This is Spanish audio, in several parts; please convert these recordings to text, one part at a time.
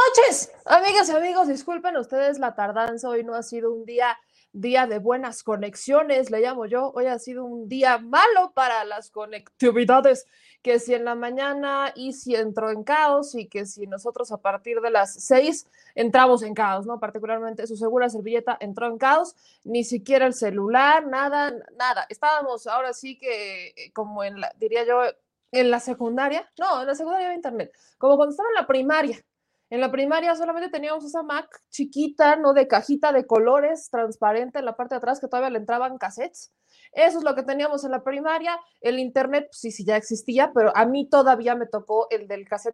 noches, amigas y amigos, disculpen ustedes la tardanza, hoy no ha sido un día de buenas conexiones, le llamo yo, hoy ha sido un día malo para las conectividades, que si en la mañana y si entró en caos y que si nosotros a partir de las 6 entramos en caos, ¿no? Particularmente su segura servilleta entró en caos, ni siquiera el celular, nada, nada, estábamos ahora sí que como en la, diría yo, en la secundaria, no, en la secundaria había internet, como cuando estaba en la primaria. En la primaria solamente teníamos esa Mac chiquita, ¿no? De cajita de colores, transparente en la parte de atrás, que todavía le entraban cassettes. Eso es lo que teníamos en la primaria. El internet, pues sí, sí, ya existía, pero a mí todavía me tocó el del cassette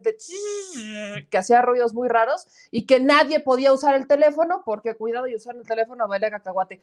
de que hacía ruidos muy raros y que nadie podía usar el teléfono porque cuidado y usar el teléfono valía cacahuate.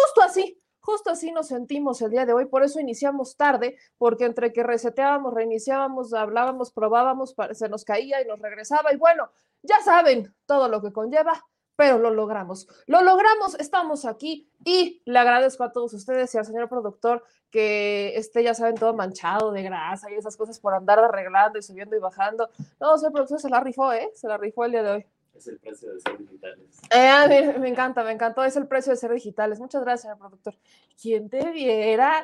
Justo así nos sentimos el día de hoy, por eso iniciamos tarde, porque entre que reseteábamos, reiniciábamos, hablábamos, probábamos, se nos caía y nos regresaba, y bueno, ya saben todo lo que conlleva, pero lo logramos. Lo logramos, estamos aquí y le agradezco a todos ustedes y al señor productor que esté, ya saben, todo manchado de grasa y esas cosas por andar arreglando y subiendo y bajando. No, señor productor se la rifó, se la rifó el día de hoy. Es el precio de ser digitales. Me encantó, es el precio de ser digitales. Muchas gracias, señor productor. ¿Quién te viera?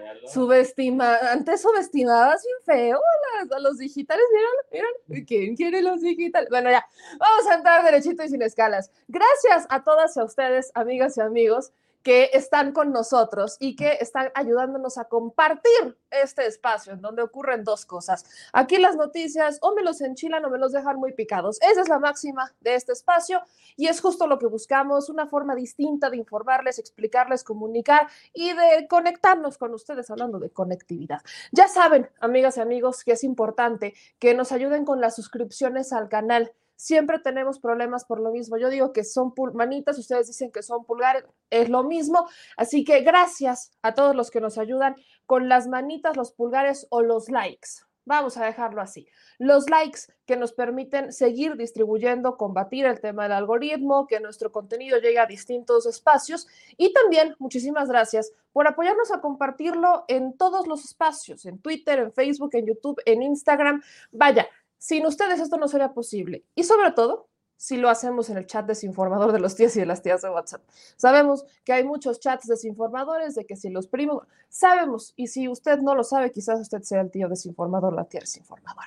Antes subestimabas bien feo a los digitales. Miren, ¿quién quiere los digitales? Bueno, ya, vamos a entrar derechito y sin escalas. Gracias a todas y a ustedes, amigas y amigos, que están con nosotros y que están ayudándonos a compartir este espacio en donde ocurren dos cosas. Aquí las noticias o me los enchilan o me los dejan muy picados. Esa es la máxima de este espacio y es justo lo que buscamos, una forma distinta de informarles, explicarles, comunicar y de conectarnos con ustedes hablando de conectividad. Ya saben, amigas y amigos, que es importante que nos ayuden con las suscripciones al canal. Siempre tenemos problemas por lo mismo. Yo digo que son manitas, ustedes dicen que son pulgares, es lo mismo. Así que gracias a todos los que nos ayudan con las manitas, los pulgares o los likes. Vamos a dejarlo así. Los likes que nos permiten seguir distribuyendo, combatir el tema del algoritmo, que nuestro contenido llegue a distintos espacios. Y también muchísimas gracias por apoyarnos a compartirlo en todos los espacios, en Twitter, en Facebook, en YouTube, en Instagram. Vaya, sin ustedes esto no sería posible. Y sobre todo, si lo hacemos en el chat desinformador de los tíos y de las tías de WhatsApp. Sabemos que hay muchos chats desinformadores, de que si los primos, sabemos, y si usted no lo sabe, quizás usted sea el tío desinformador, la tía desinformadora.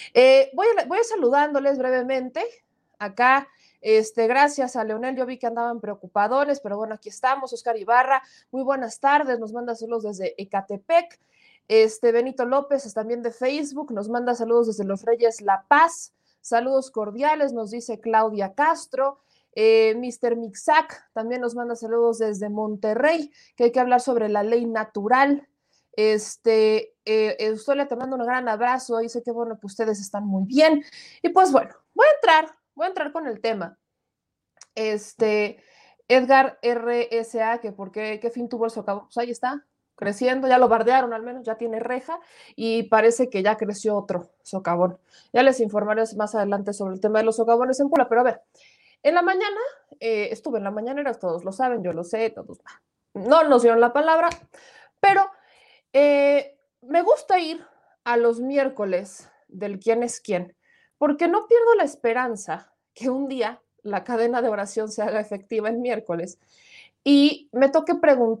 Voy saludándoles brevemente. Acá, gracias a Leonel, yo vi que andaban preocupadones, pero bueno, aquí estamos. Oscar Ibarra, muy buenas tardes, nos manda saludos desde Ecatepec. Benito López, también de Facebook, nos manda saludos desde Los Reyes La Paz. Saludos cordiales, nos dice Claudia Castro. Mr. Mixac también nos manda saludos desde Monterrey, que hay que hablar sobre la ley natural. Estoy te mando un gran abrazo, dice que bueno que ustedes están muy bien. Y pues bueno, voy a entrar con el tema. Edgar RSA, que por qué fin tuvo el socavón, pues ahí está, creciendo, ya lo bardearon al menos, ya tiene reja y parece que ya creció otro socavón. Ya les informaré más adelante sobre el tema de los socavones en Puebla, pero a ver, en la mañana, estuve en la mañanera, todos lo saben, yo lo sé, todos no nos dieron la palabra, pero me gusta ir a los miércoles del quién es quién, porque no pierdo la esperanza que un día la cadena de oración se haga efectiva el miércoles y me toque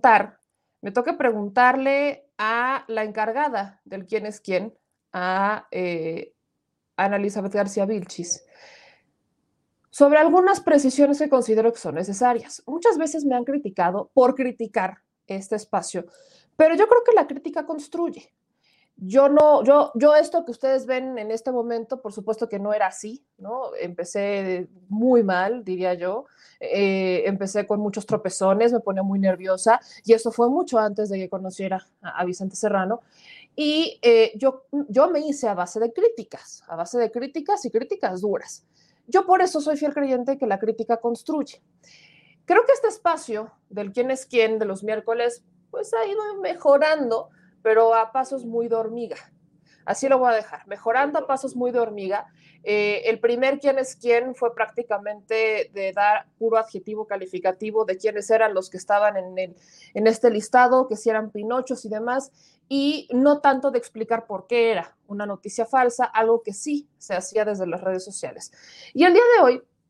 preguntarle a la encargada del quién es quién, a Ana Elizabeth García Vilchis, sobre algunas precisiones que considero que son necesarias. Muchas veces me han criticado por criticar este espacio, pero yo creo que la crítica construye. Yo esto que ustedes ven en este momento, por supuesto que no era así, ¿no? Empecé muy mal, diría yo. Empecé con muchos tropezones, me ponía muy nerviosa y eso fue mucho antes de que conociera a Vicente Serrano. Y yo me hice a base de críticas y críticas duras. Yo por eso soy fiel creyente que la crítica construye. Creo que este espacio del quién es quién de los miércoles, pues ha ido mejorando, pero a pasos muy de hormiga. Así lo voy a dejar, mejorando a pasos muy de hormiga. El primer quién es quién fue prácticamente de dar puro adjetivo calificativo de quiénes eran los que estaban en este listado, que si eran pinochos y demás, y no tanto de explicar por qué era una noticia falsa, algo que sí se hacía desde las redes sociales. Y el día de hoy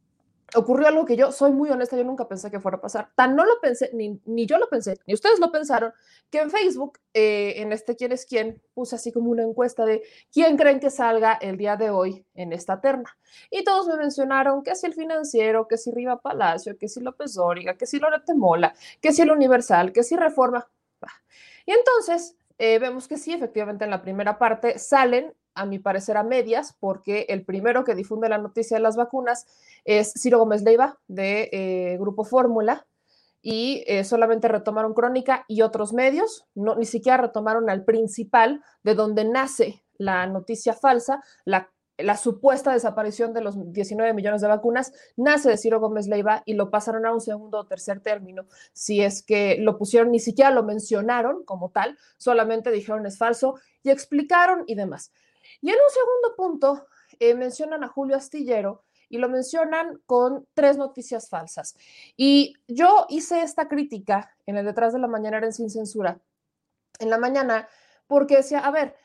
ocurrió algo que yo soy muy honesta, yo nunca pensé que fuera a pasar. Tan no lo pensé, ni yo lo pensé, ni ustedes lo pensaron, que en Facebook, en este quién es quién, puse así como una encuesta de quién creen que salga el día de hoy en esta terna. Y todos me mencionaron que si el Financiero, que si Riva Palacio, que si López Dóriga, que si Loret de Mola, que si el Universal, que si Reforma. Y entonces vemos que sí, efectivamente en la primera parte salen, a mi parecer, a medias, porque el primero que difunde la noticia de las vacunas es Ciro Gómez Leiva, de Grupo Fórmula, y solamente retomaron Crónica y otros medios, no, ni siquiera retomaron al principal, de donde nace la noticia falsa, la supuesta desaparición de los 19 millones de vacunas, nace de Ciro Gómez Leiva y lo pasaron a un segundo o tercer término. Si es que lo pusieron, ni siquiera lo mencionaron como tal, solamente dijeron es falso y explicaron y demás. Y en un segundo punto mencionan a Julio Astillero y lo mencionan con 3 noticias falsas. Y yo hice esta crítica en el Detrás de la Mañanera en Sin Censura, en la mañana, porque decía, a ver,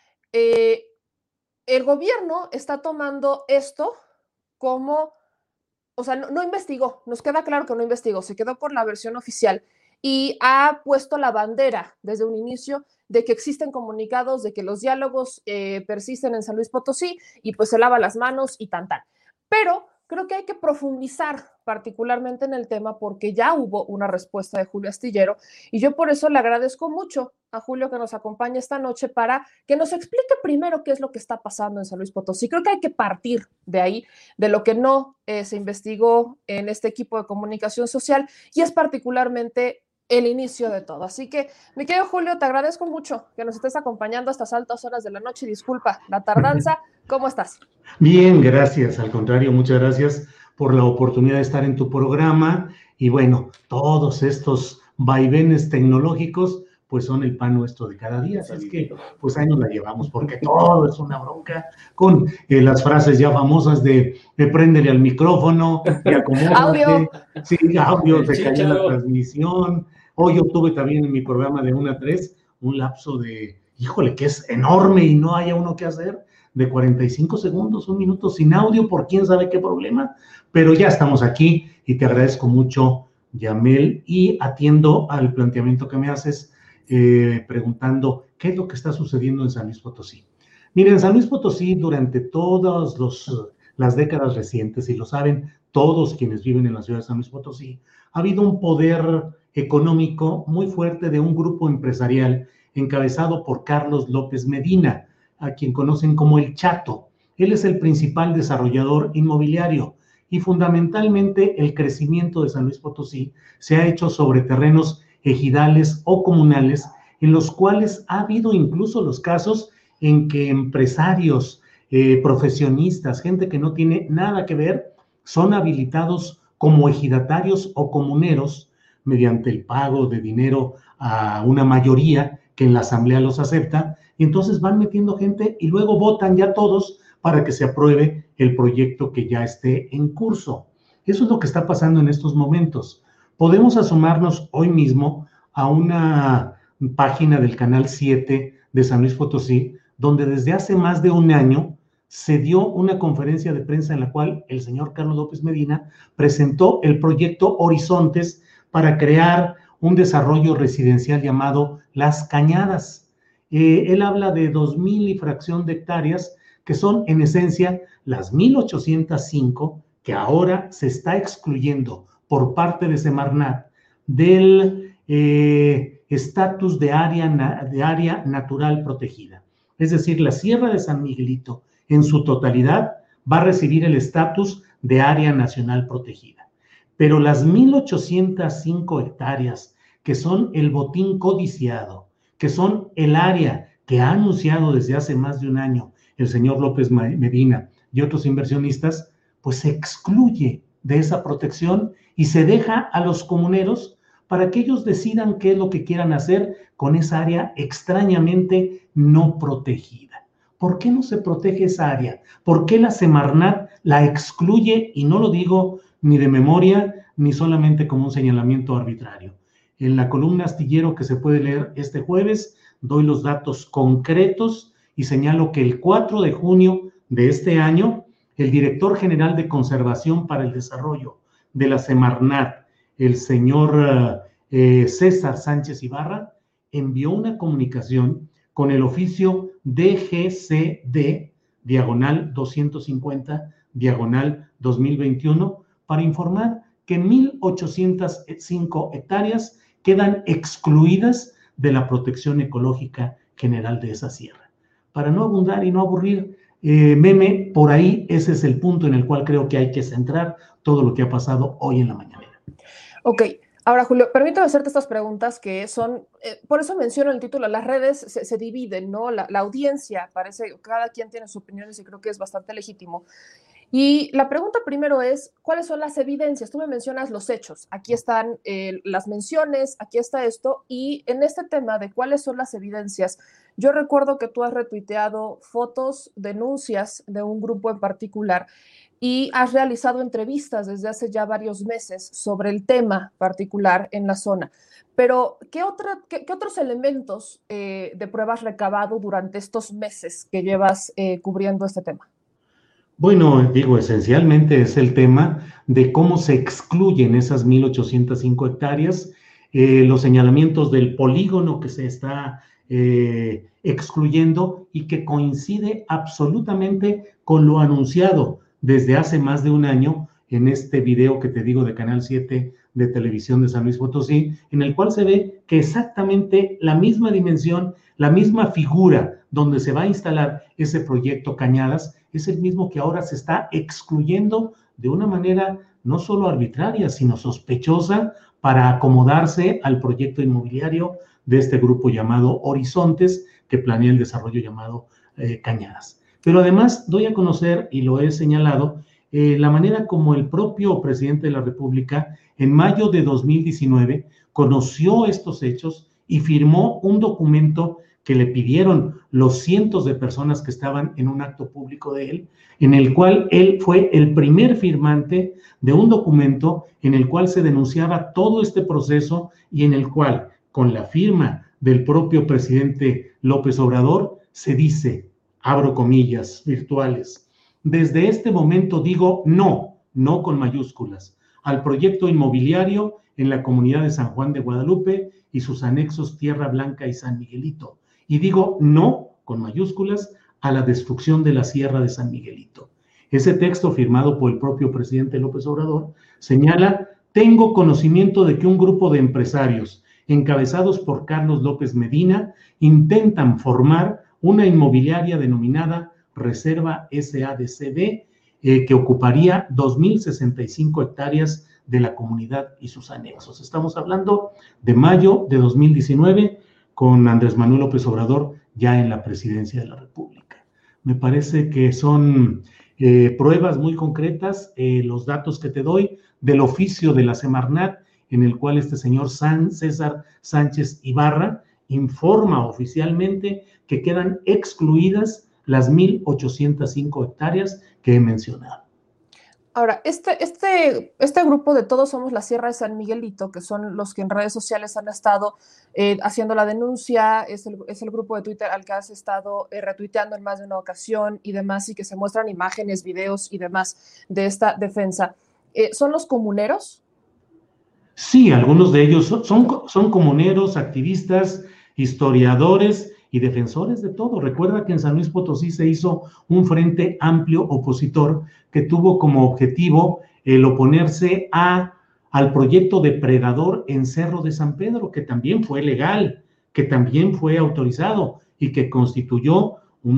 el gobierno está tomando esto como, o sea, no investigó, nos queda claro que no investigó, se quedó con la versión oficial y ha puesto la bandera desde un inicio de que existen comunicados, de que los diálogos persisten en San Luis Potosí y pues se lava las manos y tan. Pero creo que hay que profundizar particularmente en el tema porque ya hubo una respuesta de Julio Astillero y yo por eso le agradezco mucho a Julio que nos acompañe esta noche para que nos explique primero qué es lo que está pasando en San Luis Potosí. Creo que hay que partir de ahí, de lo que no se investigó en este equipo de comunicación social y es particularmente el inicio de todo. Así que, mi querido Julio, te agradezco mucho que nos estés acompañando a estas altas horas de la noche. Disculpa la tardanza. ¿Cómo estás? Bien, gracias. Al contrario, muchas gracias por la oportunidad de estar en tu programa. Y bueno, todos estos vaivenes tecnológicos, pues son el pan nuestro de cada día. Así es que, pues ahí nos la llevamos, porque todo es una bronca con las frases ya famosas de préndele al micrófono, y acomódate. Audio. Sí, audio, se cayó la transmisión. Hoy yo tuve también en mi programa de 1 a 3 un lapso de, híjole, que es enorme y no haya uno que hacer, de 45 segundos, 1 minuto sin audio, por quién sabe qué problema, pero ya estamos aquí y te agradezco mucho, Yamel, y atiendo al planteamiento que me haces preguntando qué es lo que está sucediendo en San Luis Potosí. Miren, en San Luis Potosí durante todas las décadas recientes, y lo saben todos quienes viven en la ciudad de San Luis Potosí, ha habido un poder económico muy fuerte de un grupo empresarial encabezado por Carlos López Medina, a quien conocen como el Chato. Él es el principal desarrollador inmobiliario y fundamentalmente el crecimiento de San Luis Potosí se ha hecho sobre terrenos ejidales o comunales en los cuales ha habido incluso los casos en que empresarios, profesionistas, gente que no tiene nada que ver, son habilitados como ejidatarios o comuneros mediante el pago de dinero a una mayoría que en la asamblea los acepta, y entonces van metiendo gente y luego votan ya todos para que se apruebe el proyecto que ya esté en curso. Eso es lo que está pasando en estos momentos. Podemos asomarnos hoy mismo a una página del Canal 7 de San Luis Potosí, donde desde hace más de 1 año se dio una conferencia de prensa en la cual el señor Carlos López Medina presentó el proyecto Horizontes para crear un desarrollo residencial llamado Las Cañadas. Él habla de 2,000 y fracción de hectáreas, que son en esencia las 1,805 que ahora se está excluyendo por parte de Semarnat del estatus de área natural protegida. Es decir, la Sierra de San Miguelito en su totalidad va a recibir el estatus de área nacional protegida. Pero las 1,805 hectáreas, que son el botín codiciado, que son el área que ha anunciado desde hace más de 1 año el señor López Medina y otros inversionistas, pues se excluye de esa protección y se deja a los comuneros para que ellos decidan qué es lo que quieran hacer con esa área extrañamente no protegida. ¿Por qué no se protege esa área? ¿Por qué la Semarnat la excluye? Y no lo digo ni de memoria, ni solamente como un señalamiento arbitrario. En la columna Astillero que se puede leer este jueves, doy los datos concretos y señalo que el 4 de junio de este año, el director general de Conservación para el Desarrollo de la Semarnat, el señor César Sánchez Ibarra, envió una comunicación con el oficio DGCD, diagonal 250, diagonal 2021, para informar que 1,805 hectáreas quedan excluidas de la protección ecológica general de esa sierra. Para no abundar y no aburrir, Meme, por ahí ese es el punto en el cual creo que hay que centrar todo lo que ha pasado hoy en la mañanera. Ok. Ahora, Julio, permítame hacerte estas preguntas que son, por eso menciono el título, las redes se dividen, ¿no? La audiencia, parece, cada quien tiene sus opiniones y creo que es bastante legítimo. Y la pregunta primero es, ¿cuáles son las evidencias? Tú me mencionas los hechos, aquí están las menciones, aquí está esto, y en este tema de cuáles son las evidencias, yo recuerdo que tú has retuiteado fotos, denuncias de un grupo en particular, y has realizado entrevistas desde hace ya varios meses sobre el tema particular en la zona. Pero, ¿qué otros elementos de pruebas recabado durante estos meses que llevas cubriendo este tema? Bueno, digo, esencialmente es el tema de cómo se excluyen esas 1,805 hectáreas, los señalamientos del polígono que se está excluyendo y que coincide absolutamente con lo anunciado desde hace más de un año en este video que te digo de Canal 7 de Televisión de San Luis Potosí, en el cual se ve que exactamente la misma dimensión, la misma figura donde se va a instalar ese proyecto Cañadas, es el mismo que ahora se está excluyendo de una manera no solo arbitraria, sino sospechosa para acomodarse al proyecto inmobiliario de este grupo llamado Horizontes, que planea el desarrollo llamado Cañadas. Pero además doy a conocer, y lo he señalado, la manera como el propio presidente de la República en mayo de 2019 conoció estos hechos y firmó un documento que le pidieron los cientos de personas que estaban en un acto público de él, en el cual él fue el primer firmante de un documento en el cual se denunciaba todo este proceso y en el cual, con la firma del propio presidente López Obrador, se dice, abro comillas virtuales, desde este momento digo no, no con mayúsculas, al proyecto inmobiliario en la comunidad de San Juan de Guadalupe y sus anexos Tierra Blanca y San Miguelito. Y digo no, con mayúsculas, a la destrucción de la Sierra de San Miguelito. Ese texto, firmado por el propio presidente López Obrador, señala, tengo conocimiento de que un grupo de empresarios, encabezados por Carlos López Medina, intentan formar una inmobiliaria denominada Reserva SADCB, que ocuparía 2,065 hectáreas de la comunidad y sus anexos. Estamos hablando de mayo de 2019, con Andrés Manuel López Obrador ya en la presidencia de la República. Me parece que son pruebas muy concretas, los datos que te doy del oficio de la Semarnat, en el cual este señor César Sánchez Ibarra informa oficialmente que quedan excluidas las 1,805 hectáreas que he mencionado. Ahora, este grupo de Todos Somos la Sierra de San Miguelito, que son los que en redes sociales han estado haciendo la denuncia, es el grupo de Twitter al que has estado retuiteando en más de una ocasión y demás, y que se muestran imágenes, videos y demás de esta defensa. ¿Son los comuneros? Sí, algunos de ellos son comuneros, activistas, historiadores y defensores de todo. Recuerda que en San Luis Potosí se hizo un frente amplio opositor que tuvo como objetivo el oponerse al proyecto depredador en Cerro de San Pedro, que también fue legal, que también fue autorizado y que constituyó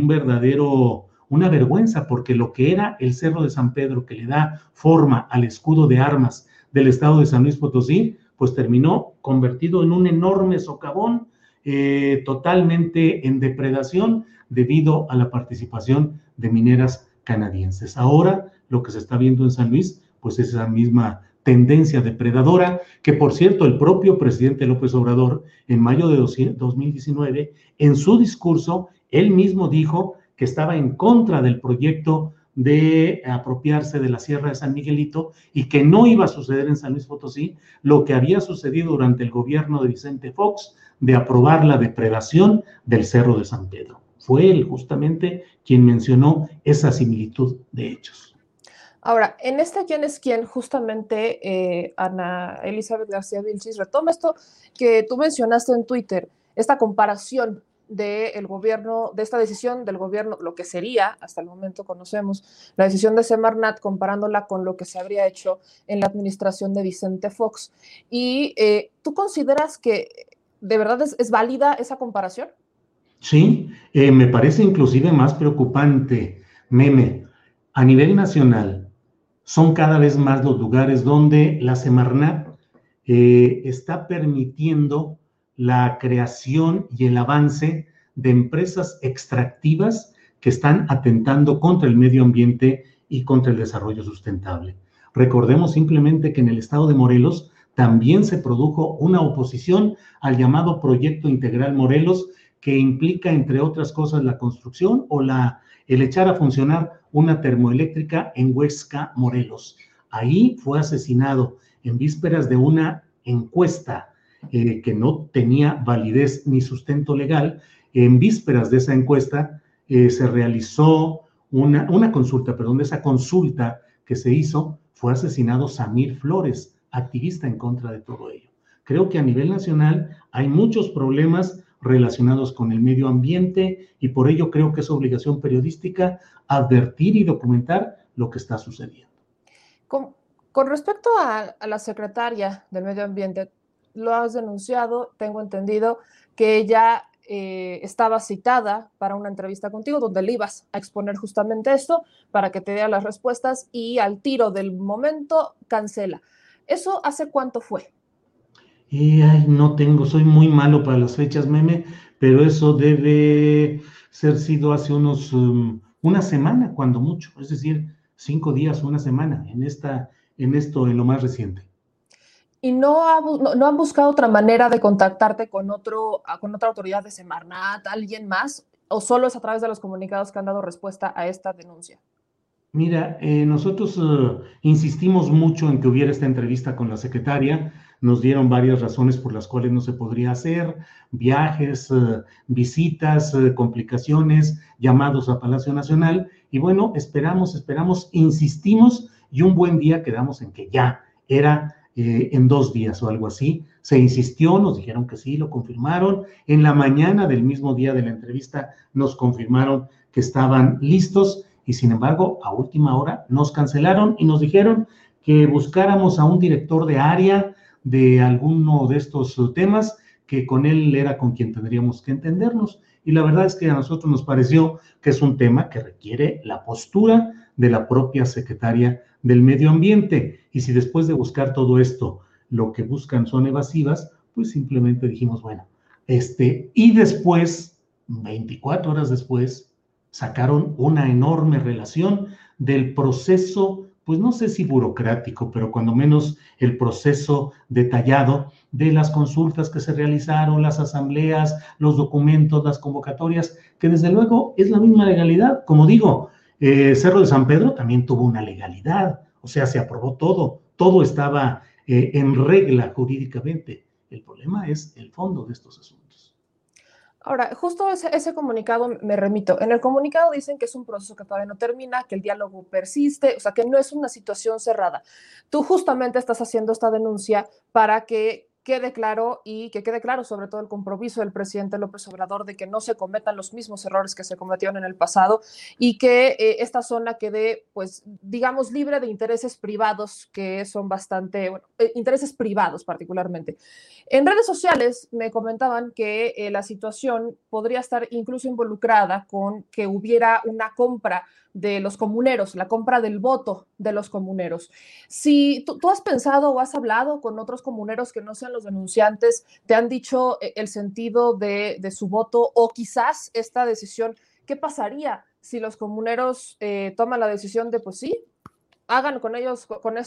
una vergüenza, porque lo que era el Cerro de San Pedro, que le da forma al escudo de armas del estado de San Luis Potosí, pues terminó convertido en un enorme socavón, totalmente en depredación debido a la participación de mineras canadienses. Ahora lo que se está viendo en San Luis, pues es esa misma tendencia depredadora, que por cierto el propio presidente López Obrador en mayo de 2019, en su discurso, él mismo dijo que estaba en contra del proyecto de apropiarse de la Sierra de San Miguelito y que no iba a suceder en San Luis Potosí lo que había sucedido durante el gobierno de Vicente Fox, de aprobar la depredación del Cerro de San Pedro. Fue él justamente quien mencionó esa similitud de hechos. Ahora, en este quién es quién, justamente Ana Elizabeth García Vilchis retoma esto que tú mencionaste en Twitter, esta comparación del gobierno, de esta decisión del gobierno, lo que sería, hasta el momento conocemos, la decisión de Semarnat, comparándola con lo que se habría hecho en la administración de Vicente Fox. ¿Y tú consideras que de verdad es válida esa comparación? Sí, me parece inclusive más preocupante, Meme, a nivel nacional. Son cada vez más los lugares donde la Semarnat está permitiendo la creación y el avance de empresas extractivas que están atentando contra el medio ambiente y contra el desarrollo sustentable. Recordemos simplemente que en el estado de Morelos también se produjo una oposición al llamado Proyecto Integral Morelos, que implica, entre otras cosas, la construcción o el echar a funcionar una termoeléctrica en Huesca, Morelos. Ahí fue asesinado en vísperas de una encuesta que no tenía validez ni sustento legal. En vísperas de esa encuesta se realizó una consulta, perdón, de esa consulta que se hizo, fue asesinado Samir Flores, activista en contra de todo ello. Creo que a nivel nacional hay muchos problemas relacionados con el medio ambiente y por ello creo que es obligación periodística advertir y documentar lo que está sucediendo. Con respecto a la secretaria del Medio Ambiente, lo has denunciado, tengo entendido que ella estaba citada para una entrevista contigo donde le ibas a exponer justamente esto para que te diera las respuestas y al tiro del momento cancela. ¿Eso hace cuánto fue? Ay, no tengo, soy muy malo para las fechas, Meme, pero eso debe ser sido hace una semana, cuando mucho, es decir, 5 días, una semana, en lo más reciente. ¿Y no han buscado otra manera de contactarte con otra autoridad de Semarnat, alguien más, o solo es a través de los comunicados que han dado respuesta a esta denuncia? Mira, nosotros insistimos mucho en que hubiera esta entrevista con la secretaria. Nos dieron varias razones por las cuales no se podría hacer: viajes, visitas, complicaciones, llamados a Palacio Nacional. Y bueno, esperamos, insistimos y un buen día quedamos en que ya era en 2 días o algo así. Se insistió, nos dijeron que sí, lo confirmaron. En la mañana del mismo día de la entrevista nos confirmaron que estaban listos. Y sin embargo, a última hora nos cancelaron y nos dijeron que buscáramos a un director de área de alguno de estos temas, que con él era con quien tendríamos que entendernos. Y la verdad es que a nosotros nos pareció que es un tema que requiere la postura de la propia secretaria del Medio Ambiente. Y si después de buscar todo esto, lo que buscan son evasivas, pues simplemente dijimos, bueno, y después, 24 horas después, sacaron una enorme relación del proceso, pues no sé si burocrático, pero cuando menos el proceso detallado de las consultas que se realizaron, las asambleas, los documentos, las convocatorias, que desde luego es la misma legalidad. Como digo, Cerro de San Pedro también tuvo una legalidad, o sea, se aprobó todo estaba en regla jurídicamente. El problema es el fondo de estos asuntos. Ahora, justo ese comunicado me remito. En el comunicado dicen que es un proceso que todavía no termina, que el diálogo persiste, o sea, que no es una situación cerrada. Tú justamente estás haciendo esta denuncia para que quede claro y que quede claro sobre todo el compromiso del presidente López Obrador de que no se cometan los mismos errores que se cometieron en el pasado y que esta zona quede, pues, digamos, libre de intereses privados que son bastante, bueno, intereses privados particularmente. En redes sociales me comentaban que la situación podría estar incluso involucrada con que hubiera una compra de los comuneros, la compra del voto de los comuneros. Si tú has pensado o has hablado con otros comuneros que no sean los denunciantes, te han dicho el sentido de su voto o quizás esta decisión, ¿qué pasaría si los comuneros toman la decisión de, pues sí, hagan con ellos, con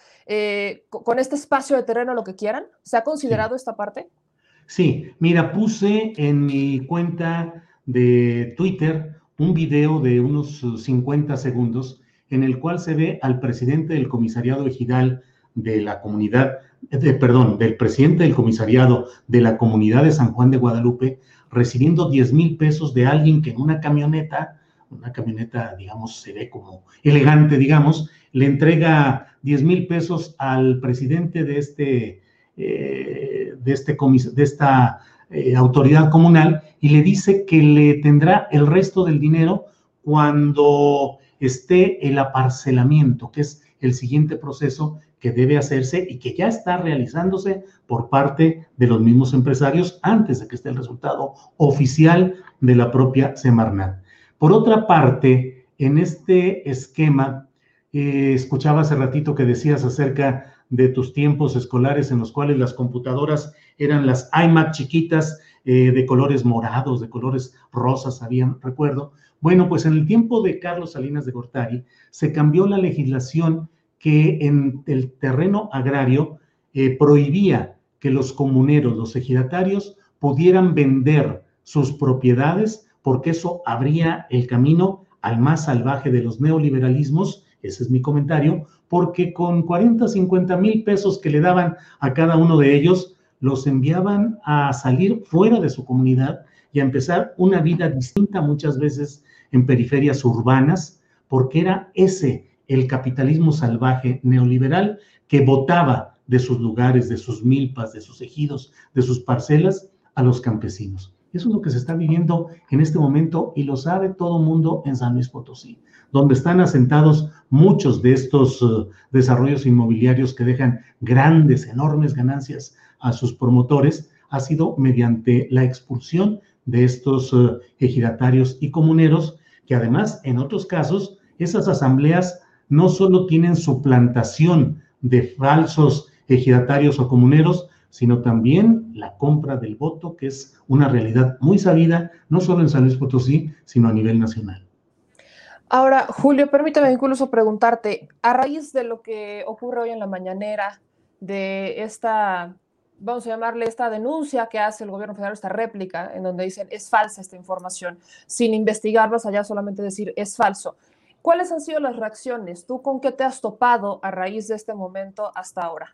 este espacio de terreno lo que quieran? ¿Se ha considerado esta parte? Sí, mira, puse en mi cuenta de Twitter un video de unos 50 segundos en el cual se ve al presidente del comisariado ejidal de la comunidad, del presidente del comisariado de la comunidad de San Juan de Guadalupe, recibiendo 10,000 pesos de alguien que en una camioneta, digamos, se ve como elegante, digamos, le entrega 10,000 pesos al presidente de esta autoridad comunal y le dice que le tendrá el resto del dinero cuando esté el aparcelamiento, que es el siguiente proceso que debe hacerse y que ya está realizándose por parte de los mismos empresarios antes de que esté el resultado oficial de la propia Semarnat. Por otra parte, en este esquema, escuchaba hace ratito que decías acerca de tus tiempos escolares en los cuales las computadoras eran las iMac chiquitas, de colores morados, de colores rosas, recuerdo. Bueno, pues en el tiempo de Carlos Salinas de Gortari se cambió la legislación que en el terreno agrario prohibía que los comuneros, los ejidatarios, pudieran vender sus propiedades, porque eso abría el camino al más salvaje de los neoliberalismos. Ese es mi comentario, porque con 40, 50 mil pesos que le daban a cada uno de ellos, los enviaban a salir fuera de su comunidad y a empezar una vida distinta, muchas veces en periferias urbanas, porque era ese el capitalismo salvaje neoliberal que botaba de sus lugares, de sus milpas, de sus ejidos, de sus parcelas a los campesinos. Eso es lo que se está viviendo en este momento y lo sabe todo el mundo en San Luis Potosí, donde están asentados muchos de estos desarrollos inmobiliarios que dejan grandes, enormes ganancias a sus promotores. Ha sido mediante la expulsión de estos ejidatarios y comuneros, que además, en otros casos, esas asambleas no solo tienen suplantación de falsos ejidatarios o comuneros, sino también la compra del voto, que es una realidad muy sabida, no solo en San Luis Potosí, sino a nivel nacional. Ahora, Julio, permítame incluso preguntarte, a raíz de lo que ocurre hoy en la mañanera, de esta, vamos a llamarle esta denuncia que hace el gobierno federal, esta réplica, en donde dicen es falsa esta información, sin investigar más allá, solamente decir es falso. ¿Cuáles han sido las reacciones? ¿Tú con qué te has topado a raíz de este momento hasta ahora?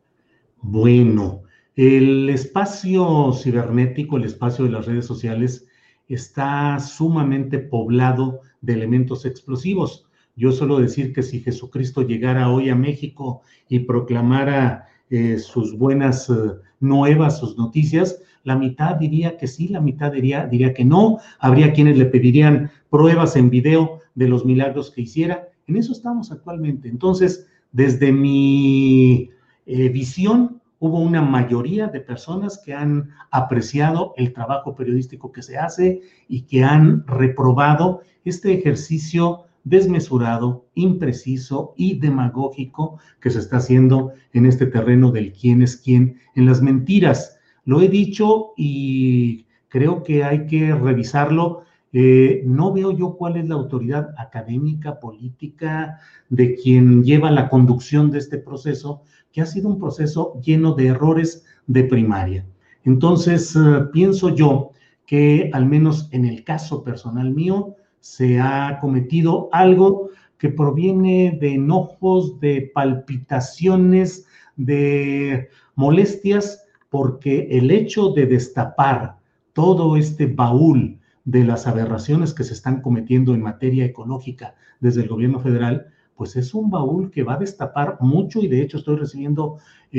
Bueno, el espacio cibernético, el espacio de las redes sociales, está sumamente poblado de elementos explosivos. Yo suelo decir que si Jesucristo llegara hoy a México y proclamara sus buenas nuevas, sus noticias, la mitad diría que sí, la mitad diría que no. Habría quienes le pedirían pruebas en video de los milagros que hiciera. En eso estamos actualmente. Entonces, desde mi visión, hubo una mayoría de personas que han apreciado el trabajo periodístico que se hace y que han reprobado este ejercicio desmesurado, impreciso y demagógico que se está haciendo en este terreno del quién es quién en las mentiras. Lo he dicho y creo que hay que revisarlo. No veo yo cuál es la autoridad académica, política, de quien lleva la conducción de este proceso, que ha sido un proceso lleno de errores de primaria. Entonces, pienso yo que, al menos en el caso personal mío, se ha cometido algo que proviene de enojos, de palpitaciones, de molestias, porque el hecho de destapar todo este baúl de las aberraciones que se están cometiendo en materia ecológica desde el gobierno federal, pues es un baúl que va a destapar mucho, y de hecho estoy recibiendo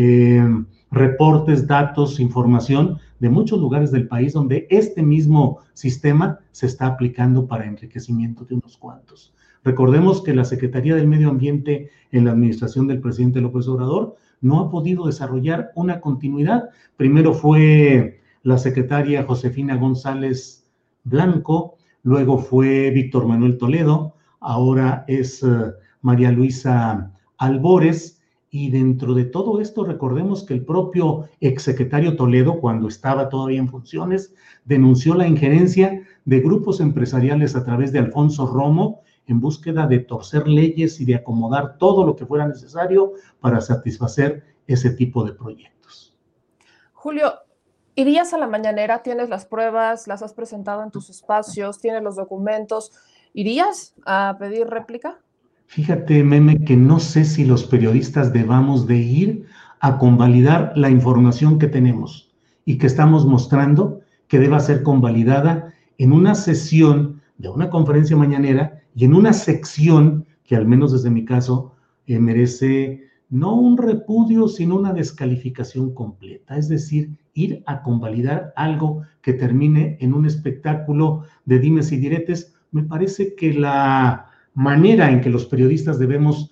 reportes, datos, información de muchos lugares del país donde este mismo sistema se está aplicando para enriquecimiento de unos cuantos. Recordemos que la Secretaría del Medio Ambiente en la administración del presidente López Obrador no ha podido desarrollar una continuidad. Primero fue la secretaria Josefina González Blanco, luego fue Víctor Manuel Toledo, ahora es María Luisa Albores, y dentro de todo esto recordemos que el propio exsecretario Toledo, cuando estaba todavía en funciones, denunció la injerencia de grupos empresariales a través de Alfonso Romo en búsqueda de torcer leyes y de acomodar todo lo que fuera necesario para satisfacer ese tipo de proyectos. Julio, ¿irías a la mañanera? ¿Tienes las pruebas? ¿Las has presentado en tus espacios? ¿Tienes los documentos? ¿Irías a pedir réplica? Fíjate, Meme, que no sé si los periodistas debamos de ir a convalidar la información que tenemos y que estamos mostrando que deba ser convalidada en una sesión de una conferencia mañanera y en una sección que, al menos desde mi caso, merece no un repudio, sino una descalificación completa, es decir, ir a convalidar algo que termine en un espectáculo de dimes y diretes. Me parece que la manera en que los periodistas debemos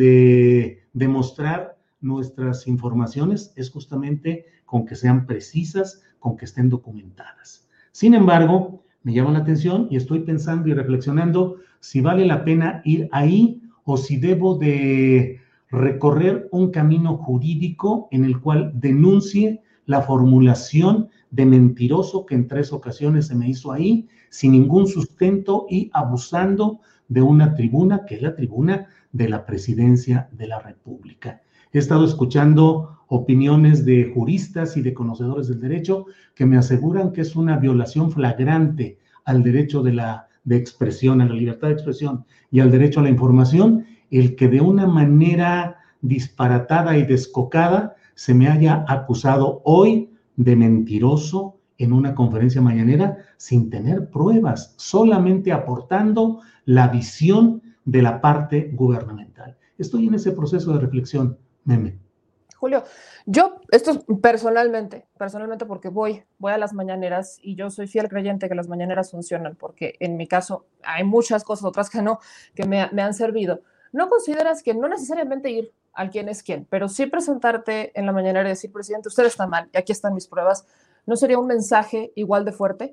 de demostrar nuestras informaciones es justamente con que sean precisas, con que estén documentadas. Sin embargo, me llama la atención y estoy pensando y reflexionando si vale la pena ir ahí o si debo de recorrer un camino jurídico en el cual denuncie la formulación de mentiroso que en 3 ocasiones se me hizo ahí, sin ningún sustento y abusando de una tribuna que es la tribuna de la Presidencia de la República. He estado escuchando opiniones de juristas y de conocedores del derecho que me aseguran que es una violación flagrante al derecho de expresión, a la libertad de expresión y al derecho a la información, el que de una manera disparatada y descocada se me haya acusado hoy de mentiroso en una conferencia mañanera sin tener pruebas, solamente aportando la visión de la parte gubernamental. Estoy en ese proceso de reflexión, Meme. Julio, yo, esto es personalmente porque voy a las mañaneras y yo soy fiel creyente que las mañaneras funcionan, porque en mi caso hay muchas cosas, otras que no, que me han servido. ¿No consideras que no necesariamente ir al quién es quién, pero sí presentarte en la mañanera y decir, presidente, usted está mal y aquí están mis pruebas, ¿no sería un mensaje igual de fuerte?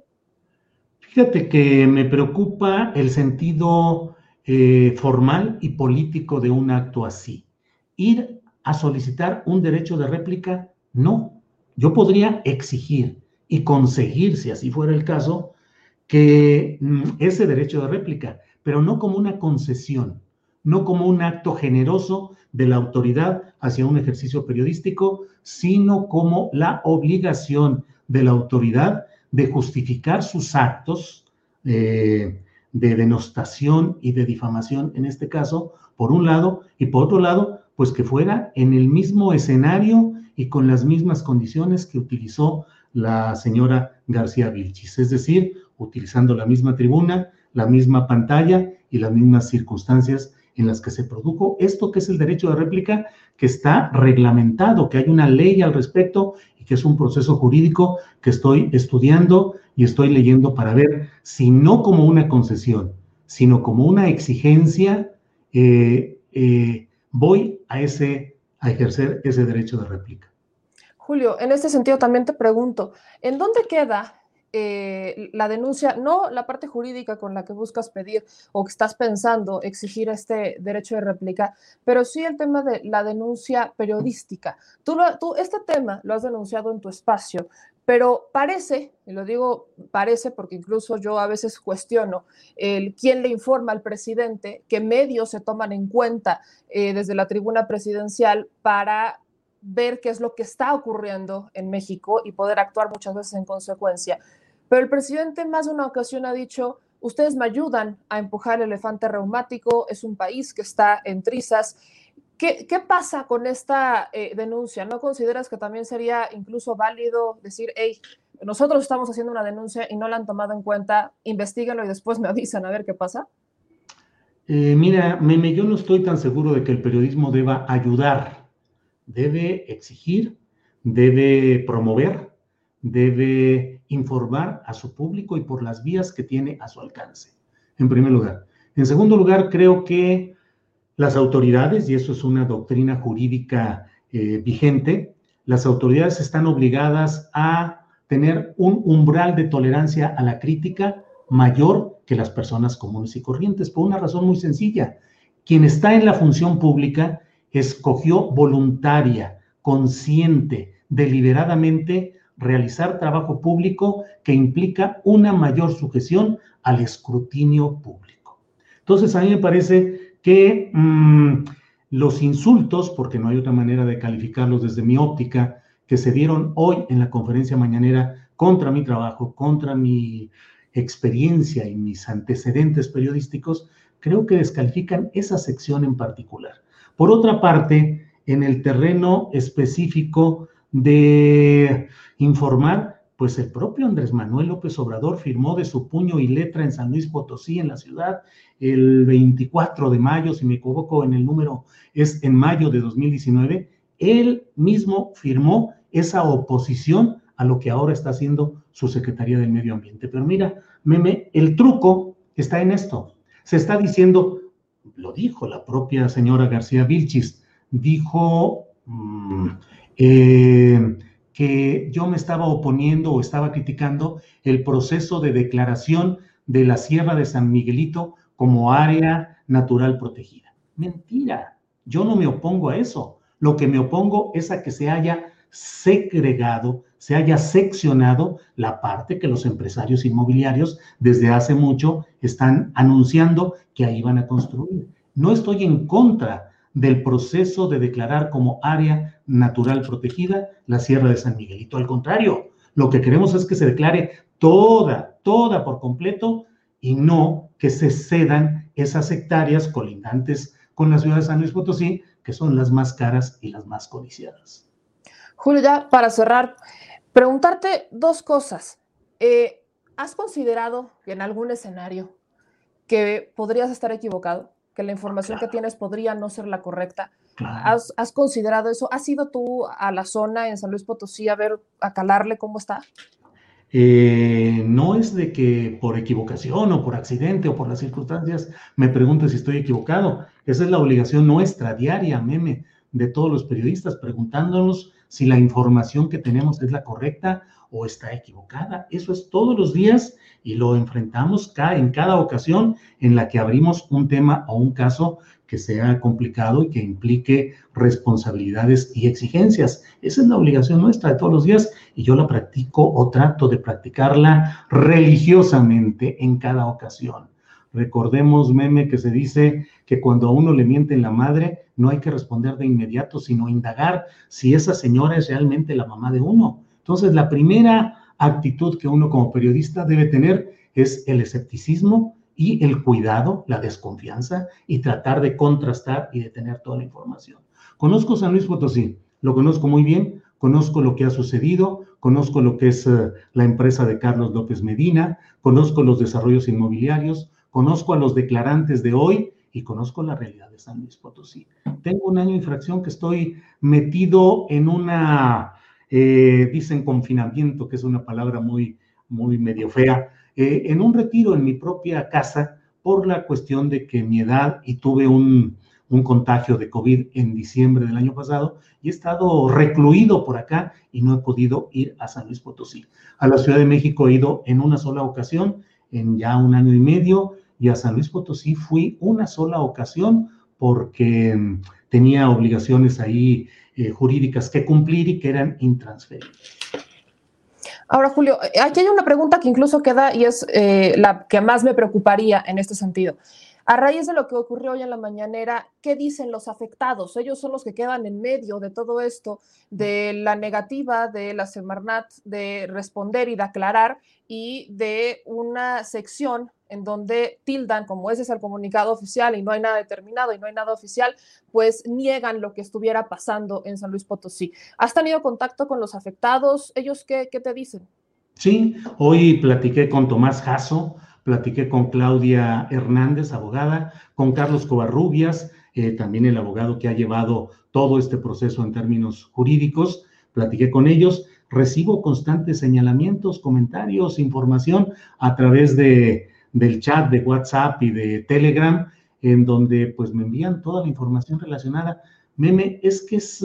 Fíjate que me preocupa el sentido formal y político de un acto así. Ir a solicitar un derecho de réplica, no. Yo podría exigir y conseguir, si así fuera el caso, que ese derecho de réplica, pero no como una concesión, no como un acto generoso de la autoridad hacia un ejercicio periodístico, sino como la obligación de la autoridad de justificar sus actos de denostación y de difamación, en este caso, por un lado, y por otro lado, pues que fuera en el mismo escenario y con las mismas condiciones que utilizó la señora García Vilchis, es decir, utilizando la misma tribuna, la misma pantalla y las mismas circunstancias en las que se produjo esto que es el derecho de réplica, que está reglamentado, que hay una ley al respecto y que es un proceso jurídico que estoy estudiando y estoy leyendo para ver si no como una concesión, sino como una exigencia, voy a ejercer ese derecho de réplica. Julio, en este sentido también te pregunto, ¿en dónde queda la denuncia, no la parte jurídica con la que buscas pedir o que estás pensando exigir este derecho de réplica, pero sí el tema de la denuncia periodística? Tú este tema lo has denunciado en tu espacio, pero parece, y lo digo parece porque incluso yo a veces cuestiono quién le informa al presidente, qué medios se toman en cuenta desde la tribuna presidencial para ver qué es lo que está ocurriendo en México y poder actuar muchas veces en consecuencia. Pero el presidente más de una ocasión ha dicho, ustedes me ayudan a empujar el elefante reumático, es un país que está en trizas. ¿Qué pasa con esta denuncia? ¿No consideras que también sería incluso válido decir, hey, nosotros estamos haciendo una denuncia y no la han tomado en cuenta, investíguenlo y después me avisan a ver qué pasa? Mira, Meme, yo no estoy tan seguro de que el periodismo deba ayudar. Debe exigir, debe promover, debe informar a su público y por las vías que tiene a su alcance, en primer lugar. En segundo lugar, creo que las autoridades, y eso es una doctrina jurídica vigente, las autoridades están obligadas a tener un umbral de tolerancia a la crítica mayor que las personas comunes y corrientes, por una razón muy sencilla. Quien está en la función pública escogió voluntaria, consciente, deliberadamente realizar trabajo público que implica una mayor sujeción al escrutinio público. Entonces, a mí me parece que los insultos, porque no hay otra manera de calificarlos desde mi óptica, que se dieron hoy en la conferencia mañanera contra mi trabajo, contra mi experiencia y mis antecedentes periodísticos, creo que descalifican esa sección en particular. Por otra parte, en el terreno específico de informar, pues el propio Andrés Manuel López Obrador firmó de su puño y letra en San Luis Potosí, en la ciudad, el 24 de mayo, si me equivoco en el número, es en mayo de 2019, él mismo firmó esa oposición a lo que ahora está haciendo su Secretaría del Medio Ambiente. Pero mira, Meme, el truco está en esto. Se está diciendo, lo dijo la propia señora García Vilchis, dijo que yo me estaba oponiendo o estaba criticando el proceso de declaración de la Sierra de San Miguelito como área natural protegida. Mentira, yo no me opongo a eso. Lo que me opongo es a que se haya segregado, se haya seccionado la parte que los empresarios inmobiliarios desde hace mucho están anunciando que ahí van a construir. No estoy en contra del proceso de declarar como área natural protegida la Sierra de San Miguelito. Al contrario, lo que queremos es que se declare toda por completo y no que se cedan esas hectáreas colindantes con la ciudad de San Luis Potosí, que son las más caras y las más codiciadas. Julio, ya para cerrar, preguntarte dos cosas. ¿Has considerado en algún escenario que podrías estar equivocado? Que la información que tienes podría no ser la correcta. Claro. ¿Has considerado eso? ¿Has ido tú a la zona en San Luis Potosí a calarle cómo está? No es de que por equivocación o por accidente o por las circunstancias me pregunte si estoy equivocado. Esa es la obligación nuestra, diaria, Meme, de todos los periodistas, preguntándonos si la información que tenemos es la correcta o está equivocada. Eso es todos los días y lo enfrentamos en cada ocasión en la que abrimos un tema o un caso que sea complicado y que implique responsabilidades y exigencias. Esa es la obligación nuestra de todos los días y yo la practico o trato de practicarla religiosamente en cada ocasión. Recordemos, Meme, que se dice que cuando a uno le mienten la madre, no hay que responder de inmediato, sino indagar si esa señora es realmente la mamá de uno. Entonces, la primera actitud que uno como periodista debe tener es el escepticismo y el cuidado, la desconfianza y tratar de contrastar y de tener toda la información. Conozco San Luis Potosí, lo conozco muy bien, conozco lo que ha sucedido, conozco lo que es la empresa de Carlos López Medina, conozco los desarrollos inmobiliarios, conozco a los declarantes de hoy y conozco la realidad de San Luis Potosí. Tengo un año de infracción que estoy metido en una, dicen confinamiento, que es una palabra muy medio fea, en un retiro en mi propia casa por la cuestión de que mi edad y tuve un contagio de COVID en diciembre del año pasado y he estado recluido por acá y no he podido ir a San Luis Potosí. A la Ciudad de México he ido en una sola ocasión, en ya un año y medio, y a San Luis Potosí fui una sola ocasión porque tenía obligaciones ahí jurídicas que cumplir y que eran intransferibles. Ahora, Julio, aquí hay una pregunta que incluso queda y es la que más me preocuparía en este sentido. A raíz de lo que ocurrió hoy en la mañanera, ¿qué dicen los afectados? Ellos son los que quedan en medio de todo esto, de la negativa de la Semarnat de responder y de aclarar y de una sección en donde tildan, como ese es el comunicado oficial y no hay nada determinado y no hay nada oficial, pues niegan lo que estuviera pasando en San Luis Potosí. ¿Has tenido contacto con los afectados? ¿Ellos qué te dicen? Sí, hoy platiqué con Tomás Jasso, platiqué con Claudia Hernández, abogada, con Carlos Covarrubias, también el abogado que ha llevado todo este proceso en términos jurídicos, platiqué con ellos, recibo constantes señalamientos, comentarios, información a través del chat de WhatsApp y de Telegram, en donde pues me envían toda la información relacionada. Meme, es que es,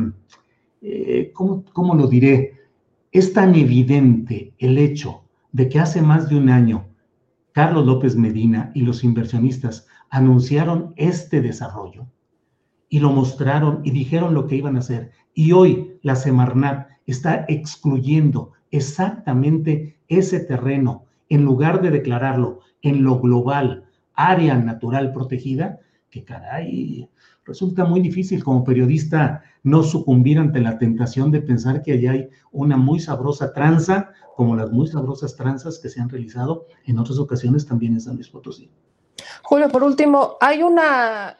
¿cómo lo diré? Es tan evidente el hecho de que hace más de un año Carlos López Medina y los inversionistas anunciaron este desarrollo y lo mostraron y dijeron lo que iban a hacer. Y hoy la Semarnat está excluyendo exactamente ese terreno en lugar de declararlo en lo global, área natural protegida, que caray, resulta muy difícil como periodista no sucumbir ante la tentación de pensar que allá hay una muy sabrosa tranza, como las muy sabrosas tranzas que se han realizado en otras ocasiones también en San Luis Potosí. Julio, por último, hay una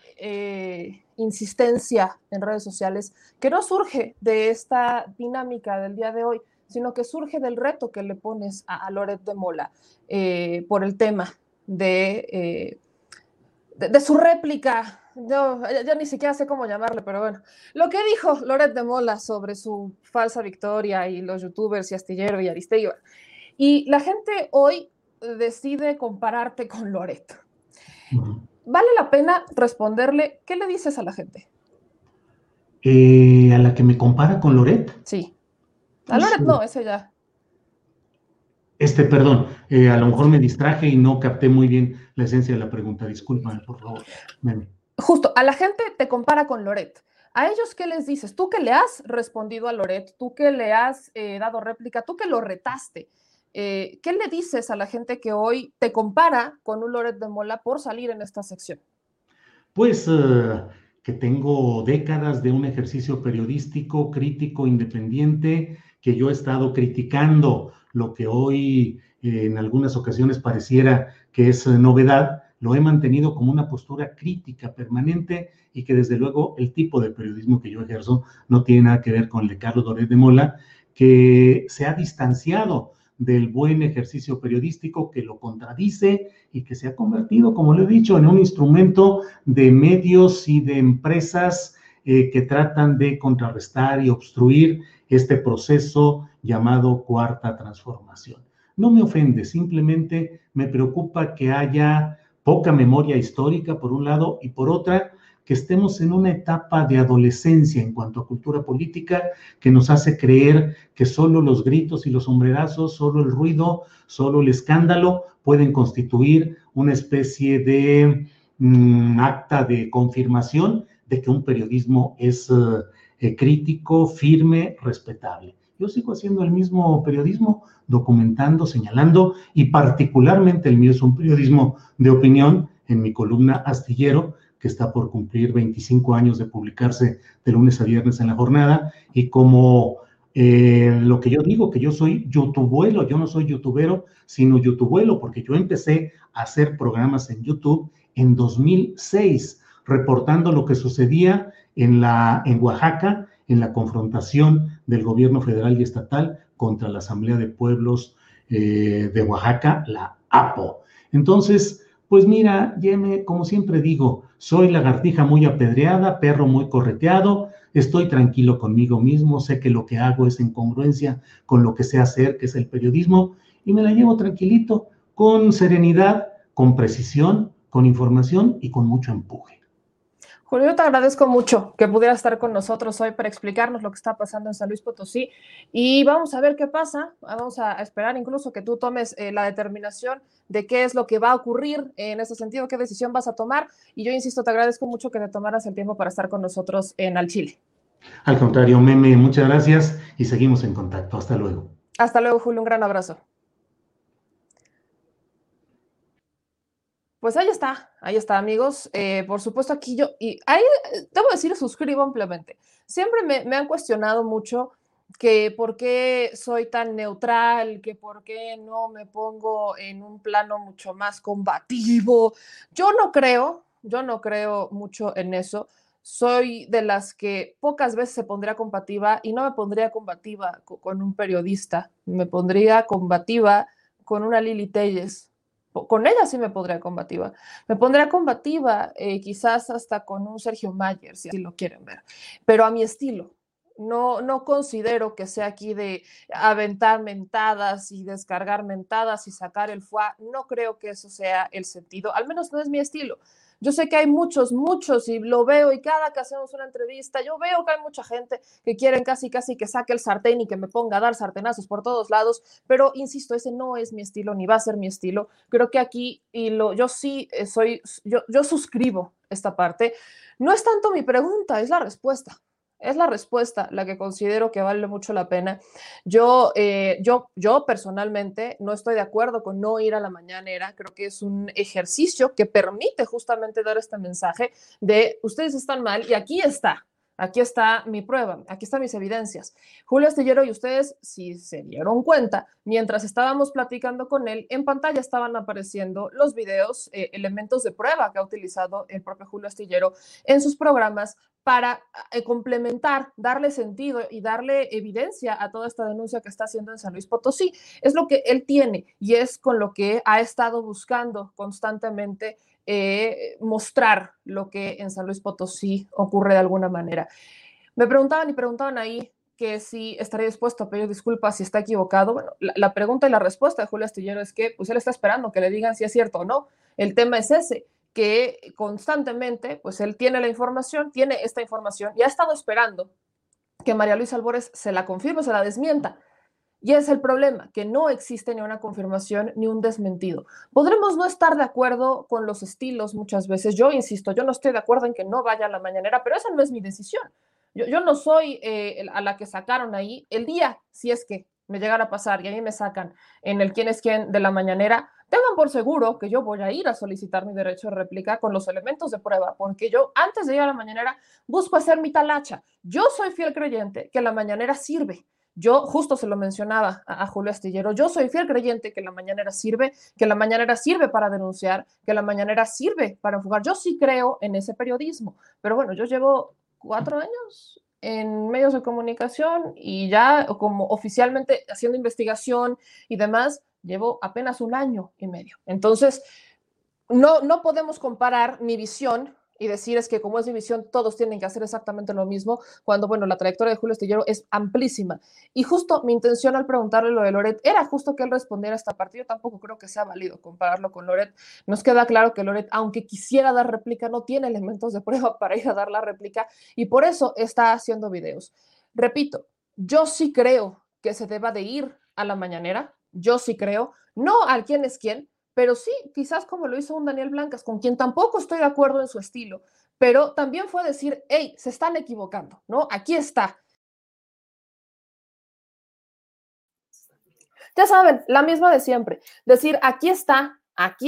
insistencia en redes sociales que no surge de esta dinámica del día de hoy, sino que surge del reto que le pones a Loret de Mola por el tema de su réplica. Yo ni siquiera sé cómo llamarle, pero bueno. Lo que dijo Loret de Mola sobre su falsa victoria y los youtubers y Astillero y Aristegui. Y la gente hoy decide compararte con Loret. ¿Vale la pena responderle? ¿Qué le dices a la gente? ¿A la que me compara con Loret? Sí. A Loret no, ese ya. Perdón, a lo mejor me distraje y no capté muy bien la esencia de la pregunta. Discúlpame, por favor. Meme. Justo, a la gente te compara con Loret. ¿A ellos qué les dices? Tú que le has respondido a Loret, tú que le has dado réplica, tú que lo retaste, ¿qué le dices a la gente que hoy te compara con un Loret de Mola por salir en esta sección? Pues que tengo décadas de un ejercicio periodístico, crítico, independiente, que yo he estado criticando lo que hoy en algunas ocasiones pareciera que es novedad, lo he mantenido como una postura crítica permanente y que desde luego el tipo de periodismo que yo ejerzo no tiene nada que ver con el de Carlos Loret de Mola, que se ha distanciado del buen ejercicio periodístico, que lo contradice y que se ha convertido, como lo he dicho, en un instrumento de medios y de empresas que tratan de contrarrestar y obstruir este proceso llamado Cuarta Transformación. No me ofende, simplemente me preocupa que haya poca memoria histórica, por un lado, y por otra, que estemos en una etapa de adolescencia en cuanto a cultura política que nos hace creer que solo los gritos y los sombrerazos, solo el ruido, solo el escándalo pueden constituir una especie de acta de confirmación de que un periodismo es crítico, firme, respetable. Yo sigo haciendo el mismo periodismo, documentando, señalando, y particularmente el mío es un periodismo de opinión en mi columna Astillero, que está por cumplir 25 años de publicarse de lunes a viernes en La Jornada, y como lo que yo digo, que yo soy youtubuelo, yo no soy youtubero, sino youtubuelo, porque yo empecé a hacer programas en YouTube en 2006, reportando lo que sucedía en Oaxaca, en la confrontación del gobierno federal y estatal contra la Asamblea de Pueblos de Oaxaca, la APO. Entonces, pues mira, Yeme, como siempre digo, soy lagartija muy apedreada, perro muy correteado, estoy tranquilo conmigo mismo, sé que lo que hago es en congruencia con lo que sé hacer, que es el periodismo, y me la llevo tranquilito, con serenidad, con precisión, con información y con mucho empuje. Julio, yo te agradezco mucho que pudieras estar con nosotros hoy para explicarnos lo que está pasando en San Luis Potosí y vamos a ver qué pasa, vamos a esperar incluso que tú tomes la determinación de qué es lo que va a ocurrir en ese sentido, qué decisión vas a tomar y yo insisto, te agradezco mucho que te tomaras el tiempo para estar con nosotros en Al Chile. Al contrario, Meme, muchas gracias y seguimos en contacto. Hasta luego. Hasta luego, Julio, un gran abrazo. Pues ahí está, amigos. Por supuesto, aquí yo, y ahí debo decir, suscribo ampliamente. Siempre me han cuestionado mucho que por qué soy tan neutral, que por qué no me pongo en un plano mucho más combativo. Yo no creo mucho en eso. Soy de las que pocas veces se pondría combativa y no me pondría combativa con un periodista, me pondría combativa con una Lili Telles. Con ella sí me pondría combativa. Me pondría combativa quizás hasta con un Sergio Mayer, si así lo quieren ver, pero a mi estilo. No considero que sea aquí de aventar mentadas y descargar mentadas y sacar el fuá. No creo que eso sea el sentido, al menos no es mi estilo. Yo sé que hay muchos, y lo veo y cada que hacemos una entrevista, yo veo que hay mucha gente que quieren casi que saque el sartén y que me ponga a dar sartenazos por todos lados, pero insisto, ese no es mi estilo ni va a ser mi estilo. Creo que aquí, yo sí yo suscribo esta parte. No es tanto mi pregunta, es la respuesta. Es la respuesta la que considero que vale mucho la pena. Yo personalmente no estoy de acuerdo con no ir a la mañanera. Creo que es un ejercicio que permite justamente dar este mensaje de ustedes están mal y aquí está. Aquí está mi prueba, aquí están mis evidencias. Julio Astillero y ustedes, si se dieron cuenta, mientras estábamos platicando con él, en pantalla estaban apareciendo los videos, elementos de prueba que ha utilizado el propio Julio Astillero en sus programas para complementar, darle sentido y darle evidencia a toda esta denuncia que está haciendo en San Luis Potosí. Es lo que él tiene y es con lo que ha estado buscando constantemente mostrar lo que en San Luis Potosí ocurre de alguna manera. Me preguntaban y preguntaban ahí que si estaría dispuesto a pedir disculpas si está equivocado. Bueno, la pregunta y la respuesta de Julio Astillero es que pues él está esperando que le digan si es cierto o no. El tema es ese, que constantemente pues él tiene la información, tiene esta información y ha estado esperando que María Luisa Albores se la confirme, se la desmienta. Y es el problema, que no existe ni una confirmación ni un desmentido. Podremos no estar de acuerdo con los estilos muchas veces. Yo insisto, yo no estoy de acuerdo en que no vaya a la mañanera, pero esa no es mi decisión. Yo no soy a la que sacaron ahí. El día, si es que me llegara a pasar y a mí me sacan en el quién es quién de la mañanera, tengan por seguro que yo voy a ir a solicitar mi derecho de réplica con los elementos de prueba, porque yo antes de ir a la mañanera busco hacer mi talacha. Yo soy fiel creyente que la mañanera sirve. Yo justo se lo mencionaba a Julio Astillero, yo soy fiel creyente que la mañanera sirve para denunciar, que la mañanera sirve para enfocar. Yo sí creo en ese periodismo, pero bueno, yo llevo 4 años en medios de comunicación y ya como oficialmente haciendo investigación y demás, llevo apenas 1 año y medio. Entonces, no podemos comparar mi visión y decir es que como es mi visión, todos tienen que hacer exactamente lo mismo, cuando, bueno, la trayectoria de Julio Astillero es amplísima. Y justo mi intención al preguntarle lo de Loret era justo que él respondiera a esta parte. Yo tampoco creo que sea válido compararlo con Loret. Nos queda claro que Loret, aunque quisiera dar réplica, no tiene elementos de prueba para ir a dar la réplica y por eso está haciendo videos. Repito, yo sí creo que se deba de ir a la mañanera, yo sí creo, no al quién es quién, pero sí, quizás como lo hizo un Daniel Blancas, con quien tampoco estoy de acuerdo en su estilo, pero también fue decir, hey, se están equivocando, ¿no? Aquí está. Ya saben, la misma de siempre, decir, aquí está,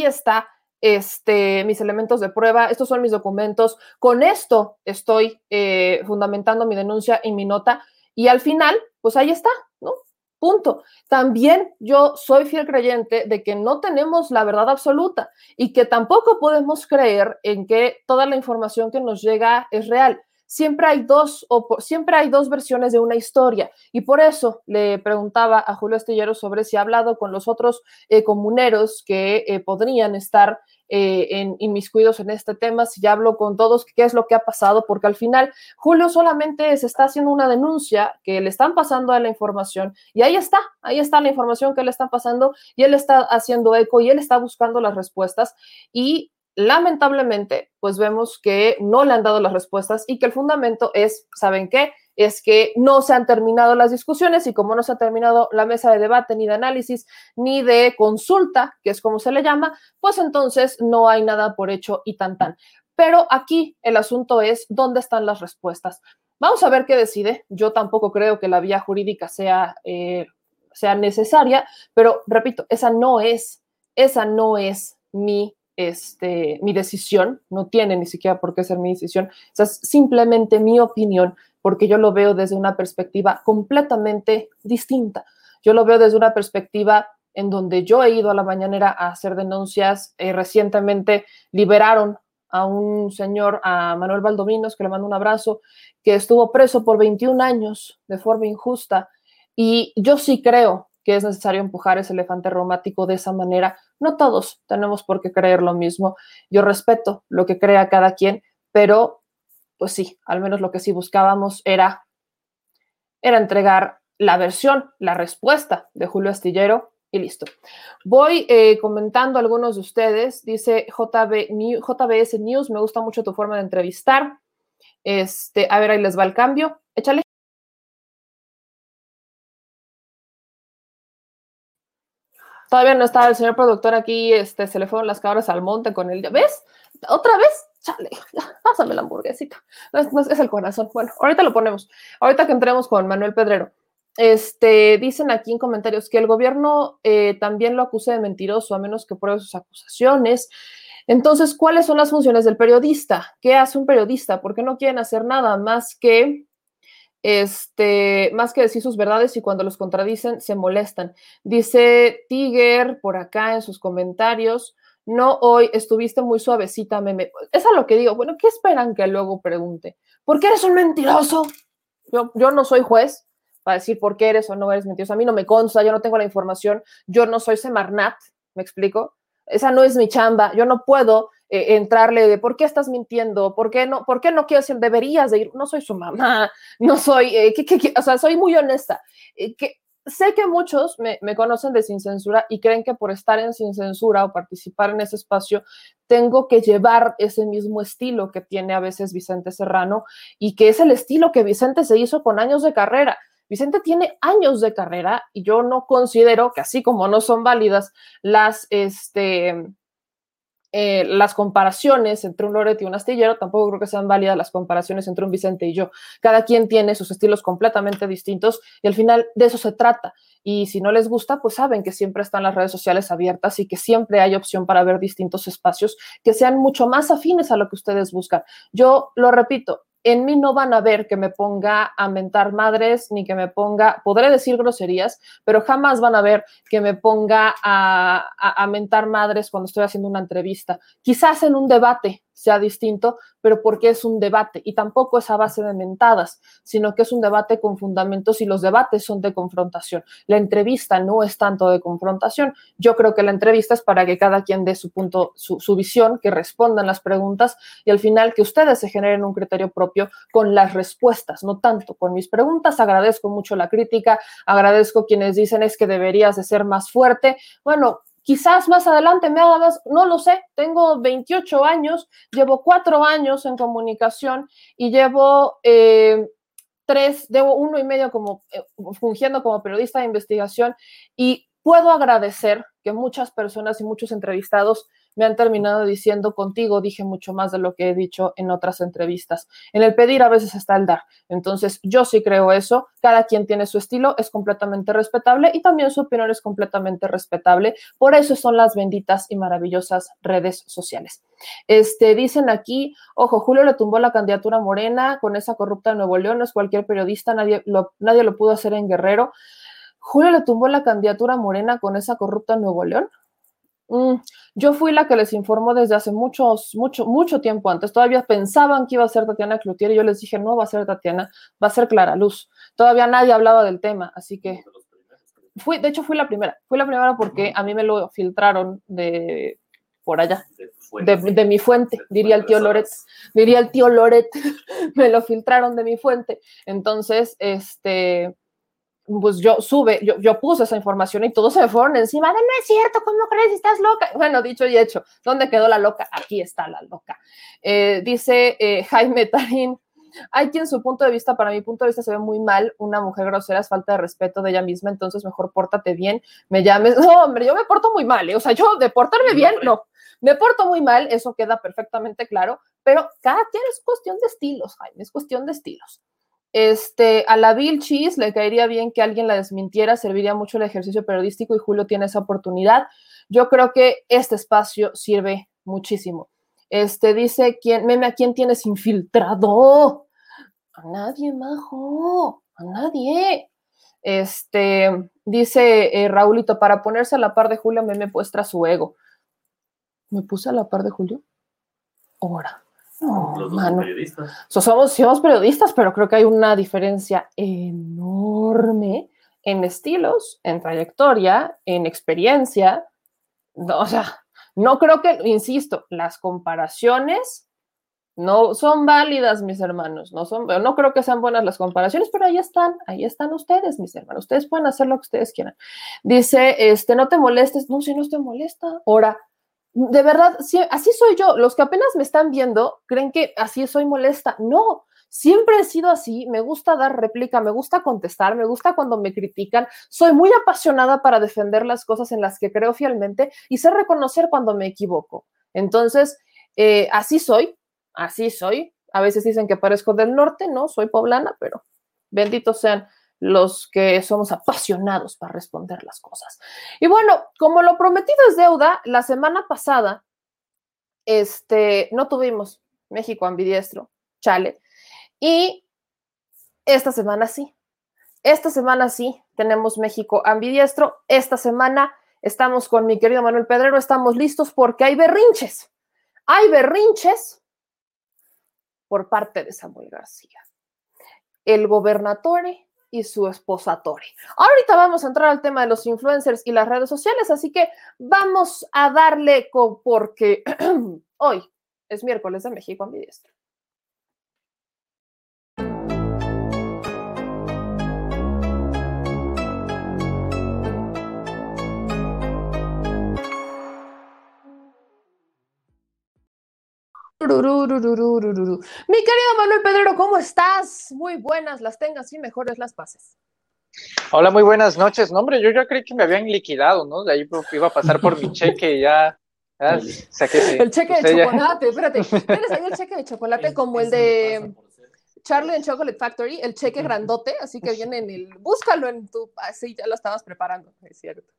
mis elementos de prueba, estos son mis documentos, con esto estoy fundamentando mi denuncia y mi nota, y al final, pues ahí está, ¿no? Punto. También yo soy fiel creyente de que no tenemos la verdad absoluta y que tampoco podemos creer en que toda la información que nos llega es real. Siempre hay dos versiones de una historia y por eso le preguntaba a Julio Astillero sobre si ha hablado con los otros comuneros que podrían estar inmiscuidos en este tema, si ya hablo con todos, qué es lo que ha pasado, porque al final Julio solamente se está haciendo una denuncia que le están pasando a la información y ahí está la información que le están pasando y él está haciendo eco y él está buscando las respuestas y lamentablemente pues vemos que no le han dado las respuestas y que el fundamento es, ¿saben qué? Es que no se han terminado las discusiones y como no se ha terminado la mesa de debate, ni de análisis, ni de consulta, que es como se le llama, pues entonces no hay nada por hecho y tan. Pero aquí el asunto es dónde están las respuestas. Vamos a ver qué decide. Yo tampoco creo que la vía jurídica sea necesaria, pero repito, esa no es mi decisión, no tiene ni siquiera por qué ser mi decisión, esa es simplemente mi opinión, porque yo lo veo desde una perspectiva completamente distinta. Yo lo veo desde una perspectiva en donde yo he ido a la mañanera a hacer denuncias. Recientemente liberaron a un señor, a Manuel Valdominos, que le mando un abrazo, que estuvo preso por 21 años de forma injusta. Y yo sí creo que es necesario empujar ese elefante reumático de esa manera. No todos tenemos por qué creer lo mismo. Yo respeto lo que crea cada quien, pero pues sí, al menos lo que sí buscábamos era entregar la versión, la respuesta de Julio Astillero y listo. Voy comentando a algunos de ustedes. Dice JBS News, me gusta mucho tu forma de entrevistar. A ver, ahí les va el cambio. Échale. Todavía no estaba el señor productor aquí, se le fueron las cabras al monte con él. ¿Ves? ¿Otra vez? Chale, ya, pásame la hamburguesita. No, es el corazón. Bueno, ahorita lo ponemos. Ahorita que entremos con Manuel Pedrero. Dicen aquí en comentarios que el gobierno también lo acuse de mentiroso, a menos que pruebe sus acusaciones. Entonces, ¿cuáles son las funciones del periodista? ¿Qué hace un periodista? ¿Por qué no quieren hacer nada más que decir sus verdades y cuando los contradicen se molestan? Dice Tiger por acá en sus comentarios, no, hoy estuviste muy suavecita, meme. Es a lo que digo, bueno, ¿qué esperan que luego pregunte? ¿Por qué eres un mentiroso? Yo no soy juez para decir por qué eres o no eres mentiroso. A mí no me consta, yo no tengo la información, yo no soy Semarnat, ¿me explico? Esa no es mi chamba, yo no puedo entrarle de por qué estás mintiendo, por qué no quieres decir, deberías de ir, no soy su mamá, no soy, o sea, soy muy honesta. Sé que muchos me conocen de Sin Censura y creen que por estar en Sin Censura o participar en ese espacio tengo que llevar ese mismo estilo que tiene a veces Vicente Serrano y que es el estilo que Vicente se hizo con años de carrera. Vicente tiene años de carrera y yo no considero que así como no son válidas las comparaciones entre un Loret y un Astillero, tampoco creo que sean válidas las comparaciones entre un Vicente y yo. Cada quien tiene sus estilos completamente distintos y al final de eso se trata. Y si no les gusta, pues saben que siempre están las redes sociales abiertas y que siempre hay opción para ver distintos espacios que sean mucho más afines a lo que ustedes buscan. Yo lo repito, en mí no van a ver que me ponga a mentar madres, ni que me ponga, podré decir groserías, pero jamás van a ver que me ponga a mentar madres cuando estoy haciendo una entrevista. Quizás en un debate sea distinto, pero porque es un debate y tampoco es a base de mentadas, sino que es un debate con fundamentos y los debates son de confrontación. La entrevista no es tanto de confrontación. Yo creo que la entrevista es para que cada quien dé su punto, su visión, que respondan las preguntas y al final que ustedes se generen un criterio propio con las respuestas, no tanto con mis preguntas. Agradezco mucho la crítica, agradezco quienes dicen es que deberías de ser más fuerte. Bueno, quizás más adelante me haga más, no lo sé, tengo 28 años, llevo 4 años en comunicación y llevo 1 y medio como fungiendo como periodista de investigación y puedo agradecer que muchas personas y muchos entrevistados me han terminado diciendo contigo dije mucho más de lo que he dicho en otras entrevistas. En el pedir a veces está el dar. Entonces yo sí creo eso. Cada quien tiene su estilo, es completamente respetable y también su opinión es completamente respetable. Por eso son las benditas y maravillosas redes sociales. Dicen aquí, ojo, Julio le tumbó la candidatura a Morena con esa corrupta de Nuevo León, no es cualquier periodista, nadie lo pudo hacer en Guerrero. Julio le tumbó la candidatura a Morena con esa corrupta en Nuevo León. Yo fui la que les informó desde hace mucho tiempo antes. Todavía pensaban que iba a ser Tatiana Cloutier y yo les dije, no va a ser Tatiana, va a ser Clara Luz. Todavía nadie hablaba del tema, así que de hecho fui la primera porque a mí me lo filtraron de por allá, de mi fuente, diría el tío Loret, me lo filtraron de mi fuente. Entonces, pues yo puse esa información y todos se me fueron encima de no es cierto, ¿cómo crees? Estás loca. Bueno, dicho y hecho, ¿dónde quedó la loca? Aquí está la loca. Dice Jaime Tarín, hay quien su punto de vista, para mi punto de vista se ve muy mal, una mujer grosera es falta de respeto de ella misma, entonces mejor pórtate bien, me llames. No, hombre, yo me porto muy mal, o sea, yo de portarme bien, no, me porto muy mal, eso queda perfectamente claro, pero cada quien es cuestión de estilos, Jaime, es cuestión de estilos. A la Vilchis le caería bien que alguien la desmintiera, serviría mucho el ejercicio periodístico y Julio tiene esa oportunidad. Yo creo que este espacio sirve muchísimo. Dice, ¿a quién tienes infiltrado? A nadie, majo, a nadie. Dice Raulito, para ponerse a la par de Julio, me muestra su ego. ¿Me puse a la par de Julio? Ahora. No, los dos son periodistas. Somos periodistas, pero creo que hay una diferencia enorme en estilos, en trayectoria, en experiencia. No, o sea, no creo que, insisto, las comparaciones no son válidas, mis hermanos. No creo que sean buenas las comparaciones, pero ahí están ustedes, mis hermanos. Ustedes pueden hacer lo que ustedes quieran. Dice, no te molestes. No, si no te molesta. Ahora, de verdad, sí, así soy yo. Los que apenas me están viendo creen que así soy molesta. No, siempre he sido así. Me gusta dar réplica, me gusta contestar, me gusta cuando me critican. Soy muy apasionada para defender las cosas en las que creo fielmente y sé reconocer cuando me equivoco. Entonces, así soy. A veces dicen que parezco del norte, no, soy poblana, pero benditos sean los que somos apasionados para responder las cosas. Y bueno, como lo prometido es deuda, la semana pasada no tuvimos México ambidiestro, chale. Y esta semana sí tenemos México ambidiestro. Esta semana estamos con mi querido Manuel Pedrero, estamos listos porque hay berrinches por parte de Samuel García, el gobernatore y su esposatore. Ahorita vamos a entrar al tema de los influencers y las redes sociales, así que vamos a darle porque hoy es miércoles de México ambidiestro. Mi querido Manuel Pedrero, ¿cómo estás? Muy buenas las tengas y mejores las pases. Hola, muy buenas noches. No, hombre, yo ya creí que me habían liquidado, ¿no? De ahí iba a pasar por mi cheque y ya saqué. El cheque de chocolate, espérate. ¿Tienes ahí el cheque de chocolate como el de Charlie and Chocolate Factory? El cheque grandote, así que viene búscalo en tu... Así ya lo estabas preparando, es cierto.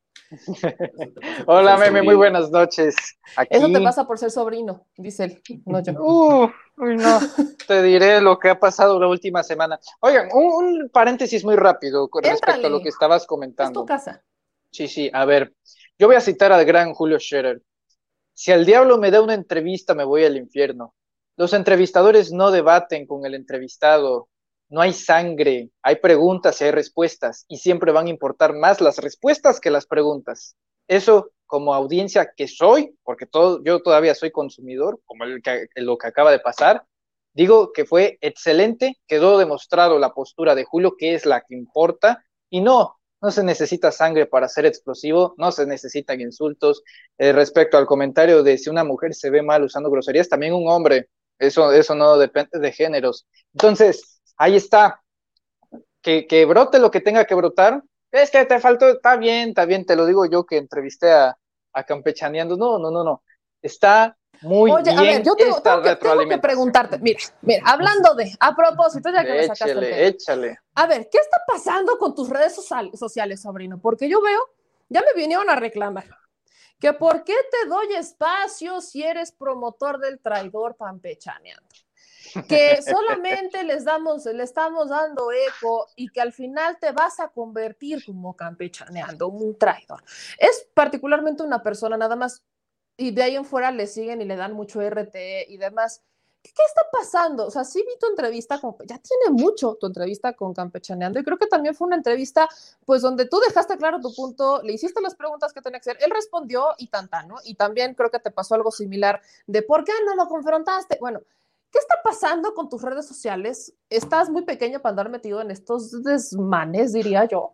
Hola, Meme, muy buenas noches. Aquí... Eso te pasa por ser sobrino, dice él, no yo. No, te diré lo que ha pasado la última semana. Oigan, un paréntesis muy rápido con respecto a lo que estabas comentando. Es tu casa. Sí, a ver, yo voy a citar al gran Julio Scherer. Si al diablo me da una entrevista, me voy al infierno. Los entrevistadores no debaten con el entrevistado. No hay sangre, hay preguntas y hay respuestas, y siempre van a importar más las respuestas que las preguntas. Eso, como audiencia que soy, porque yo todavía soy consumidor, como lo que acaba de pasar, digo que fue excelente, quedó demostrado la postura de Julio, que es la que importa, y no se necesita sangre para ser explosivo, no se necesitan insultos. Respecto al comentario de si una mujer se ve mal usando groserías, también un hombre, eso no depende de géneros. Entonces, ahí está, que brote lo que tenga que brotar. Es que te faltó, está bien, te lo digo yo que entrevisté a Campechaneando. No. Está muy Oye, bien. A ver, yo tengo que preguntarte, mira, hablando a propósito, ya que me sacaste el tema. Échale. A ver, ¿qué está pasando con tus redes sociales, sobrino? Porque yo veo, ya me vinieron a reclamar, que por qué te doy espacio si eres promotor del traidor campechaneando. Que solamente le estamos dando eco y que al final te vas a convertir como campechaneando, un traidor. Es particularmente una persona nada más, y de ahí en fuera le siguen y le dan mucho RT y demás. ¿Qué está pasando? O sea, sí vi tu entrevista, ya tiene mucho tu entrevista con Campechaneando, y creo que también fue una entrevista, pues, donde tú dejaste claro tu punto, le hiciste las preguntas que tenía que hacer, él respondió y ¿no? Y también creo que te pasó algo similar de ¿por qué no lo confrontaste? Bueno, ¿qué está pasando con tus redes sociales? Estás muy pequeño para andar metido en estos desmanes, diría yo.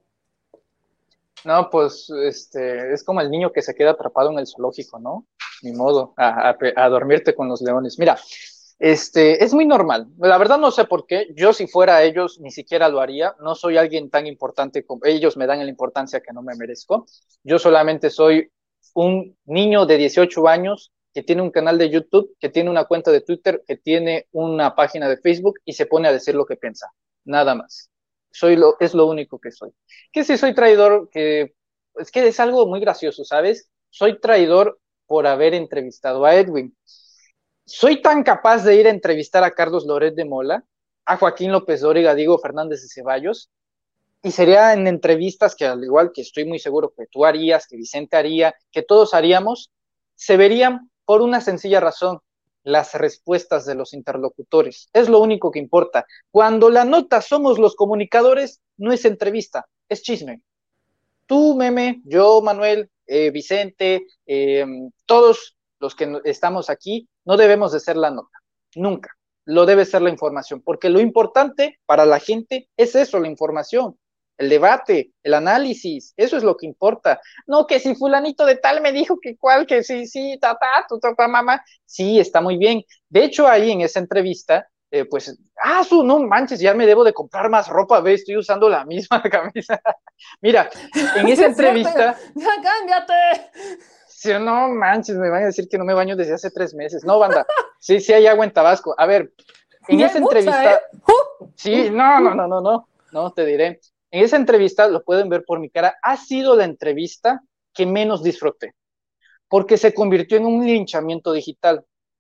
No, pues es como el niño que se queda atrapado en el zoológico, ¿no? Ni modo, a dormirte con los leones. Mira, es muy normal. La verdad no sé por qué. Yo si fuera ellos ni siquiera lo haría. No soy alguien tan importante como ellos me dan la importancia que no me merezco. Yo solamente soy un niño de 18 años que tiene un canal de YouTube, que tiene una cuenta de Twitter, que tiene una página de Facebook y se pone a decir lo que piensa. Nada más. Es lo único que soy. Que si soy traidor, es que es algo muy gracioso, ¿sabes? Soy traidor por haber entrevistado a Edwin. Soy tan capaz de ir a entrevistar a Carlos Loret de Mola, a Joaquín López Dóriga, a Diego Fernández de Ceballos, y sería en entrevistas que, al igual que estoy muy seguro que tú harías, que Vicente haría, que todos haríamos, se verían por una sencilla razón: las respuestas de los interlocutores. Es lo único que importa. Cuando la nota somos los comunicadores, no es entrevista, es chisme. Tú, Meme, yo, Manuel, Vicente, todos los que estamos aquí, no debemos de ser la nota, nunca. Lo debe ser la información, porque lo importante para la gente es eso, la información, el debate, el análisis, eso es lo que importa. No que si fulanito de tal me dijo que cuál, que sí, tu mamá, sí, está muy bien. De hecho, ahí en esa entrevista, pues, no manches, ya me debo de comprar más ropa, ve, estoy usando la misma camisa. Mira, en esa entrevista... ¡Ya cámbiate! Sí, no manches, me van a decir que no me baño desde hace 3 meses. No, banda, sí hay agua en Tabasco. A ver, en esa entrevista... Sí, no, te diré. En esa entrevista, lo pueden ver por mi cara, ha sido la entrevista que menos disfruté, porque se convirtió en un linchamiento digital.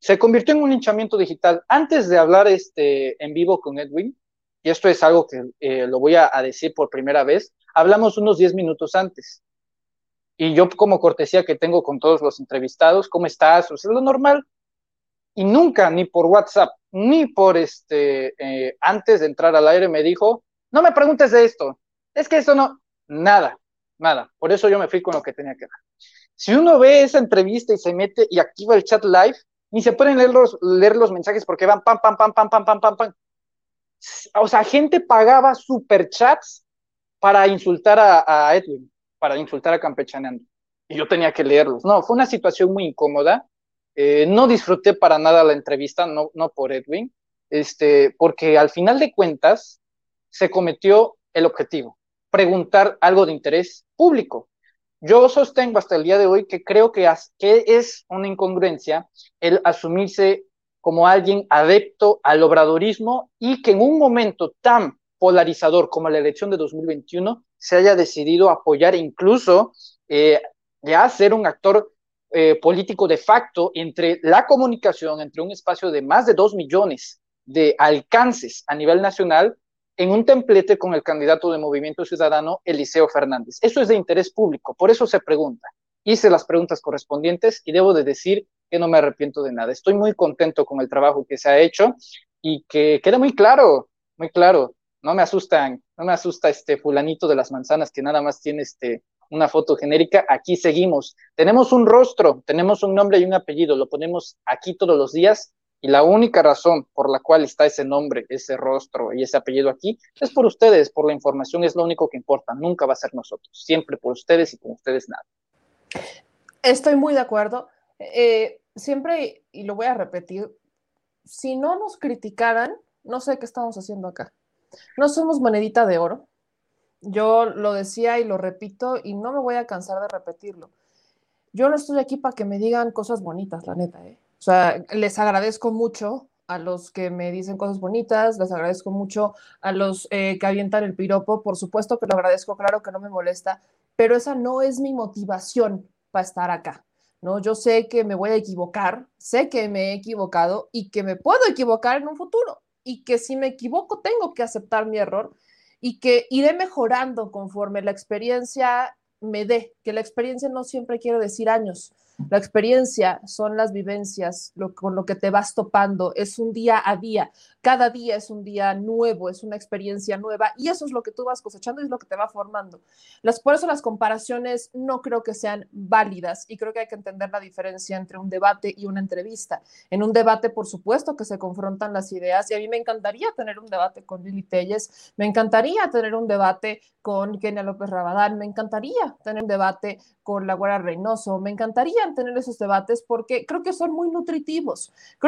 se convirtió en un linchamiento digital. Antes de hablar en vivo con Edwin, y esto es algo que lo voy a decir por primera vez, hablamos unos 10 minutos antes. Y yo, como cortesía que tengo con todos los entrevistados, ¿cómo estás? O sea, lo normal. Y nunca, ni por WhatsApp, ni por antes de entrar al aire, me dijo, no me preguntes de esto, es que eso no, nada, nada. Por eso yo me fui con lo que tenía que ver. Si uno ve esa entrevista y se mete y activa el chat live, ni se pueden leer los mensajes porque van pam, pam, pam, pam, pam, pam, pam, pam. O sea, gente pagaba superchats para insultar a Edwin, para insultar a Campechaneando. Y yo tenía que leerlos. No, fue una situación muy incómoda. No disfruté para nada la entrevista, no por Edwin, porque al final de cuentas se cometió el objetivo, preguntar algo de interés público. Yo sostengo hasta el día de hoy que creo que es una incongruencia el asumirse como alguien adepto al obradorismo y que en un momento tan polarizador como la elección de 2021 se haya decidido apoyar incluso ya ser un actor político de facto entre la comunicación, entre un espacio de más de 2 millones de alcances a nivel nacional en un templete con el candidato de Movimiento Ciudadano, Eliseo Fernández. Eso es de interés público, por eso se pregunta. Hice las preguntas correspondientes y debo de decir que no me arrepiento de nada. Estoy muy contento con el trabajo que se ha hecho y que queda muy claro, muy claro. No me asusta este fulanito de las manzanas que nada más tiene una foto genérica. Aquí seguimos. Tenemos un rostro, tenemos un nombre y un apellido, lo ponemos aquí todos los días. Y la única razón por la cual está ese nombre, ese rostro y ese apellido aquí es por ustedes, por la información, es lo único que importa. Nunca va a ser nosotros, siempre por ustedes y con ustedes nada. Estoy muy de acuerdo. Siempre, y lo voy a repetir, si no nos criticaran, no sé qué estamos haciendo acá. No somos monedita de oro. Yo lo decía y lo repito y no me voy a cansar de repetirlo. Yo no estoy aquí para que me digan cosas bonitas, la neta, ¿eh? O sea, les agradezco mucho a los que me dicen cosas bonitas, les agradezco mucho a los que avientan el piropo, por supuesto que lo agradezco, claro que no me molesta, pero esa no es mi motivación para estar acá, ¿no? Yo sé que me voy a equivocar, sé que me he equivocado y que me puedo equivocar en un futuro y que si me equivoco tengo que aceptar mi error y que iré mejorando conforme la experiencia me dé, que la experiencia no siempre quiere decir años. La experiencia son las vivencias, con lo que te vas topando, es un día a día, cada día es un día nuevo, es una experiencia nueva y eso es lo que tú vas cosechando y es lo que te va formando. Por eso las comparaciones no creo que sean válidas y creo que hay que entender la diferencia entre un debate y una entrevista. En un debate, por supuesto que se confrontan las ideas y a mí me encantaría tener un debate con Lili Telles, me encantaría tener un debate con Kenia López Rabadán, me encantaría tener un debate con la Güera Reynoso, me encantaría tener esos debates porque creo que son muy nutritivos,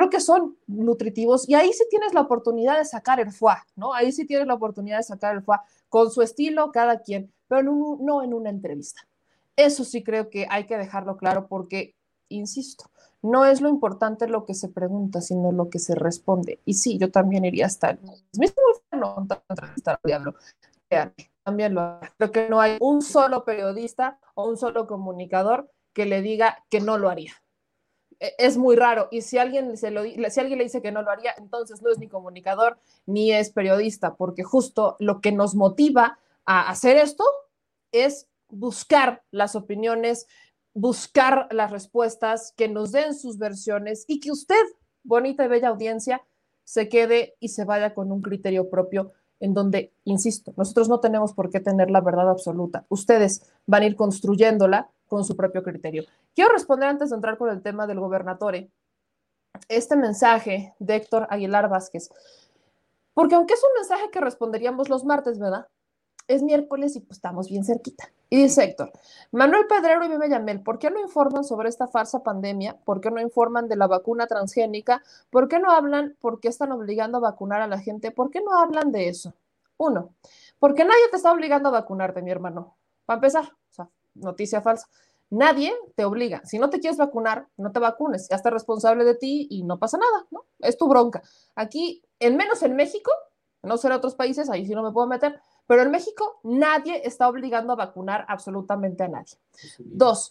y ahí sí tienes la oportunidad de sacar el foie, ¿no? Ahí sí tienes la oportunidad de sacar el foie con su estilo cada quien, pero no en una entrevista. Eso sí creo que hay que dejarlo claro porque, insisto, no es lo importante lo que se pregunta, sino lo que se responde. Y sí, yo también iría hasta el mismo infierno entrevistar al diablo. También creo que no hay un solo periodista o un solo comunicador que le diga que no lo haría. Es muy raro y si alguien le dice que no lo haría, entonces no es ni comunicador ni es periodista, porque justo lo que nos motiva a hacer esto es buscar las opiniones, buscar las respuestas, que nos den sus versiones y que usted, bonita y bella audiencia, se quede y se vaya con un criterio propio en donde, insisto, nosotros no tenemos por qué tener la verdad absoluta. Ustedes van a ir construyéndola con su propio criterio. Quiero responder antes de entrar con el tema del gobernatore, este mensaje de Héctor Aguilar Vázquez, porque aunque es un mensaje que responderíamos los martes, ¿verdad? Es miércoles y pues estamos bien cerquita. Y dice Héctor, Manuel Pedrero y Meme Yamel, ¿por qué no informan sobre esta farsa pandemia? ¿Por qué no informan de la vacuna transgénica? ¿Por qué no hablan por qué están obligando a vacunar a la gente? ¿Por qué no hablan de eso? Uno, porque nadie te está obligando a vacunarte, mi hermano. Para empezar, o sea, noticia falsa. Nadie te obliga. Si no te quieres vacunar, no te vacunes. Hazte responsable de ti y no pasa nada, ¿no? Es tu bronca. Aquí, en menos en México, no sé en otros países, ahí sí no me puedo meter, pero en México nadie está obligando a vacunar absolutamente a nadie. Dos,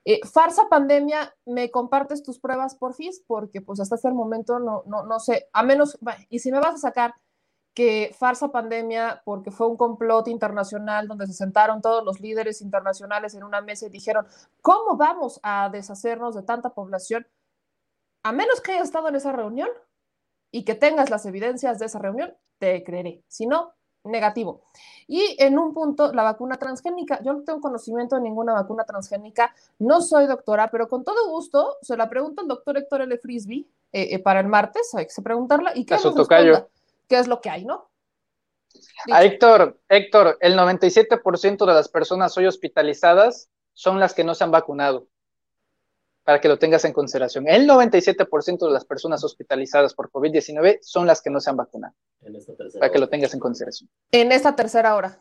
Farsa pandemia, ¿me compartes tus pruebas, porfis? Porque pues hasta este momento no sé, a menos, y si me vas a sacar que farsa pandemia porque fue un complot internacional donde se sentaron todos los líderes internacionales en una mesa y dijeron, ¿cómo vamos a deshacernos de tanta población? A menos que hayas estado en esa reunión y que tengas las evidencias de esa reunión, te creeré. Si no, negativo. Y en un punto, la vacuna transgénica. Yo no tengo conocimiento de ninguna vacuna transgénica, no soy doctora, pero con todo gusto se la pregunto al doctor Héctor L. Frisby para el martes, hay que preguntarla y que nos responda qué es lo que hay, ¿no? A Héctor, el 97% de las personas hoy hospitalizadas son las que no se han vacunado, para que lo tengas en consideración. El 97% de las personas hospitalizadas por COVID-19 son las que no se han vacunado, para que lo tengas en consideración. En esta tercera hora,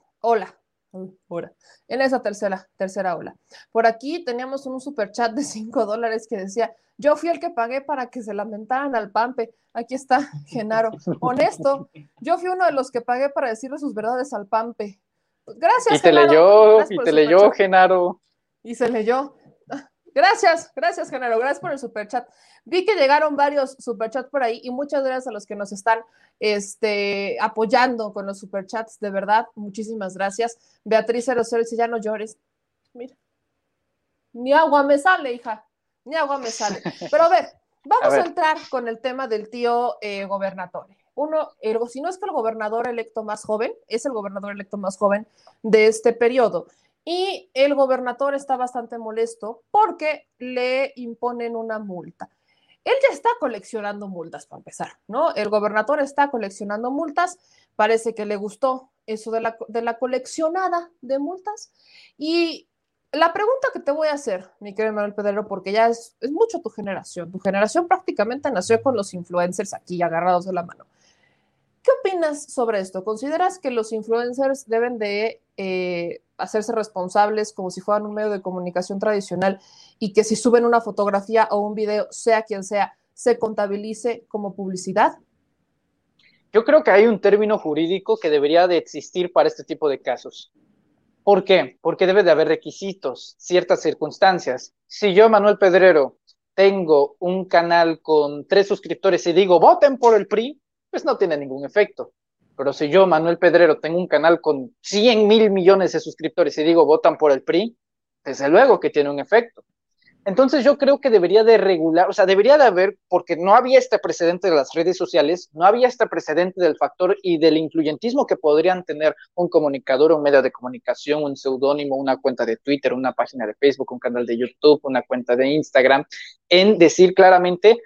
en esa tercera ola. Por aquí teníamos un superchat de $5 que decía, yo fui el que pagué para que se lamentaran al Pampe. Aquí está, Genaro. Honesto, yo fui uno de los que pagué para decirle sus verdades al Pampe. Gracias, Genaro. Y te leyó, Genaro. Y se leyó. Gracias, Genaro, gracias por el superchat. Vi que llegaron varios superchats por ahí y muchas gracias a los que nos están apoyando con los superchats, de verdad, muchísimas gracias. Beatriz 00 dice, ya no llores. Mira, ni agua me sale, hija, ni agua me sale. Pero a ver, vamos a entrar con el tema del tío gobernatore. Si no es que el gobernador electo más joven, es el gobernador electo más joven de este periodo. Y el gobernador está bastante molesto porque le imponen una multa. Él ya está coleccionando multas, para empezar, ¿no? El gobernador está coleccionando multas, parece que le gustó eso de la coleccionada de multas. Y la pregunta que te voy a hacer, mi querido Manuel Pedrero, porque ya es mucho tu generación prácticamente nació con los influencers aquí agarrados de la mano. ¿Qué opinas sobre esto? ¿Consideras que los influencers deben de hacerse responsables como si fueran un medio de comunicación tradicional y que si suben una fotografía o un video, sea quien sea, se contabilice como publicidad? Yo creo que hay un término jurídico que debería de existir para este tipo de casos. ¿Por qué? Porque debe de haber requisitos, ciertas circunstancias. Si yo, Manuel Pedrero, tengo un canal con 3 suscriptores y digo, voten por el PRI, pues no tiene ningún efecto. Pero si yo, Manuel Pedrero, tengo un canal con 100,000 millones de suscriptores y digo, votan por el PRI, desde luego que tiene un efecto. Entonces yo creo que debería de regular, o sea, debería de haber, porque no había este precedente de las redes sociales, no había este precedente del factor y del influyentismo que podrían tener un comunicador, un medio de comunicación, un seudónimo, una cuenta de Twitter, una página de Facebook, un canal de YouTube, una cuenta de Instagram, en decir claramente,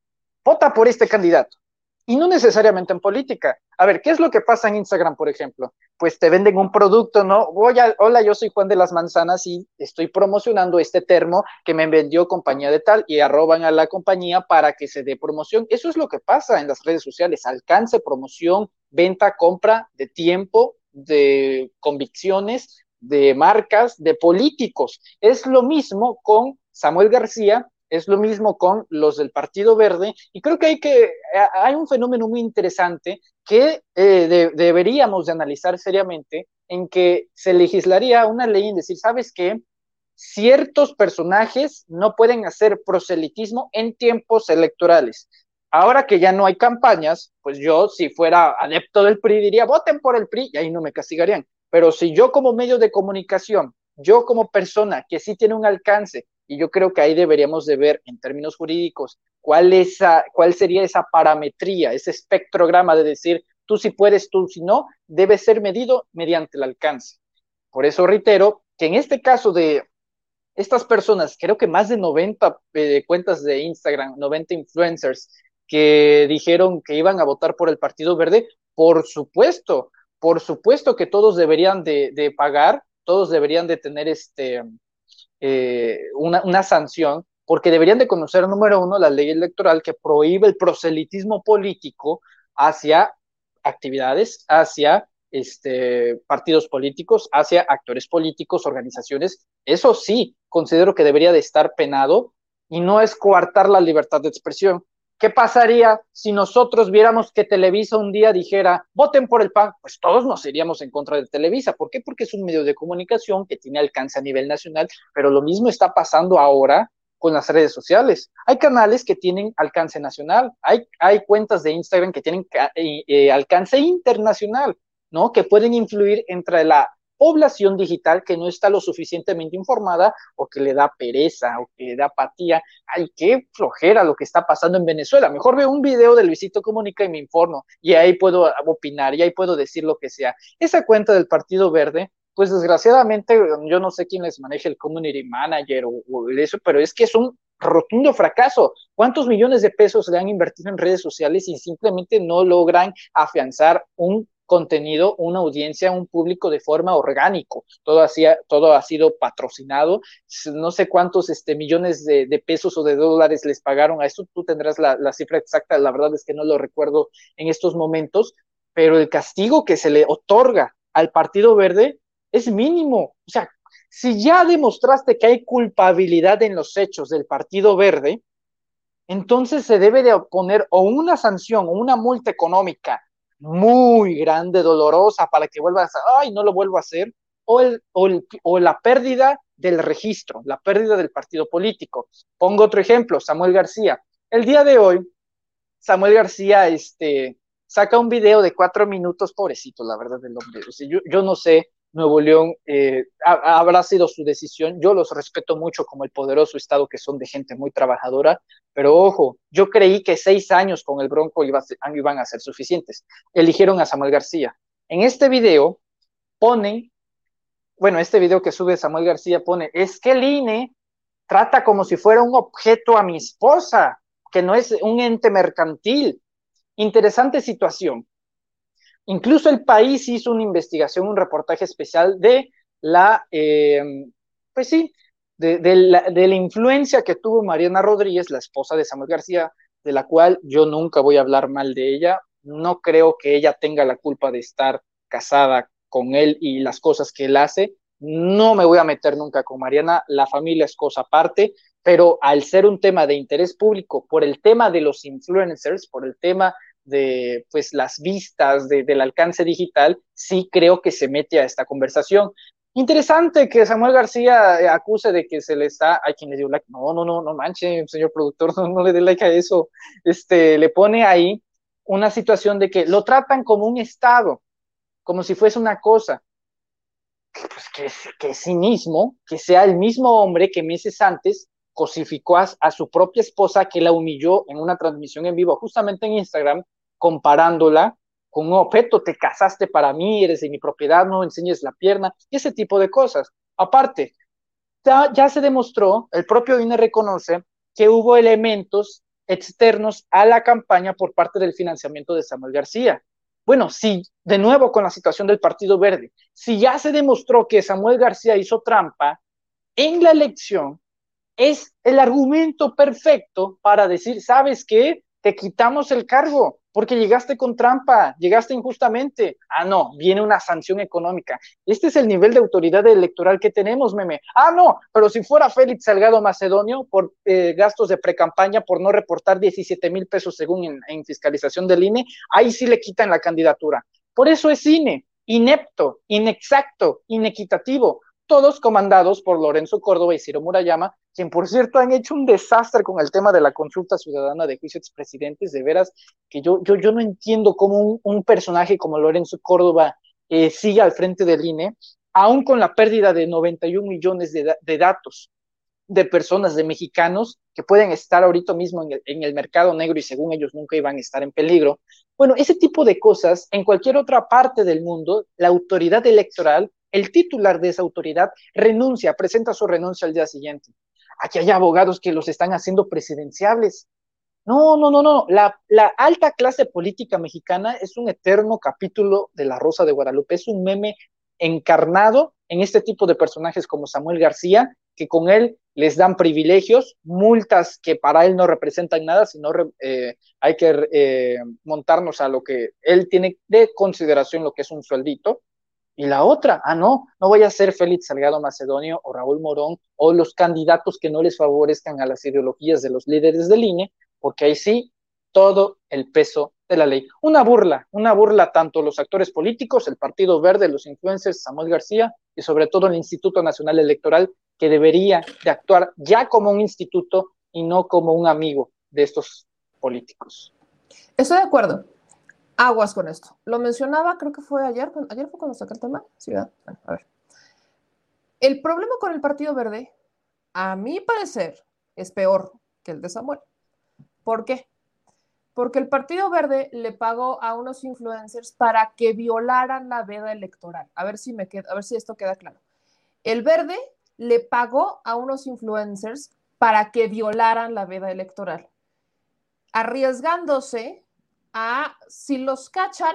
vota por este candidato. Y no necesariamente en política. A ver, ¿qué es lo que pasa en Instagram, por ejemplo? Pues te venden un producto, ¿no? Hola, yo soy Juan de las Manzanas y estoy promocionando este termo que me vendió compañía de tal y arroban a la compañía para que se dé promoción. Eso es lo que pasa en las redes sociales. Alcance, promoción, venta, compra de tiempo, de convicciones, de marcas, de políticos. Es lo mismo con Samuel García, es lo mismo con los del Partido Verde, y creo que hay un fenómeno muy interesante que deberíamos de analizar seriamente, en que se legislaría una ley en decir, ¿sabes qué? Ciertos personajes no pueden hacer proselitismo en tiempos electorales. Ahora que ya no hay campañas, pues yo, si fuera adepto del PRI, diría, voten por el PRI, y ahí no me castigarían. Pero si yo como medio de comunicación, yo como persona que sí tiene un alcance, y yo creo que ahí deberíamos de ver en términos jurídicos cuál sería esa parametría, ese espectrograma de decir tú sí puedes, tú sí no, debe ser medido mediante el alcance. Por eso reitero que en este caso de estas personas, creo que más de 90 cuentas de Instagram, 90 influencers que dijeron que iban a votar por el Partido Verde, por supuesto que todos deberían de pagar, todos deberían de tener una sanción, porque deberían de conocer, número uno, la ley electoral que prohíbe el proselitismo político hacia actividades, hacia partidos políticos, hacia actores políticos, organizaciones. Eso sí, considero que debería de estar penado y no es coartar la libertad de expresión. ¿Qué pasaría si nosotros viéramos que Televisa un día dijera, voten por el PAN? Pues todos nos iríamos en contra de Televisa. ¿Por qué? Porque es un medio de comunicación que tiene alcance a nivel nacional, pero lo mismo está pasando ahora con las redes sociales. Hay canales que tienen alcance nacional, hay cuentas de Instagram que tienen alcance internacional, ¿no? Que pueden influir entre la población digital que no está lo suficientemente informada o que le da pereza o que le da apatía. Ay, qué flojera lo que está pasando en Venezuela. Mejor veo un video de Luisito Comunica y me informo y ahí puedo opinar y ahí puedo decir lo que sea. Esa cuenta del Partido Verde, pues desgraciadamente yo no sé quién les maneja el community manager o eso, pero es que es un rotundo fracaso. ¿Cuántos millones de pesos le han invertido en redes sociales y simplemente no logran afianzar un contenido, una audiencia, un público de forma orgánico? Todo ha sido patrocinado. No sé cuántos millones de pesos o de dólares les pagaron a esto. Tú tendrás la cifra exacta, la verdad es que no lo recuerdo en estos momentos, pero el castigo que se le otorga al Partido Verde es mínimo. O sea, si ya demostraste que hay culpabilidad en los hechos del Partido Verde, entonces se debe de poner o una sanción o una multa económica muy grande, dolorosa, para que vuelvas a, ay, no lo vuelvo a hacer, o la pérdida del registro, la pérdida del partido político. Pongo otro ejemplo, Samuel García. El día de hoy, Samuel García saca un video de 4 minutos, pobrecito, la verdad, del hombre. O sea, yo no sé, Nuevo León, habrá sido su decisión. Yo los respeto mucho como el poderoso estado que son, de gente muy trabajadora, pero ojo, yo creí que 6 años con el Bronco iban a ser suficientes. Eligieron a Samuel García. En este video ponen, bueno, este video que sube Samuel García pone, es que el INE trata como si fuera un objeto a mi esposa, que no es un ente mercantil. Interesante situación. Incluso El País hizo una investigación, un reportaje especial de pues sí, de la influencia que tuvo Mariana Rodríguez, la esposa de Samuel García, de la cual yo nunca voy a hablar mal de ella. No creo que ella tenga la culpa de estar casada con él y las cosas que él hace. No me voy a meter nunca con Mariana, la familia es cosa aparte, pero al ser un tema de interés público, por el tema de los influencers, por el tema de pues las vistas, del alcance digital, sí creo que se mete a esta conversación. Interesante que Samuel García acuse de que se le está, hay quien le dio like, no manche, señor productor, no le dé like a eso. Le pone ahí una situación de que lo tratan como un estado, como si fuese una cosa. Pues que cinismo, que sea el mismo hombre que meses antes cosificó a su propia esposa, que la humilló en una transmisión en vivo, justamente en Instagram, comparándola con un objeto. Te casaste para mí, eres de mi propiedad, no enseñes la pierna, y ese tipo de cosas. Aparte, ya se demostró, el propio INE reconoce que hubo elementos externos a la campaña por parte del financiamiento de Samuel García. Bueno, sí, de nuevo con la situación del Partido Verde, si ya se demostró que Samuel García hizo trampa en la elección, es el argumento perfecto para decir, ¿sabes qué? Te quitamos el cargo porque llegaste con trampa, llegaste injustamente. Ah, no, viene una sanción económica. Este es el nivel de autoridad electoral que tenemos, meme. Ah, no, pero si fuera Félix Salgado Macedonio por gastos de precampaña, por no reportar 17,000 pesos según en fiscalización del INE, ahí sí le quitan la candidatura. Por eso es INE, inepto, inexacto, inequitativo, todos comandados por Lorenzo Córdoba y Ciro Murayama, quien por cierto han hecho un desastre con el tema de la consulta ciudadana de juicio de expresidentes. De veras que yo no entiendo cómo un personaje como Lorenzo Córdoba sigue al frente del INE, aún con la pérdida de 91 millones de datos de personas, de mexicanos, que pueden estar ahorita mismo en el mercado negro y según ellos nunca iban a estar en peligro. Bueno, ese tipo de cosas, en cualquier otra parte del mundo, la autoridad electoral, el titular de esa autoridad, presenta su renuncia al día siguiente. Aquí hay abogados que los están haciendo presidenciables. No. La alta clase política mexicana es un eterno capítulo de La Rosa de Guadalupe, es un meme encarnado en este tipo de personajes como Samuel García, que con él les dan privilegios, multas que para él no representan nada, sino hay que montarnos a lo que él tiene de consideración, lo que es un sueldito. Y la otra, no voy a ser Félix Salgado Macedonio o Raúl Morón o los candidatos que no les favorezcan a las ideologías de los líderes del INE, porque ahí sí todo el peso de la ley. Una burla tanto los actores políticos, el Partido Verde, los influencers, Samuel García y sobre todo el Instituto Nacional Electoral, que debería de actuar ya como un instituto y no como un amigo de estos políticos. Estoy de acuerdo. Aguas con esto. Lo mencionaba, creo que fue ayer fue cuando saqué el tema. Sí, ¿verdad? Bueno, a ver. El problema con el Partido Verde, a mi parecer, es peor que el de Samuel. ¿Por qué? Porque el Partido Verde le pagó a unos influencers para que violaran la veda electoral. A ver si esto queda claro. El Verde le pagó a unos influencers para que violaran la veda electoral, arriesgándose a, si los cachan,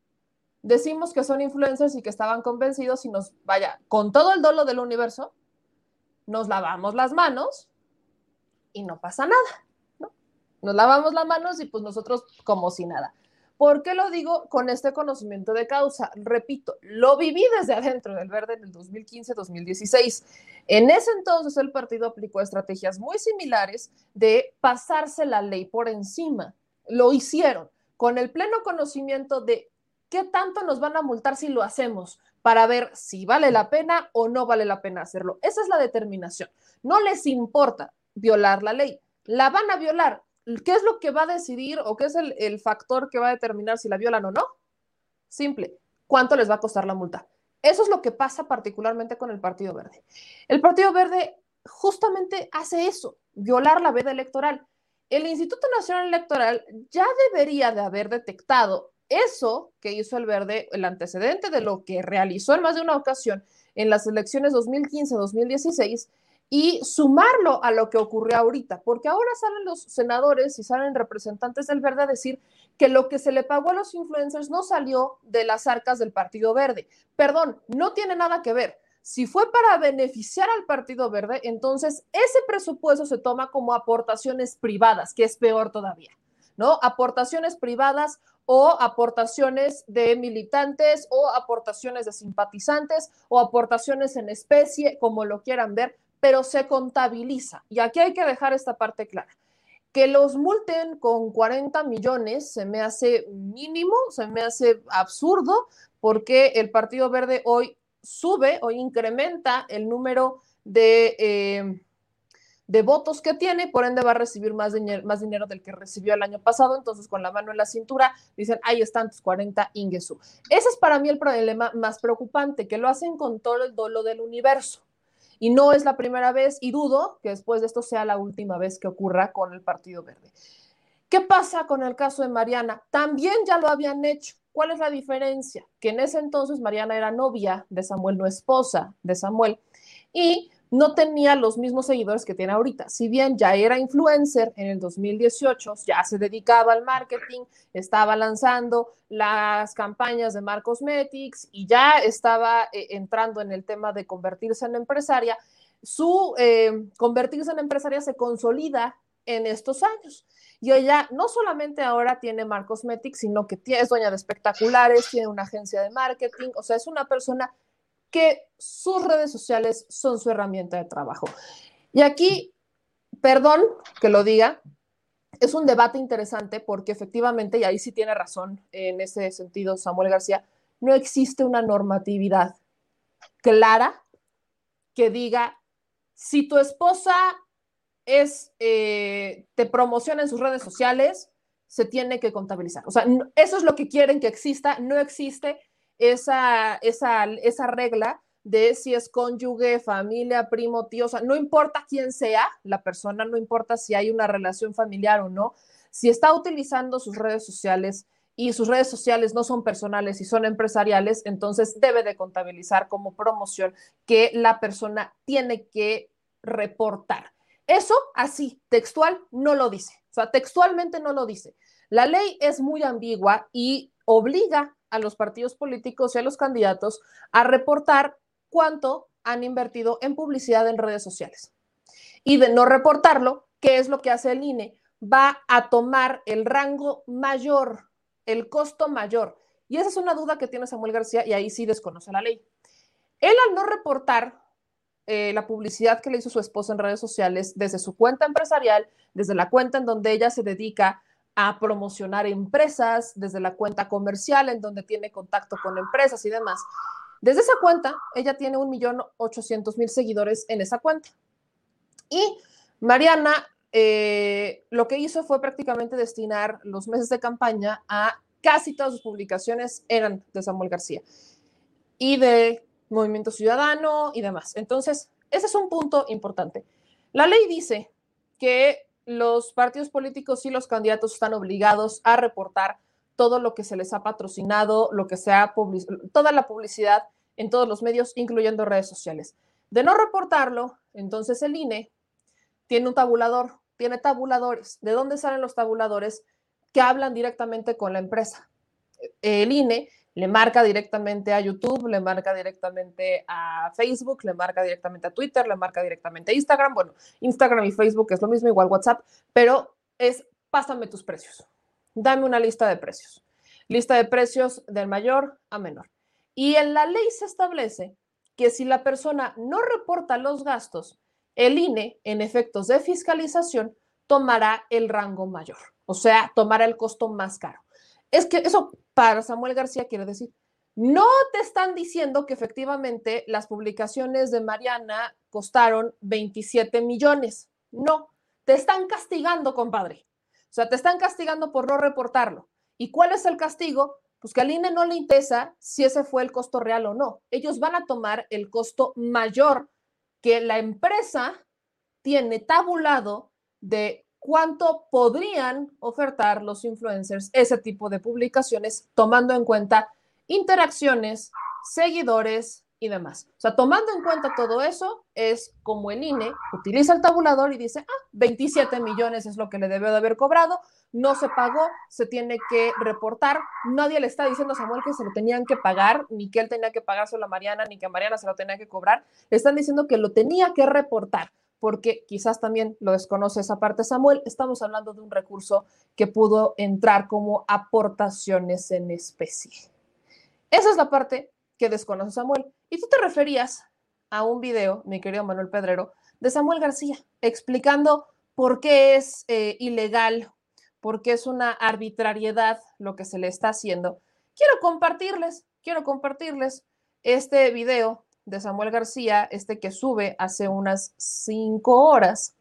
decimos que son influencers y que estaban convencidos y nos, vaya, con todo el dolo del universo, nos lavamos las manos y no pasa nada, ¿no? Nos lavamos las manos y pues nosotros como si nada. ¿Por qué lo digo con este conocimiento de causa? Repito, lo viví desde adentro del Verde en el 2015-2016. En ese entonces el partido aplicó estrategias muy similares de pasarse la ley por encima. Lo hicieron con el pleno conocimiento de qué tanto nos van a multar si lo hacemos, para ver si vale la pena o no vale la pena hacerlo. Esa es la determinación. No les importa violar la ley. La van a violar. ¿Qué es lo que va a decidir o qué es el factor que va a determinar si la violan o no? Simple. ¿Cuánto les va a costar la multa? Eso es lo que pasa particularmente con el Partido Verde. El Partido Verde justamente hace eso, violar la veda electoral. El Instituto Nacional Electoral ya debería de haber detectado eso que hizo el Verde, el antecedente de lo que realizó en más de una ocasión en las elecciones 2015-2016, y sumarlo a lo que ocurrió ahorita, porque ahora salen los senadores y salen representantes del Verde a decir que lo que se le pagó a los influencers no salió de las arcas del Partido Verde. Perdón, no tiene nada que ver. Si fue para beneficiar al Partido Verde, entonces ese presupuesto se toma como aportaciones privadas, que es peor todavía, ¿no? Aportaciones privadas o aportaciones de militantes o aportaciones de simpatizantes o aportaciones en especie, como lo quieran ver, pero se contabiliza. Y aquí hay que dejar esta parte clara. Que los multen con 40 millones se me hace mínimo, se me hace absurdo, porque el Partido Verde hoy incrementa el número de votos que tiene, por ende va a recibir más dinero del que recibió el año pasado. Entonces, con la mano en la cintura, dicen, ahí están tus 40 Ingesu. Ese es para mí el problema más preocupante, que lo hacen con todo el dolo del universo. Y no es la primera vez, y dudo que después de esto sea la última vez que ocurra con el Partido Verde. ¿Qué pasa con el caso de Mariana? También ya lo habían hecho. ¿Cuál es la diferencia? Que en ese entonces Mariana era novia de Samuel, no esposa de Samuel, y no tenía los mismos seguidores que tiene ahorita. Si bien ya era influencer en el 2018, ya se dedicaba al marketing, estaba lanzando las campañas de Mar Cosmetics y ya estaba entrando en el tema de convertirse en empresaria, su convertirse en empresaria se consolida en estos años. Y ella no solamente ahora tiene Mar Cosmetics, sino que es dueña de espectaculares, tiene una agencia de marketing, o sea, es una persona que sus redes sociales son su herramienta de trabajo. Y aquí, perdón que lo diga, es un debate interesante porque efectivamente, y ahí sí tiene razón en ese sentido Samuel García, no existe una normatividad clara que diga, si tu esposa te promociona en sus redes sociales, se tiene que contabilizar. O sea, eso es lo que quieren que exista, no existe esa regla de si es cónyuge, familia, primo, tío, o sea, no importa quién sea la persona, no importa si hay una relación familiar o no, si está utilizando sus redes sociales y sus redes sociales no son personales y son empresariales, entonces debe de contabilizar como promoción que la persona tiene que reportar. Eso así, textual, no lo dice. O sea, textualmente no lo dice. La ley es muy ambigua y obliga a los partidos políticos y a los candidatos a reportar cuánto han invertido en publicidad en redes sociales. Y de no reportarlo, ¿qué es lo que hace el INE? Va a tomar el rango mayor, el costo mayor. Y esa es una duda que tiene Samuel García y ahí sí desconoce la ley. Él al no reportar la publicidad que le hizo su esposa en redes sociales, desde su cuenta empresarial, desde la cuenta en donde ella se dedica a promocionar empresas desde la cuenta comercial en donde tiene contacto con empresas y demás. Desde esa cuenta, ella tiene 1.800.000 seguidores en esa cuenta. Y Mariana lo que hizo fue prácticamente destinar los meses de campaña a casi todas sus publicaciones eran de Samuel García y de Movimiento Ciudadano y demás. Entonces, ese es un punto importante. La ley dice que los partidos políticos y los candidatos están obligados a reportar todo lo que se les ha patrocinado, lo que sea toda la publicidad en todos los medios, incluyendo redes sociales. De no reportarlo, entonces el INE tiene un tabulador, tiene tabuladores. ¿De dónde salen los tabuladores? Que hablan directamente con la empresa. El INE le marca directamente a YouTube, le marca directamente a Facebook, le marca directamente a Twitter, le marca directamente a Instagram. Bueno, Instagram y Facebook es lo mismo, igual WhatsApp, pero es pásame tus precios. Dame una lista de precios. Lista de precios del mayor a menor. Y en la ley se establece que si la persona no reporta los gastos, el INE, en efectos de fiscalización, tomará el rango mayor, o sea, tomará el costo más caro. Es que eso para Samuel García quiere decir, no te están diciendo que efectivamente las publicaciones de Mariana costaron 27 millones. No, te están castigando, compadre. O sea, te están castigando por no reportarlo. ¿Y cuál es el castigo? Pues que al INE no le interesa si ese fue el costo real o no. Ellos van a tomar el costo mayor que la empresa tiene tabulado de cuánto podrían ofertar los influencers ese tipo de publicaciones, tomando en cuenta interacciones, seguidores y demás. O sea, tomando en cuenta todo eso, es como el INE utiliza el tabulador y dice, 27 millones es lo que le debió de haber cobrado, no se pagó, se tiene que reportar. Nadie le está diciendo a Samuel que se lo tenían que pagar, ni que él tenía que pagárselo a Mariana, ni que a Mariana se lo tenía que cobrar. Le están diciendo que lo tenía que reportar, porque quizás también lo desconoce esa parte Samuel. Estamos hablando de un recurso que pudo entrar como aportaciones en especie. Esa es la parte que desconoce Samuel. Y tú te referías a un video, mi querido Manuel Pedrero, de Samuel García, explicando por qué es ilegal, por qué es una arbitrariedad lo que se le está haciendo. Quiero compartirles este video de Samuel García, que sube hace unas 5 horas,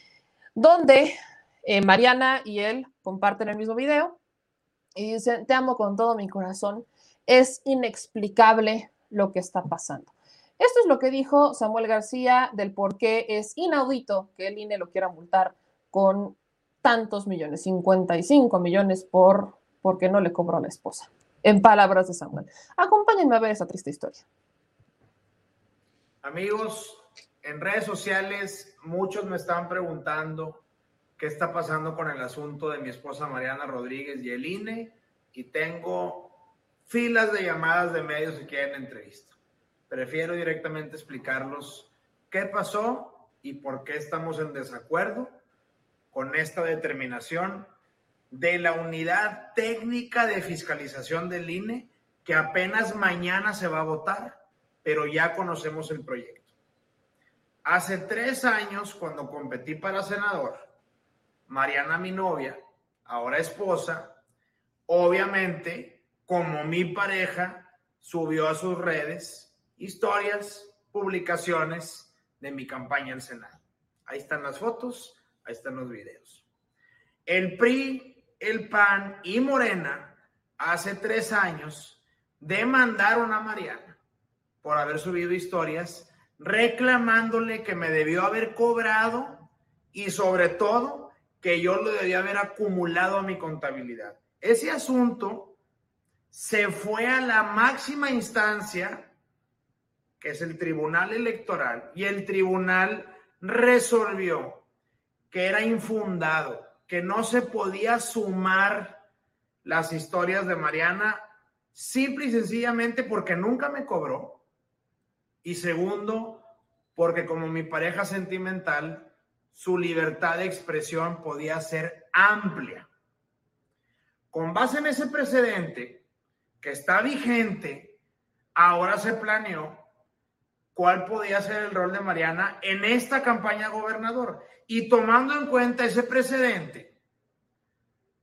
donde Mariana y él comparten el mismo video y dicen, te amo con todo mi corazón, es inexplicable lo que está pasando. Esto es lo que dijo Samuel García del por qué es inaudito que el INE lo quiera multar con tantos millones, 55 millones porque no le cobró a la esposa. En palabras de Samuel. Acompáñenme a ver esa triste historia. Amigos, en redes sociales muchos me están preguntando qué está pasando con el asunto de mi esposa Mariana Rodríguez y el INE, y tengo filas de llamadas de medios que quieren entrevista. Prefiero directamente explicarlos qué pasó y por qué estamos en desacuerdo con esta determinación de la Unidad Técnica de Fiscalización del INE, que apenas mañana se va a votar, pero ya conocemos el proyecto. Hace 3 años, cuando competí para senador, Mariana, mi novia, ahora esposa, obviamente, como mi pareja, subió a sus redes historias, publicaciones de mi campaña al Senado. Ahí están las fotos, ahí están los videos. El PRI, el PAN y Morena, hace 3 años, demandaron a Mariana por haber subido historias, reclamándole que me debió haber cobrado y sobre todo que yo lo debía haber acumulado a mi contabilidad. Ese asunto se fue a la máxima instancia, que es el Tribunal Electoral, y el tribunal resolvió que era infundado, que no se podía sumar las historias de Mariana, simple y sencillamente porque nunca me cobró, y segundo, porque como mi pareja sentimental, su libertad de expresión podía ser amplia. Con base en ese precedente que está vigente, ahora se planeó cuál podía ser el rol de Mariana en esta campaña gobernador. Y tomando en cuenta ese precedente,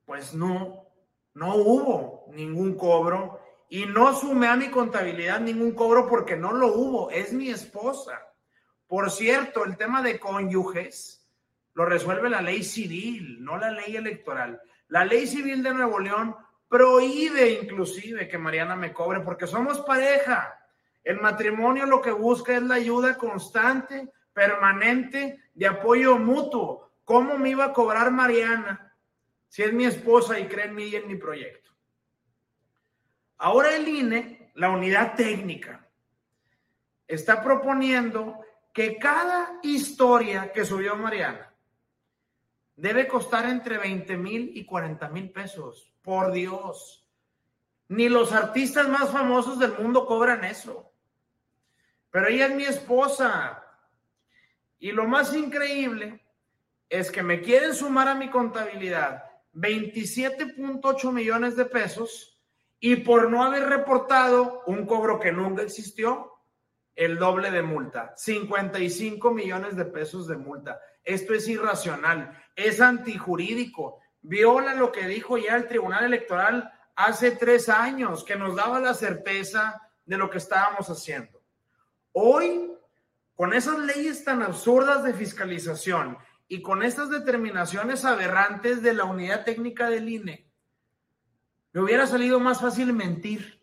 Pues no hubo ningún cobro y no sumé a mi contabilidad ningún cobro porque no lo hubo, es mi esposa. Por cierto, el tema de cónyuges lo resuelve la ley civil, no la ley electoral. La ley civil de Nuevo León prohíbe inclusive que Mariana me cobre porque somos pareja. El matrimonio lo que busca es la ayuda constante, permanente, de apoyo mutuo. ¿Cómo me iba a cobrar Mariana si es mi esposa y cree en mí y en mi proyecto? Ahora el INE, la unidad técnica, está proponiendo que cada historia que subió Mariana debe costar entre 20,000 y 40,000 pesos. Por Dios, ni los artistas más famosos del mundo cobran eso. Pero ella es mi esposa. Y lo más increíble es que me quieren sumar a mi contabilidad 27.8 millones de pesos y por no haber reportado un cobro que nunca existió, el doble de multa, 55 millones de pesos de multa. Esto es irracional, es antijurídico, viola lo que dijo ya el Tribunal Electoral hace 3 años, que nos daba la certeza de lo que estábamos haciendo. Hoy, con esas leyes tan absurdas de fiscalización y con estas determinaciones aberrantes de la unidad técnica del INE, me hubiera salido más fácil mentir.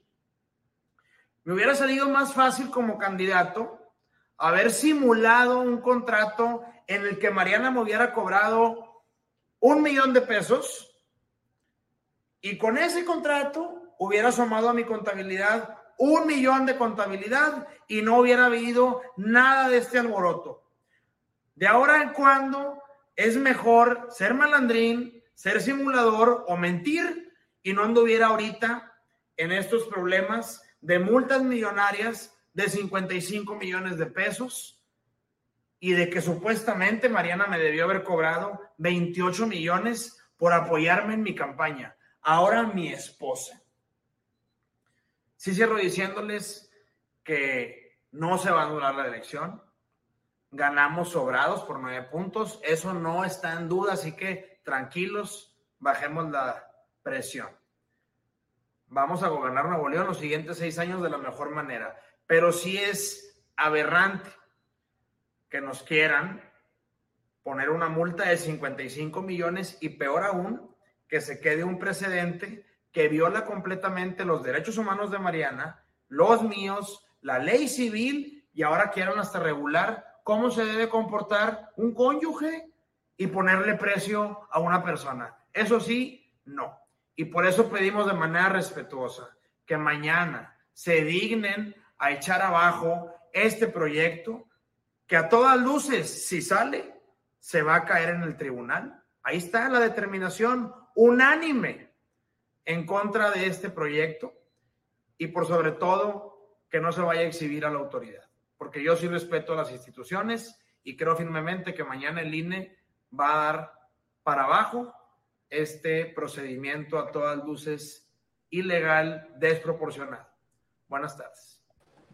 Me hubiera salido más fácil como candidato haber simulado un contrato en el que Mariana me hubiera cobrado 1,000,000 de pesos y con ese contrato hubiera sumado a mi contabilidad 1,000,000 de contabilidad y no hubiera habido nada de este alboroto. De ahora en cuando es mejor ser malandrín, ser simulador o mentir y no anduviera ahorita en estos problemas de multas millonarias de 55 millones de pesos y de que supuestamente Mariana me debió haber cobrado 28 millones por apoyarme en mi campaña. Ahora mi esposa. Sí cierro diciéndoles que no se va a anular la elección. Ganamos sobrados por 9 puntos. Eso no está en duda, así que tranquilos, bajemos la presión. Vamos a gobernar Nuevo León los siguientes 6 años de la mejor manera. Pero sí es aberrante que nos quieran poner una multa de 55 millones y peor aún, que se quede un precedente que viola completamente los derechos humanos de Mariana, los míos, la ley civil y ahora quieran hasta regular cómo se debe comportar un cónyuge y ponerle precio a una persona. Eso sí, no. Y por eso pedimos de manera respetuosa que mañana se dignen a echar abajo este proyecto que a todas luces, si sale, se va a caer en el tribunal. Ahí está la determinación unánime en contra de este proyecto y por sobre todo que no se vaya a exhibir a la autoridad. Porque yo sí respeto a las instituciones y creo firmemente que mañana el INE va a dar para abajo este procedimiento a todas luces ilegal, desproporcionado. Buenas tardes.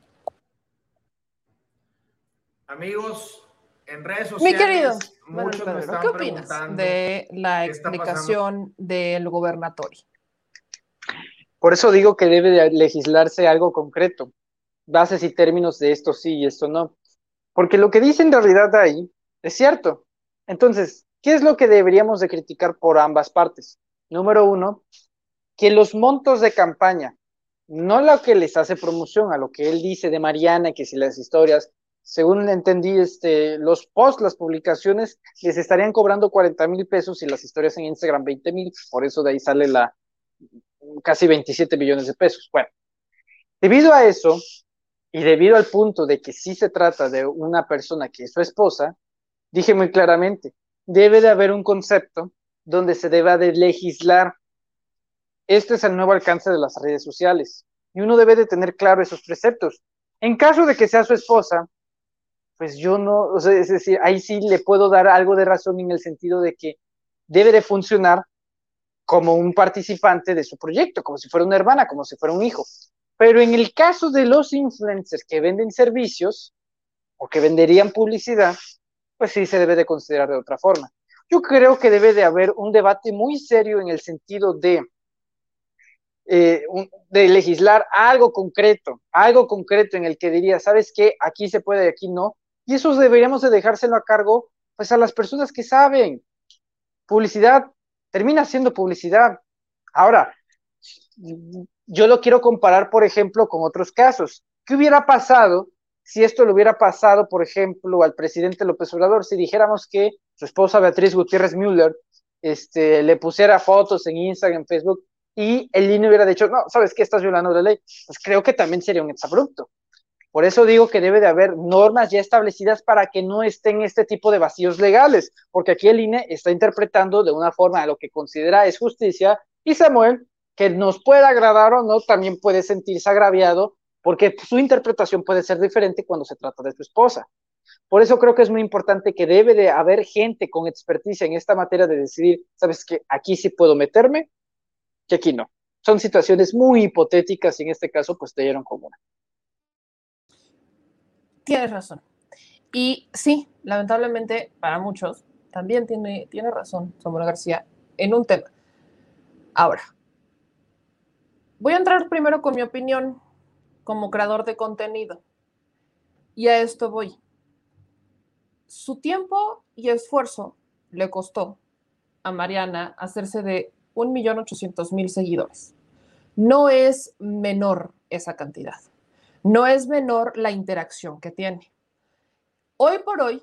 Amigos, en redes sociales, mi querido muchos me están ¿qué opinas de la explicación del gobernatorio? Por eso digo que debe de legislarse algo concreto, bases y términos de esto sí y esto no, porque lo que dice en realidad ahí es cierto. Entonces, ¿qué es lo que deberíamos de criticar por ambas partes? Número 1, que los montos de campaña, no lo que les hace promoción, a lo que él dice de Mariana, que si las historias, según entendí, los posts, las publicaciones, les estarían cobrando 40,000 pesos y las historias en Instagram 20,000, por eso de ahí sale casi 27 millones de pesos. Bueno, debido a eso, y debido al punto de que sí se trata de una persona que es su esposa, dije muy claramente, debe de haber un concepto donde se deba de legislar. Este es el nuevo alcance de las redes sociales y uno debe de tener claro esos preceptos. En caso de que sea su esposa, pues yo no, o sea, es decir, ahí sí le puedo dar algo de razón en el sentido de que debe de funcionar como un participante de su proyecto, como si fuera una hermana, como si fuera un hijo. Pero en el caso de los influencers que venden servicios o que venderían publicidad, pues sí se debe de considerar de otra forma. Yo creo que debe de haber un debate muy serio en el sentido de legislar algo concreto en el que diría, ¿sabes qué? Aquí se puede, aquí no. Y eso deberíamos de dejárselo a cargo, pues, a las personas que saben. Publicidad termina siendo publicidad. Ahora, yo lo quiero comparar, por ejemplo, con otros casos. ¿Qué hubiera pasado si esto le hubiera pasado, por ejemplo, al presidente López Obrador? Si dijéramos que su esposa Beatriz Gutiérrez Müller le pusiera fotos en Instagram, en Facebook, y el INE hubiera dicho, no, ¿sabes qué? Estás violando la ley. Pues creo que también sería un exabrupto. Por eso digo que debe de haber normas ya establecidas para que no estén este tipo de vacíos legales, porque aquí el INE está interpretando de una forma a lo que considera es justicia, y Samuel, que nos pueda agradar o no, también puede sentirse agraviado, porque su interpretación puede ser diferente cuando se trata de su esposa. Por eso creo que es muy importante que debe de haber gente con experticia en esta materia de decidir, ¿sabes qué? Aquí sí puedo meterme, que aquí no. Son situaciones muy hipotéticas y en este caso pues te dieron como una. Tienes razón. Y sí, lamentablemente para muchos también tiene razón Samuel García en un tema. Ahora, voy a entrar primero con mi opinión como creador de contenido. Y a esto voy. Su tiempo y esfuerzo le costó a Mariana hacerse de 1.800.000 seguidores. No es menor esa cantidad. No es menor la interacción que tiene. Hoy por hoy,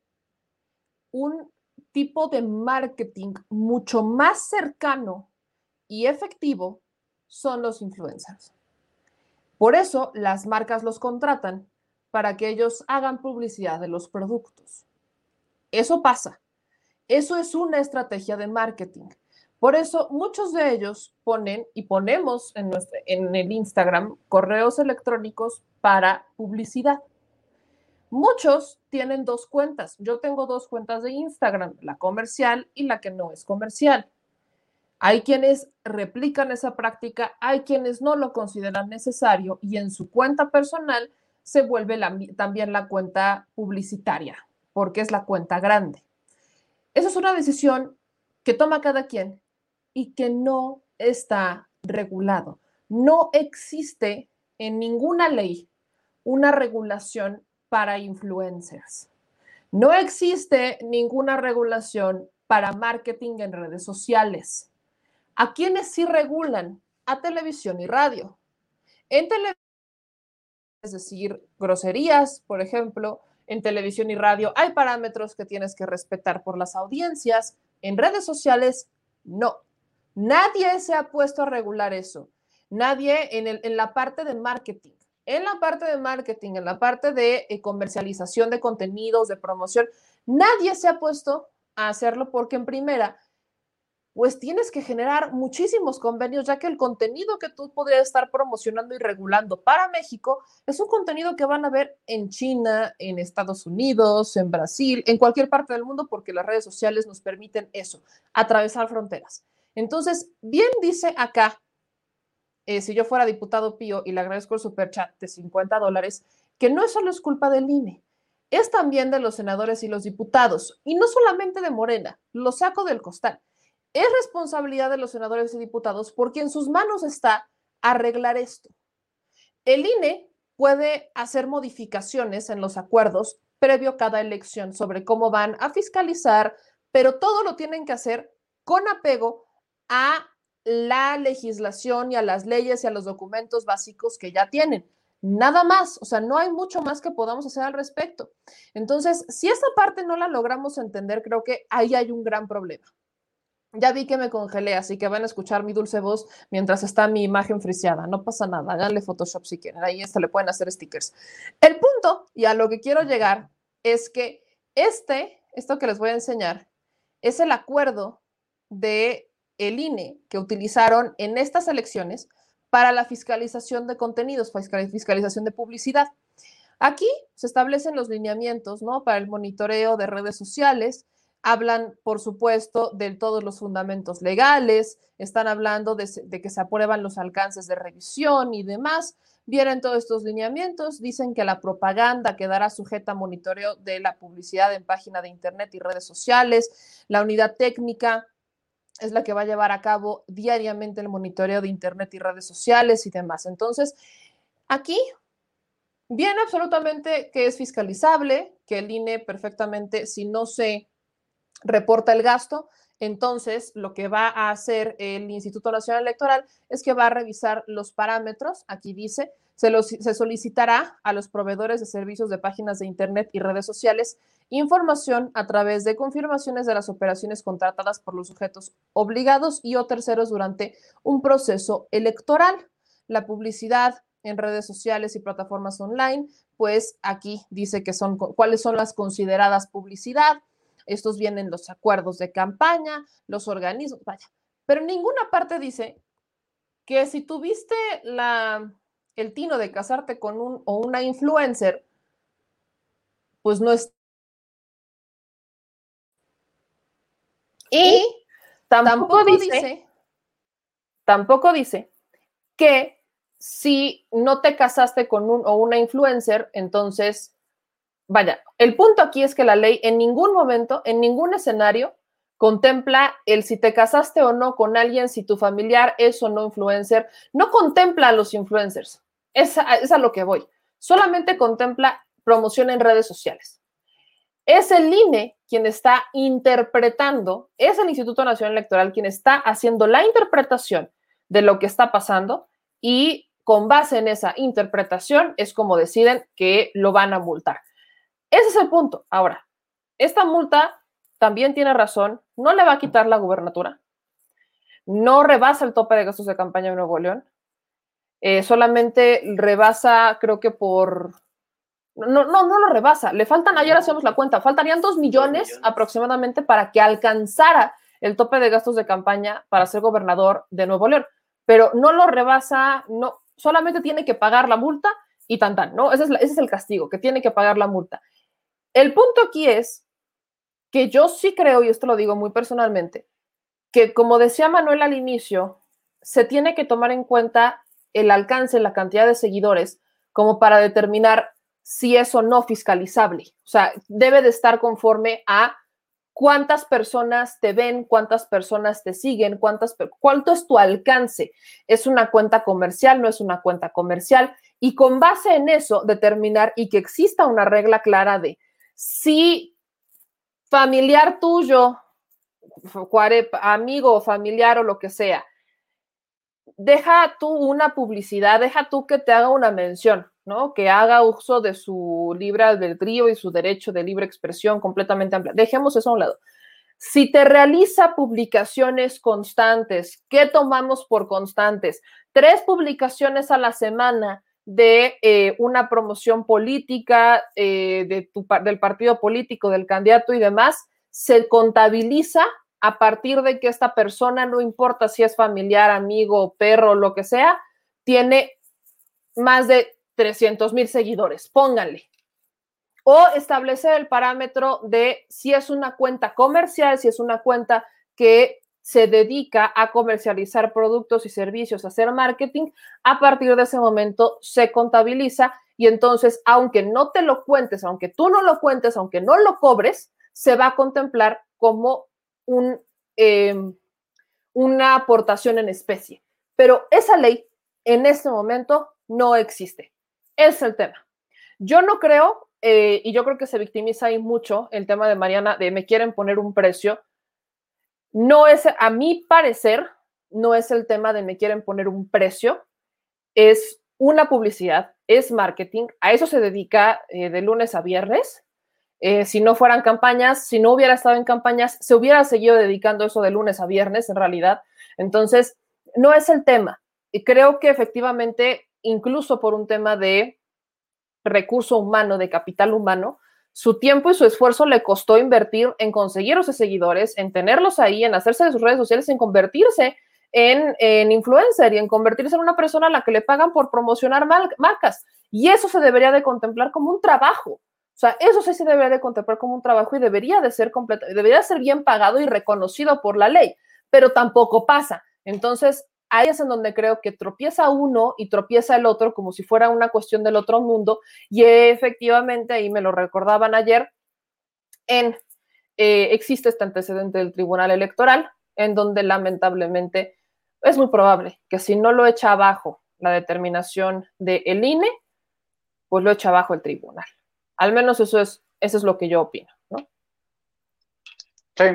un tipo de marketing mucho más cercano y efectivo son los influencers. Por eso las marcas los contratan para que ellos hagan publicidad de los productos. Eso pasa. Eso es una estrategia de marketing. Por eso muchos de ellos ponen y ponemos en el Instagram correos electrónicos para publicidad. Muchos tienen 2 cuentas. Yo tengo 2 cuentas de Instagram, la comercial y la que no es comercial. Hay quienes replican esa práctica, hay quienes no lo consideran necesario y en su cuenta personal se vuelve también la cuenta publicitaria, porque es la cuenta grande. Esa es una decisión que toma cada quien y que no está regulado. No existe en ninguna ley una regulación para influencers. No existe ninguna regulación para marketing en redes sociales. ¿A quiénes sí regulan? A televisión y radio. En televisión, es decir, groserías, por ejemplo, en televisión y radio hay parámetros que tienes que respetar por las audiencias. En redes sociales, no. Nadie se ha puesto a regular eso. Nadie en la parte de marketing. En la parte de marketing, en la parte de comercialización de contenidos, de promoción, nadie se ha puesto a hacerlo porque en primera, pues tienes que generar muchísimos convenios, ya que el contenido que tú podrías estar promocionando y regulando para México es un contenido que van a ver en China, en Estados Unidos, en Brasil, en cualquier parte del mundo, porque las redes sociales nos permiten eso, atravesar fronteras. Entonces, bien dice acá, si yo fuera diputado Pío, y le agradezco el superchat de $50, que no solo es culpa del INE, es también de los senadores y los diputados, y no solamente de Morena, lo saco del costal. Es responsabilidad de los senadores y diputados porque en sus manos está arreglar esto. El INE puede hacer modificaciones en los acuerdos previo a cada elección sobre cómo van a fiscalizar, pero todo lo tienen que hacer con apego a la legislación y a las leyes y a los documentos básicos que ya tienen. Nada más, o sea, no hay mucho más que podamos hacer al respecto. Entonces, si esa parte no la logramos entender, creo que ahí hay un gran problema. Ya vi que me congelé, así que van a escuchar mi dulce voz mientras está mi imagen friseada. No pasa nada, háganle Photoshop si quieren. Ahí le pueden hacer stickers. El punto, y a lo que quiero llegar, es que esto que les voy a enseñar, es el acuerdo de el INE que utilizaron en estas elecciones para la fiscalización de contenidos, fiscalización de publicidad. Aquí se establecen los lineamientos, ¿no? Para el monitoreo de redes sociales. Hablan, por supuesto, de todos los fundamentos legales, están hablando de que se aprueban los alcances de revisión y demás. Vienen todos estos lineamientos, dicen que la propaganda quedará sujeta a monitoreo de la publicidad en página de internet y redes sociales. La unidad técnica es la que va a llevar a cabo diariamente el monitoreo de internet y redes sociales y demás. Entonces, aquí viene absolutamente que es fiscalizable, que el INE perfectamente, si no se reporta el gasto, entonces lo que va a hacer el Instituto Nacional Electoral es que va a revisar los parámetros. Aquí dice, se solicitará a los proveedores de servicios de páginas de internet y redes sociales información a través de confirmaciones de las operaciones contratadas por los sujetos obligados y o terceros durante un proceso electoral. La publicidad en redes sociales y plataformas online, pues aquí dice que son cuáles son las consideradas publicidad. Estos vienen los acuerdos de campaña, los organismos, vaya. Pero en ninguna parte dice que si tuviste el tino de casarte con un o una influencer, pues no es. Y tampoco dice que si no te casaste con un o una influencer, entonces, vaya, el punto aquí es que la ley en ningún momento, en ningún escenario, contempla el si te casaste o no con alguien, si tu familiar es o no influencer, no contempla a los influencers, es a lo que voy, solamente contempla promoción en redes sociales. Es el INE quien está interpretando, es el Instituto Nacional Electoral quien está haciendo la interpretación de lo que está pasando y con base en esa interpretación es como deciden que lo van a multar. Ese es el punto. Ahora, esta multa también tiene razón, no le va a quitar la gubernatura, no rebasa el tope de gastos de campaña de Nuevo León, solamente rebasa, creo que no lo rebasa, le faltan, ayer hacemos la cuenta, faltarían 2 millones aproximadamente para que alcanzara el tope de gastos de campaña para ser gobernador de Nuevo León, pero no lo rebasa, no, solamente tiene que pagar la multa y tan, ¿no? Ese es el castigo, que tiene que pagar la multa. El punto aquí es que yo sí creo, y esto lo digo muy personalmente, que como decía Manuel al inicio, se tiene que tomar en cuenta el alcance, la cantidad de seguidores, como para determinar si es o no fiscalizable. O sea, debe de estar conforme a cuántas personas te ven, cuántas personas te siguen, cuánto es tu alcance. ¿Es una cuenta comercial? ¿No es una cuenta comercial? Y con base en eso, determinar y que exista una regla clara de si familiar tuyo, amigo o familiar o lo que sea, deja tú una publicidad, deja tú que te haga una mención, ¿no? Que haga uso de su libre albedrío y su derecho de libre expresión completamente amplia. Dejemos eso a un lado. Si te realiza publicaciones constantes, ¿qué tomamos por constantes? 3 publicaciones a la semana de una promoción política del partido político, del candidato y demás, se contabiliza a partir de que esta persona, no importa si es familiar, amigo, perro, lo que sea, tiene más de 300,000 seguidores, pónganle. O establecer el parámetro de si es una cuenta comercial, si es una cuenta que se dedica a comercializar productos y servicios, a hacer marketing, a partir de ese momento se contabiliza y entonces, aunque no te lo cuentes, aunque tú no lo cuentes, aunque no lo cobres, se va a contemplar como una aportación en especie. Pero esa ley en este momento no existe. Es el tema. Yo no creo, y yo creo que se victimiza ahí mucho el tema de Mariana, de me quieren poner un precio. No es, a mi parecer, no es el tema de me quieren poner un precio, es una publicidad, es marketing, a eso se dedica de lunes a viernes. Si no fueran campañas, si no hubiera estado en campañas, se hubiera seguido dedicando eso de lunes a viernes, en realidad. Entonces, no es el tema. Y creo que efectivamente, incluso por un tema de recurso humano, de capital humano, su tiempo y su esfuerzo le costó invertir en conseguir esos seguidores, en tenerlos ahí, en hacerse de sus redes sociales, en convertirse en influencer y en convertirse en una persona a la que le pagan por promocionar marcas. Y eso se debería de contemplar como un trabajo. O sea, eso sí se debería de contemplar como un trabajo y debería de ser completo, debería ser bien pagado y reconocido por la ley, pero tampoco pasa. Entonces, ahí es en donde creo que tropieza uno y tropieza el otro como si fuera una cuestión del otro mundo, y efectivamente, ahí me lo recordaban ayer, existe este antecedente del Tribunal Electoral, en donde lamentablemente es muy probable que si no lo echa abajo la determinación del INE, pues lo echa abajo el tribunal. Al menos eso es lo que yo opino, ¿no? Sí,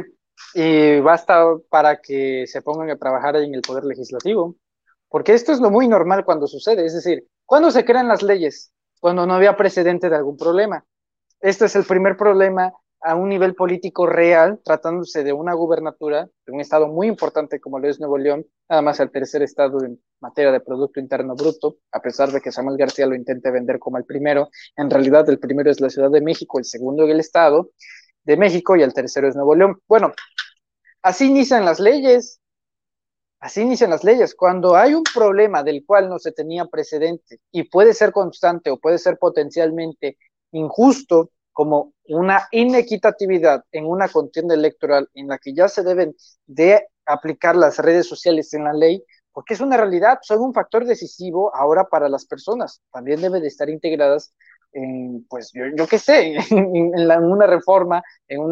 y basta para que se pongan a trabajar en el Poder Legislativo, porque esto es lo muy normal cuando sucede, es decir, ¿cuándo se crean las leyes? Cuando no había precedente de algún problema. Este es el primer problema a un nivel político real, tratándose de una gubernatura, de un estado muy importante como lo es Nuevo León, nada más el tercer estado en materia de Producto Interno Bruto, a pesar de que Samuel García lo intente vender como el primero, en realidad el primero es la Ciudad de México, el segundo es el Estado de México y el tercero es Nuevo León. Bueno, así inician las leyes. Así inician las leyes. Cuando hay un problema del cual no se tenía precedente y puede ser constante o puede ser potencialmente injusto, como una inequitatividad en una contienda electoral en la que ya se deben de aplicar las redes sociales en la ley, porque es una realidad, son un factor decisivo ahora para las personas. También deben de estar integradas en, pues yo qué sé, en una reforma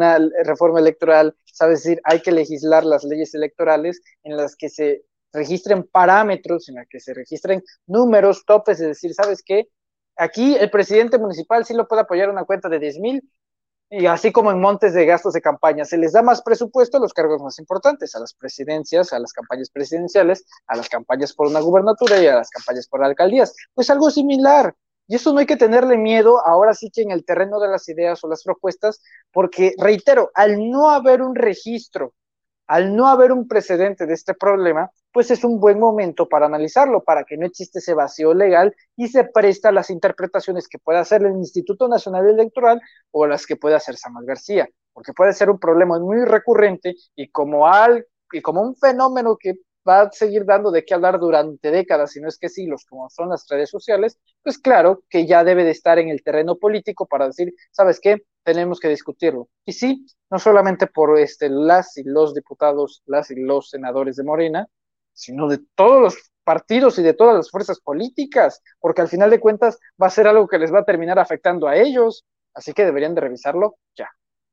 electoral, sabes decir, hay que legislar las leyes electorales en las que se registren parámetros, en las que se registren números, topes, es decir, ¿sabes qué? Aquí el presidente municipal sí lo puede apoyar una cuenta de 10,000, y así como en montes de gastos de campaña, se les da más presupuesto a los cargos más importantes, a las presidencias, a las campañas presidenciales, a las campañas por una gubernatura y a las campañas por alcaldías. Pues algo similar. Y eso no hay que tenerle miedo, ahora sí que en el terreno de las ideas o las propuestas, porque, reitero, al no haber un registro, al no haber un precedente de este problema, pues es un buen momento para analizarlo, para que no existe ese vacío legal y se presta a las interpretaciones que pueda hacer el Instituto Nacional Electoral o las que pueda hacer Samuel García, porque puede ser un problema muy recurrente y como un fenómeno que va a seguir dando de qué hablar durante décadas, si no es que siglos, como son las redes sociales, pues claro que ya debe de estar en el terreno político para decir, ¿sabes qué? Tenemos que discutirlo. Y sí, no solamente por las y los diputados, las y los senadores de Morena, sino de todos los partidos y de todas las fuerzas políticas, porque al final de cuentas va a ser algo que les va a terminar afectando a ellos, así que deberían de revisarlo ya.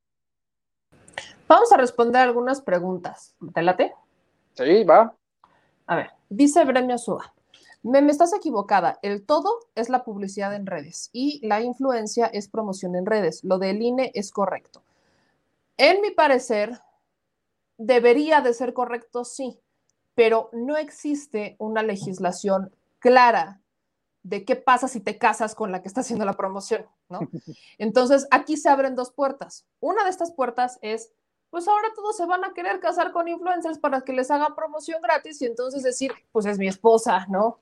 Vamos a responder algunas preguntas. ¿Te late? Sí, va. A ver, dice Bremio Suba. Me estás equivocada. El todo es la publicidad en redes y la influencia es promoción en redes. Lo del INE es correcto. En mi parecer, debería de ser correcto, sí, pero no existe una legislación clara de qué pasa si te casas con la que está haciendo la promoción, ¿no? Entonces, aquí se abren dos puertas. Una de estas puertas es, pues ahora todos se van a querer casar con influencers para que les hagan promoción gratis y entonces decir, pues es mi esposa, ¿no?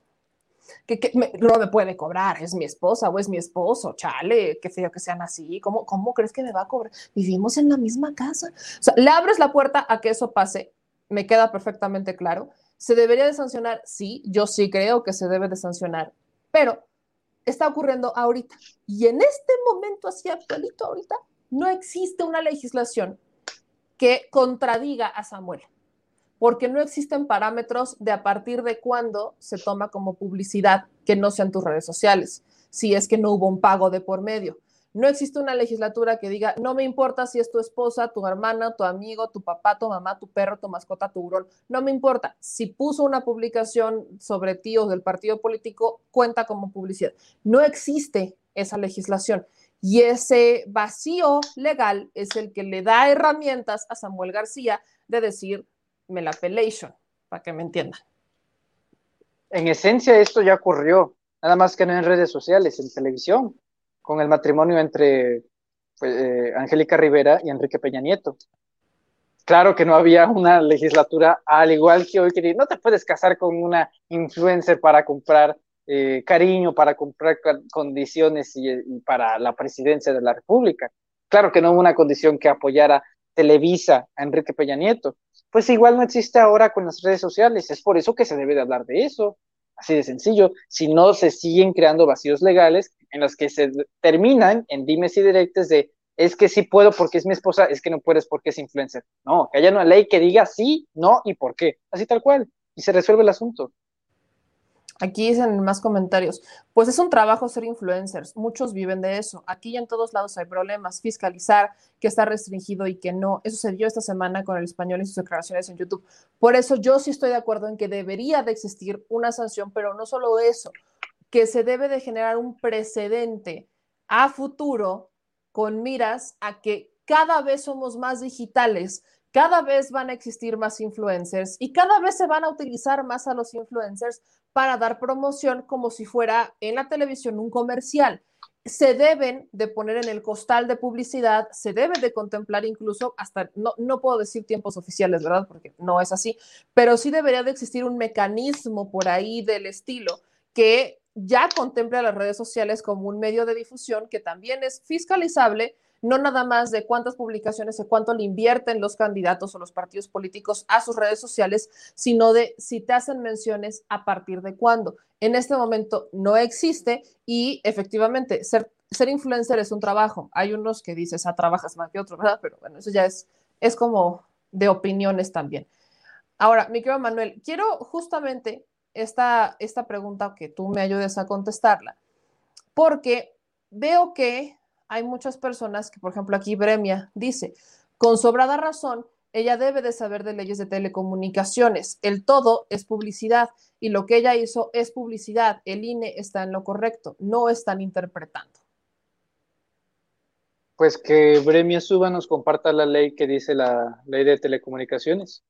No me puede cobrar, es mi esposa o es mi esposo, chale, qué feo que sean así, ¿cómo crees que me va a cobrar? Vivimos en la misma casa. O sea, le abres la puerta a que eso pase, me queda perfectamente claro. ¿Se debería de sancionar? Sí, yo sí creo que se debe de sancionar, pero está ocurriendo ahorita. Y en este momento, así actualito ahorita, no existe una legislación que contradiga a Samuel, porque no existen parámetros de a partir de cuándo se toma como publicidad que no sean tus redes sociales, si es que no hubo un pago de por medio. No existe una legislatura que diga, no me importa si es tu esposa, tu hermana, tu amigo, tu papá, tu mamá, tu perro, tu mascota, tu hurón. No me importa. Si puso una publicación sobre ti o del partido político, cuenta como publicidad. No existe esa legislación. Y ese vacío legal es el que le da herramientas a Samuel García de decir, me la pelation, para que me entiendan. En esencia esto ya ocurrió, nada más que no en redes sociales, en televisión, con el matrimonio entre Angélica Rivera y Enrique Peña Nieto. Claro que no había una legislatura, al igual que hoy, que no te puedes casar con una influencer para comprar cariño, para comprar condiciones y para la presidencia de la República. Claro que no hubo una condición que apoyara Televisa a Enrique Peña Nieto. Pues igual no existe ahora con las redes sociales, es por eso que se debe de hablar de eso, así de sencillo. Si no se siguen creando vacíos legales en las que se terminan en dimes y diretes de es que sí puedo porque es mi esposa, es que no puedes porque es influencer. No, que haya una ley que diga sí, no y por qué. Así tal cual. Y se resuelve el asunto. Aquí dicen más comentarios. Pues es un trabajo ser influencers. Muchos viven de eso. Aquí y en todos lados hay problemas. Fiscalizar que está restringido y que no. Eso se dio esta semana con el español y sus declaraciones en YouTube. Por eso yo sí estoy de acuerdo en que debería de existir una sanción, pero no solo eso, que se debe de generar un precedente a futuro con miras a que cada vez somos más digitales, cada vez van a existir más influencers y cada vez se van a utilizar más a los influencers para dar promoción como si fuera en la televisión un comercial. Se deben de poner en el costal de publicidad, se debe de contemplar incluso hasta, no puedo decir tiempos oficiales, ¿verdad? Porque no es así, pero sí debería de existir un mecanismo por ahí del estilo que ya contemple a las redes sociales como un medio de difusión que también es fiscalizable, no nada más de cuántas publicaciones y cuánto le invierten los candidatos o los partidos políticos a sus redes sociales, sino de si te hacen menciones a partir de cuándo. En este momento no existe y efectivamente ser influencer es un trabajo. Hay unos que dices, trabajas más que otros, ¿verdad? Pero bueno, eso ya es como de opiniones también. Ahora, mi querido Manuel, quiero justamente esta pregunta que tú me ayudes a contestarla, porque veo que hay muchas personas que, por ejemplo, aquí Bremia dice, con sobrada razón, ella debe de saber de leyes de telecomunicaciones. El todo es publicidad y lo que ella hizo es publicidad. El INE está en lo correcto, no están interpretando. Pues que Bremia Suba nos comparta la ley que dice la ley de telecomunicaciones.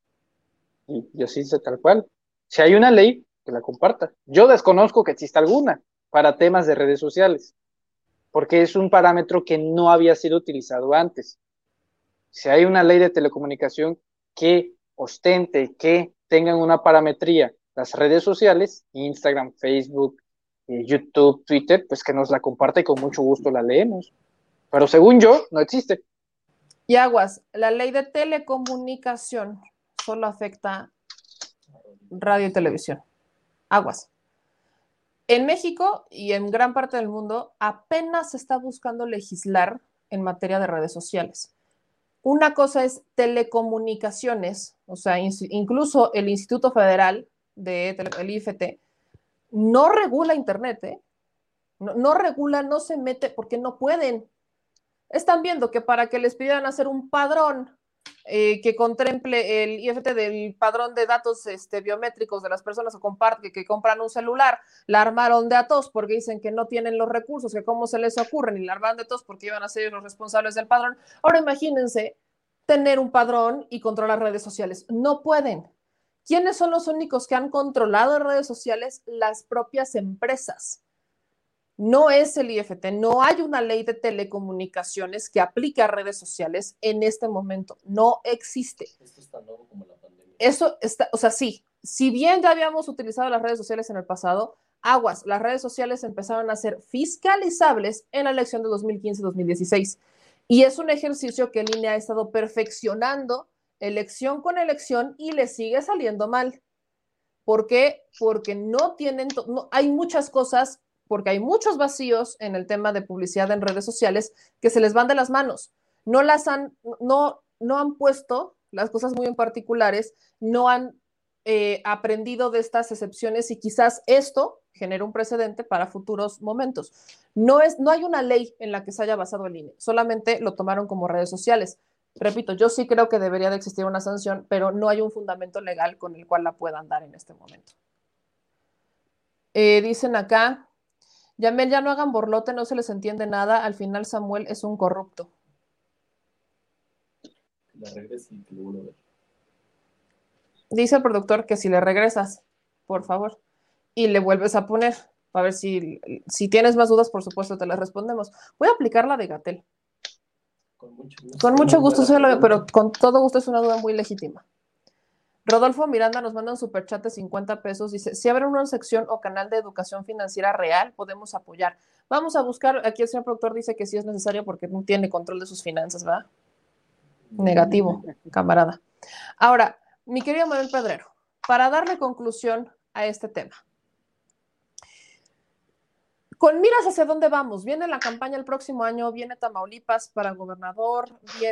Y así dice tal cual. Si hay una ley, que la comparta. Yo desconozco que exista alguna para temas de redes sociales, porque es un parámetro que no había sido utilizado antes. Si hay una ley de telecomunicación que ostente, que tengan una parametría, las redes sociales, Instagram, Facebook, YouTube, Twitter, pues que nos la comparte y con mucho gusto la leemos. Pero según yo, no existe. Y aguas, la ley de telecomunicación solo afecta radio y televisión. Aguas. En México y en gran parte del mundo apenas se está buscando legislar en materia de redes sociales. Una cosa es telecomunicaciones, o sea, incluso el Instituto Federal el IFT no regula Internet, ¿eh? No regula, no se mete porque no pueden. Están viendo que para que les pidieran hacer un padrón que contemple el IFT del padrón de datos biométricos de las personas que compran un celular, la armaron de a tos porque dicen que no tienen los recursos, que cómo se les ocurren, y la armaron de tos porque iban a ser los responsables del padrón. Ahora imagínense tener un padrón y controlar redes sociales. No pueden. ¿Quiénes son los únicos que han controlado redes sociales? Las propias empresas. No es el IFT, no hay una ley de telecomunicaciones que aplique a redes sociales en este momento, no existe. Esto es tan nuevo como la pandemia. Eso está, o sea, sí, si bien ya habíamos utilizado las redes sociales en el pasado, aguas, las redes sociales empezaron a ser fiscalizables en la elección de 2015-2016 y es un ejercicio que el INE ha estado perfeccionando elección con elección y le sigue saliendo mal. ¿Por qué? Porque no tienen, hay muchas cosas, porque hay muchos vacíos en el tema de publicidad en redes sociales que se les van de las manos. No han puesto las cosas muy en particulares, no han aprendido de estas excepciones y quizás esto genere un precedente para futuros momentos. No hay una ley en la que se haya basado el INE, solamente lo tomaron como redes sociales. Repito, yo sí creo que debería de existir una sanción, pero no hay un fundamento legal con el cual la puedan dar en este momento. Dicen acá, Yamel, ya no hagan borlote, no se les entiende nada, al final Samuel es un corrupto. La regresa y que lo vuelvo a ver. Dice el productor que si le regresas, por favor, y le vuelves a poner, a ver si tienes más dudas, por supuesto, te las respondemos. Voy a aplicar la de Gatell. Con mucho gusto, pero con todo gusto es una duda muy legítima. Rodolfo Miranda nos manda un superchat de 50 pesos. Dice, si habrá una sección o canal de educación financiera real, podemos apoyar. Vamos a buscar, aquí el señor productor dice que sí es necesario porque no tiene control de sus finanzas, ¿verdad? Negativo, camarada. Ahora, mi querido Manuel Pedrero, para darle conclusión a este tema. con miras hacia dónde vamos. Viene la campaña el próximo año, viene Tamaulipas para gobernador,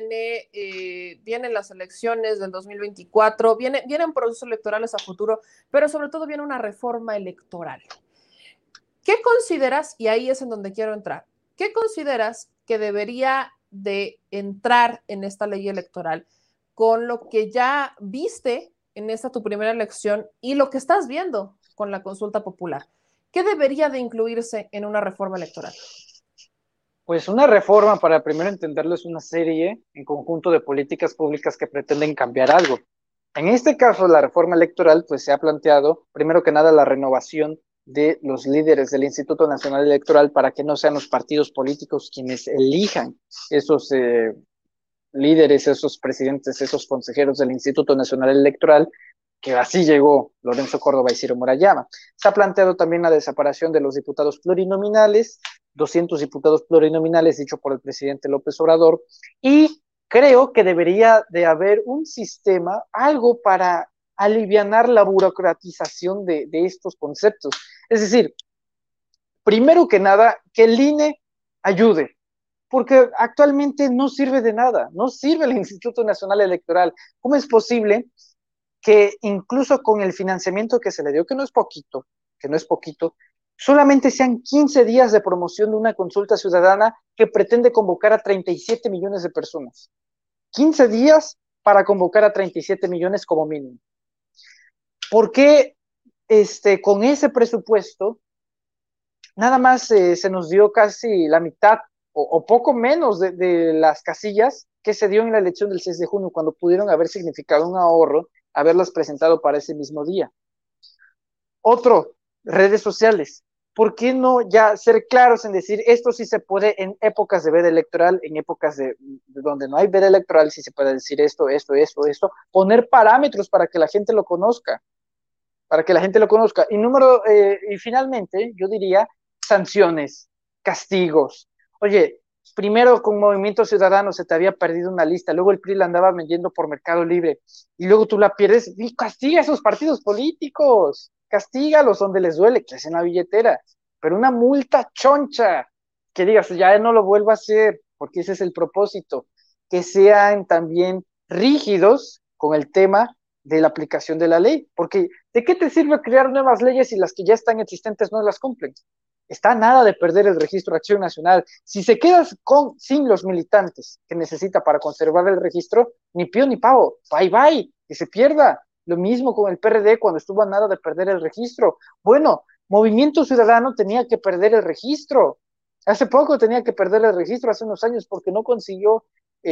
vienen las elecciones del 2024, vienen procesos electorales a futuro, pero sobre todo viene una reforma electoral. ¿Qué consideras, y ahí es en donde quiero entrar, qué consideras que debería de entrar en esta ley electoral con lo que ya viste en esta tu primera elección y lo que estás viendo con la consulta popular? ¿Qué debería de incluirse en una reforma electoral? Pues una reforma, para primero entenderlo, es una serie en conjunto de políticas públicas que pretenden cambiar algo. En este caso, la reforma electoral, pues se ha planteado, primero que nada, la renovación de los líderes del Instituto Nacional Electoral para que no sean los partidos políticos quienes elijan esos líderes, esos presidentes, esos consejeros del Instituto Nacional Electoral, que así llegó Lorenzo Córdoba y Ciro Murayama. Se ha planteado también la desaparición de los diputados plurinominales, 200 diputados plurinominales, dicho por el presidente López Obrador, y creo que debería de haber un sistema, algo para alivianar la burocratización de estos conceptos. Es decir, primero que nada, que el INE ayude, porque actualmente no sirve de nada, no sirve el Instituto Nacional Electoral. ¿Cómo es posible que incluso con el financiamiento que se le dio, que no es poquito, solamente sean 15 días de promoción de una consulta ciudadana que pretende convocar a 37 millones de personas? 15 días para convocar a 37 millones como mínimo. ¿Por qué con ese presupuesto nada más se nos dio casi la mitad o poco menos de las casillas que se dio en la elección del 6 de junio, cuando pudieron haber significado un ahorro haberlas presentado para ese mismo día? Otro, redes sociales. ¿Por qué no ya ser claros en decir esto sí se puede en épocas de veda electoral, en épocas de donde no hay veda electoral, sí se puede decir esto, poner parámetros para que la gente lo conozca, y finalmente yo diría sanciones, castigos. Oye, primero con Movimiento Ciudadano se te había perdido una lista, luego el PRI la andaba vendiendo por Mercado Libre, y luego tú la pierdes, y castiga a esos partidos políticos, castígalos donde les duele, que es en la billetera, pero una multa choncha, que digas, ya no lo vuelvo a hacer, porque ese es el propósito, que sean también rígidos con el tema de la aplicación de la ley, porque ¿de qué te sirve crear nuevas leyes si las que ya están existentes no las cumplen? Está nada de perder el registro de Acción Nacional. Si se queda sin los militantes que necesita para conservar el registro, ni pío ni pavo, bye, que se pierda. Lo mismo con el PRD cuando estuvo a nada de perder el registro. Bueno, Movimiento Ciudadano tenía que perder el registro. Hace poco tenía que perder el registro, hace unos años, porque no consiguió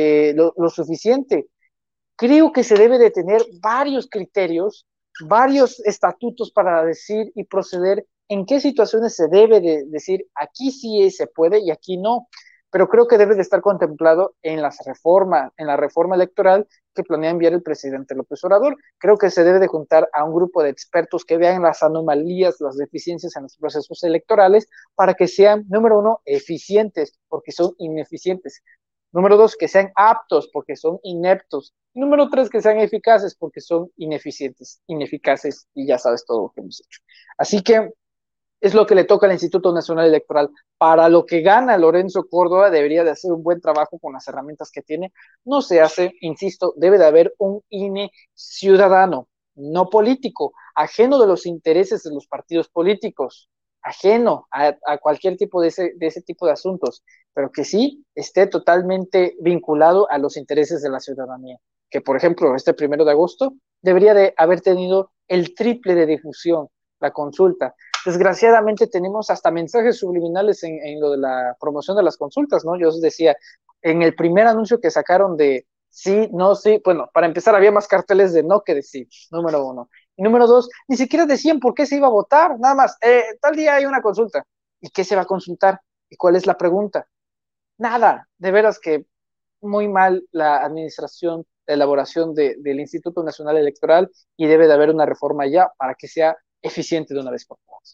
lo suficiente. Creo que se debe de tener varios criterios, varios estatutos para decir y proceder en qué situaciones se debe de decir aquí sí se puede y aquí no, pero creo que debe de estar contemplado en la reforma electoral que planea enviar el presidente López Obrador. Creo que se debe de juntar a un grupo de expertos que vean las anomalías, las deficiencias en los procesos electorales para que sean, número uno, eficientes, porque son ineficientes. Número dos, que sean aptos, porque son ineptos. Y número tres, que sean eficaces, porque son ineficaces, y ya sabes todo lo que hemos hecho. Así que es lo que le toca al Instituto Nacional Electoral. Para lo que gana Lorenzo Córdoba, debería de hacer un buen trabajo con las herramientas que tiene. No se hace, insisto, debe de haber un INE ciudadano, no político, ajeno de los intereses de los partidos políticos, ajeno a cualquier tipo de ese tipo de asuntos, pero que sí esté totalmente vinculado a los intereses de la ciudadanía. Que, por ejemplo, este 1 de agosto debería de haber tenido el triple de difusión, la consulta. Desgraciadamente tenemos hasta mensajes subliminales en lo de la promoción de las consultas, ¿no? Yo os decía, en el primer anuncio que sacaron de sí, no, sí, bueno, para empezar había más carteles de no que de sí, número uno. Y número dos, ni siquiera decían por qué se iba a votar, nada más, tal día hay una consulta. ¿Y qué se va a consultar? ¿Y cuál es la pregunta? Nada, de veras que muy mal la administración, la elaboración del Instituto Nacional Electoral, y debe de haber una reforma ya para que sea eficiente de una vez por todas.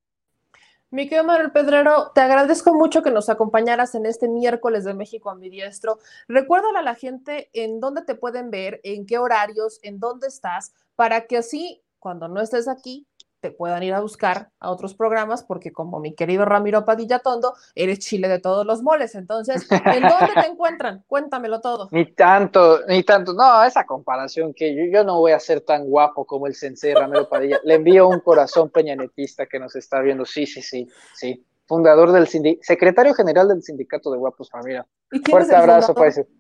Mi querido Manuel Pedrero, te agradezco mucho que nos acompañaras en este miércoles de México Ambidiestro. Recuérdale a la gente en dónde te pueden ver, en qué horarios, en dónde estás, para que así, cuando no estés aquí, te puedan ir a buscar a otros programas, porque como mi querido Ramiro Padilla Tondo, eres chile de todos los moles. Entonces, ¿en dónde te encuentran? Cuéntamelo todo. Ni tanto, ni tanto. No, esa comparación que yo no voy a ser tan guapo como el sensei Ramiro Padilla. Le envío un corazón peñanetista que nos está viendo. Sí. Fundador del secretario general del sindicato de guapos, Ramiro. ¿Y quién es Fuerte el abrazo, fundador? pues.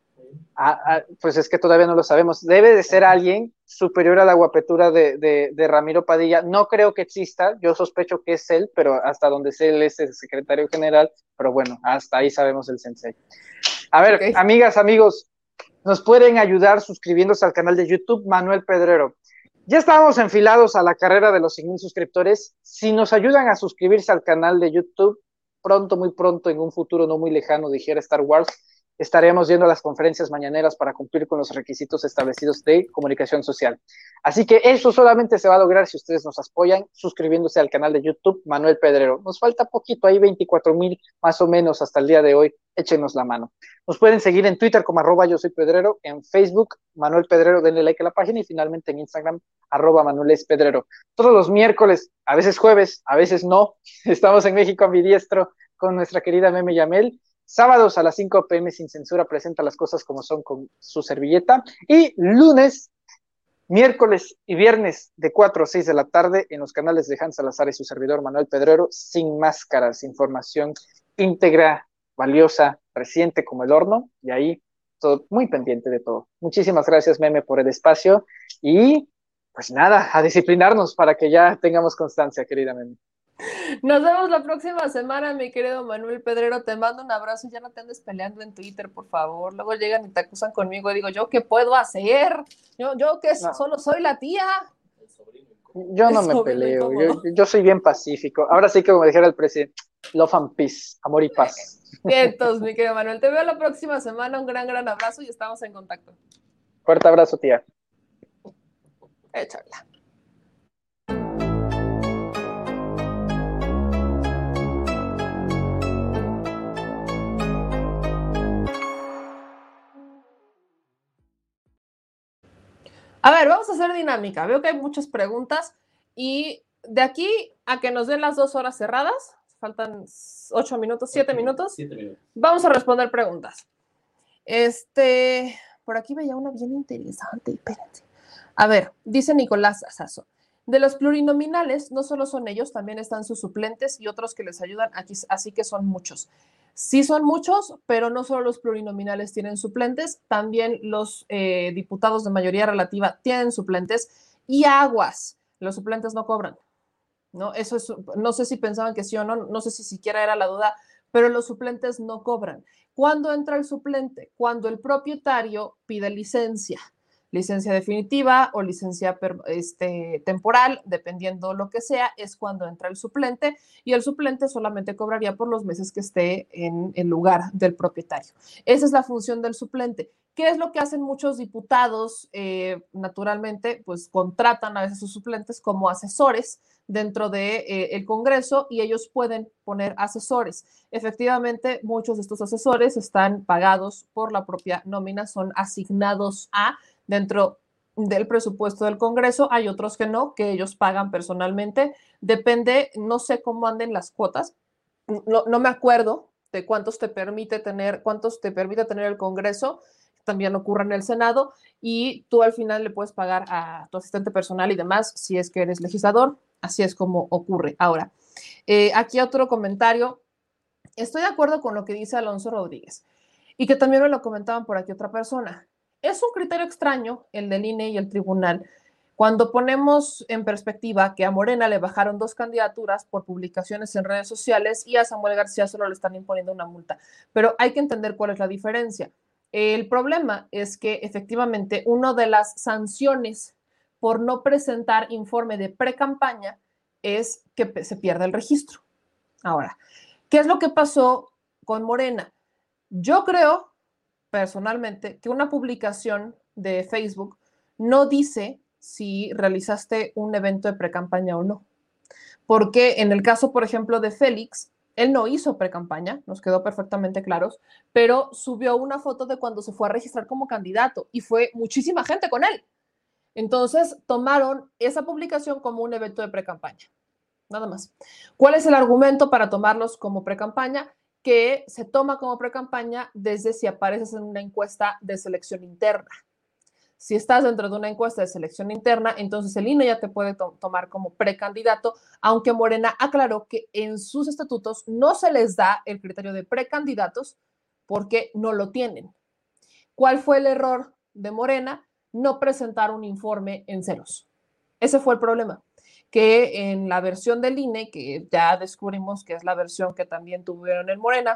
Pues es que todavía no lo sabemos. Debe de ser alguien superior a la guapetura de Ramiro Padilla. No creo que exista, yo sospecho que es él, pero hasta donde sé él es el secretario general, pero bueno, hasta ahí sabemos el sensei. A ver, Ok. amigas, amigos, nos pueden ayudar suscribiéndose al canal de YouTube Manuel Pedrero. Ya estábamos enfilados a la carrera de los 100,000 suscriptores. Si nos ayudan a suscribirse al canal de YouTube, pronto, muy pronto, en un futuro no muy lejano, dijera Star Wars, estaremos yendo a las conferencias mañaneras para cumplir con los requisitos establecidos de comunicación social. Así que eso solamente se va a lograr si ustedes nos apoyan suscribiéndose al canal de YouTube Manuel Pedrero. Nos falta poquito, hay 24,000 más o menos hasta el día de hoy. Échenos la mano. Nos pueden seguir en Twitter como @yosoypedrero, en Facebook Manuel Pedrero, denle like a la página, y finalmente en Instagram @ManuelEsPedrero. Todos los miércoles, a veces jueves, a veces no, estamos en México ambidiestro con nuestra querida Meme Yamel. Sábados a las 5 p.m. Sin Censura presenta las cosas como son con su servilleta. Y lunes, miércoles y viernes de 4 a 6 de la tarde en los canales de Hans Salazar y su servidor Manuel Pedrero, Sin Máscaras, información íntegra, valiosa, reciente como el horno, y ahí todo muy pendiente de todo. Muchísimas gracias, Meme, por el espacio, y pues nada, a disciplinarnos para que ya tengamos constancia, querida Meme. Nos vemos la próxima semana, mi querido Manuel Pedrero. Te mando un abrazo y ya no te andes peleando en Twitter, por favor. Luego llegan y te acusan conmigo y digo, ¿yo qué puedo hacer? Yo que No. solo soy la tía. El sobrino. Yo no El me sobrino peleo, incómodo. yo soy bien pacífico. Ahora sí que como dijera el presidente, love and peace, amor y paz. Entonces, mi querido Manuel, te veo la próxima semana. Un gran abrazo y estamos en contacto. Fuerte abrazo, tía. Échala. A ver, vamos a hacer dinámica. Veo que hay muchas preguntas y de aquí a que nos den las 2 horas cerradas, faltan 8 minutos, 7 minutos, 7 minutos. vamos a responder preguntas. Por aquí veía una bien interesante, espérense. A ver, dice Nicolás Sasso, de los plurinominales, no solo son ellos, también están sus suplentes y otros que les ayudan, aquí, así que son muchos. Sí son muchos, pero no solo los plurinominales tienen suplentes, también los diputados de mayoría relativa tienen suplentes y aguas, los suplentes no cobran, ¿no? Eso es, no sé si pensaban que sí o no, no sé si siquiera era la duda, pero los suplentes no cobran. ¿Cuándo entra el suplente? Cuando el propietario pide licencia definitiva o licencia temporal, dependiendo lo que sea, es cuando entra el suplente, y el suplente solamente cobraría por los meses que esté en el lugar del propietario. Esa es la función del suplente. ¿Qué es lo que hacen muchos diputados? Naturalmente, pues contratan a veces sus suplentes como asesores dentro del Congreso y ellos pueden poner asesores. Efectivamente, muchos de estos asesores están pagados por la propia nómina, son asignados dentro del presupuesto del Congreso. Hay otros que no, que ellos pagan personalmente. Depende, no sé cómo anden las cuotas. No me acuerdo de cuántos te permite tener el Congreso. También ocurre en el Senado y tú al final le puedes pagar a tu asistente personal y demás si es que eres legislador. Así es como ocurre. Ahora, aquí otro comentario. Estoy de acuerdo con lo que dice Alonso Rodríguez y que también me lo comentaban por aquí otra persona. Es un criterio extraño el del INE y el tribunal cuando ponemos en perspectiva que a Morena le bajaron 2 candidaturas por publicaciones en redes sociales y a Samuel García solo le están imponiendo una multa. Pero hay que entender cuál es la diferencia. El problema es que efectivamente una de las sanciones por no presentar informe de pre-campaña es que se pierda el registro. Ahora, ¿qué es lo que pasó con Morena? Yo creo, personalmente, que una publicación de Facebook no dice si realizaste un evento de pre-campaña o no. Porque en el caso, por ejemplo, de Félix, él no hizo pre-campaña, nos quedó perfectamente claros, pero subió una foto de cuando se fue a registrar como candidato y fue muchísima gente con él. Entonces tomaron esa publicación como un evento de precampaña, nada más. ¿Cuál es el argumento para tomarlos como precampaña? Que se toma como precampaña desde si apareces en una encuesta de selección interna. Si estás dentro de una encuesta de selección interna, entonces el INE ya te puede tomar como precandidato, aunque Morena aclaró que en sus estatutos no se les da el criterio de precandidatos porque no lo tienen. ¿Cuál fue el error de Morena? No presentar un informe en ceros. Ese fue el problema, que en la versión del INE, que ya descubrimos que es la versión que también tuvieron en Morena,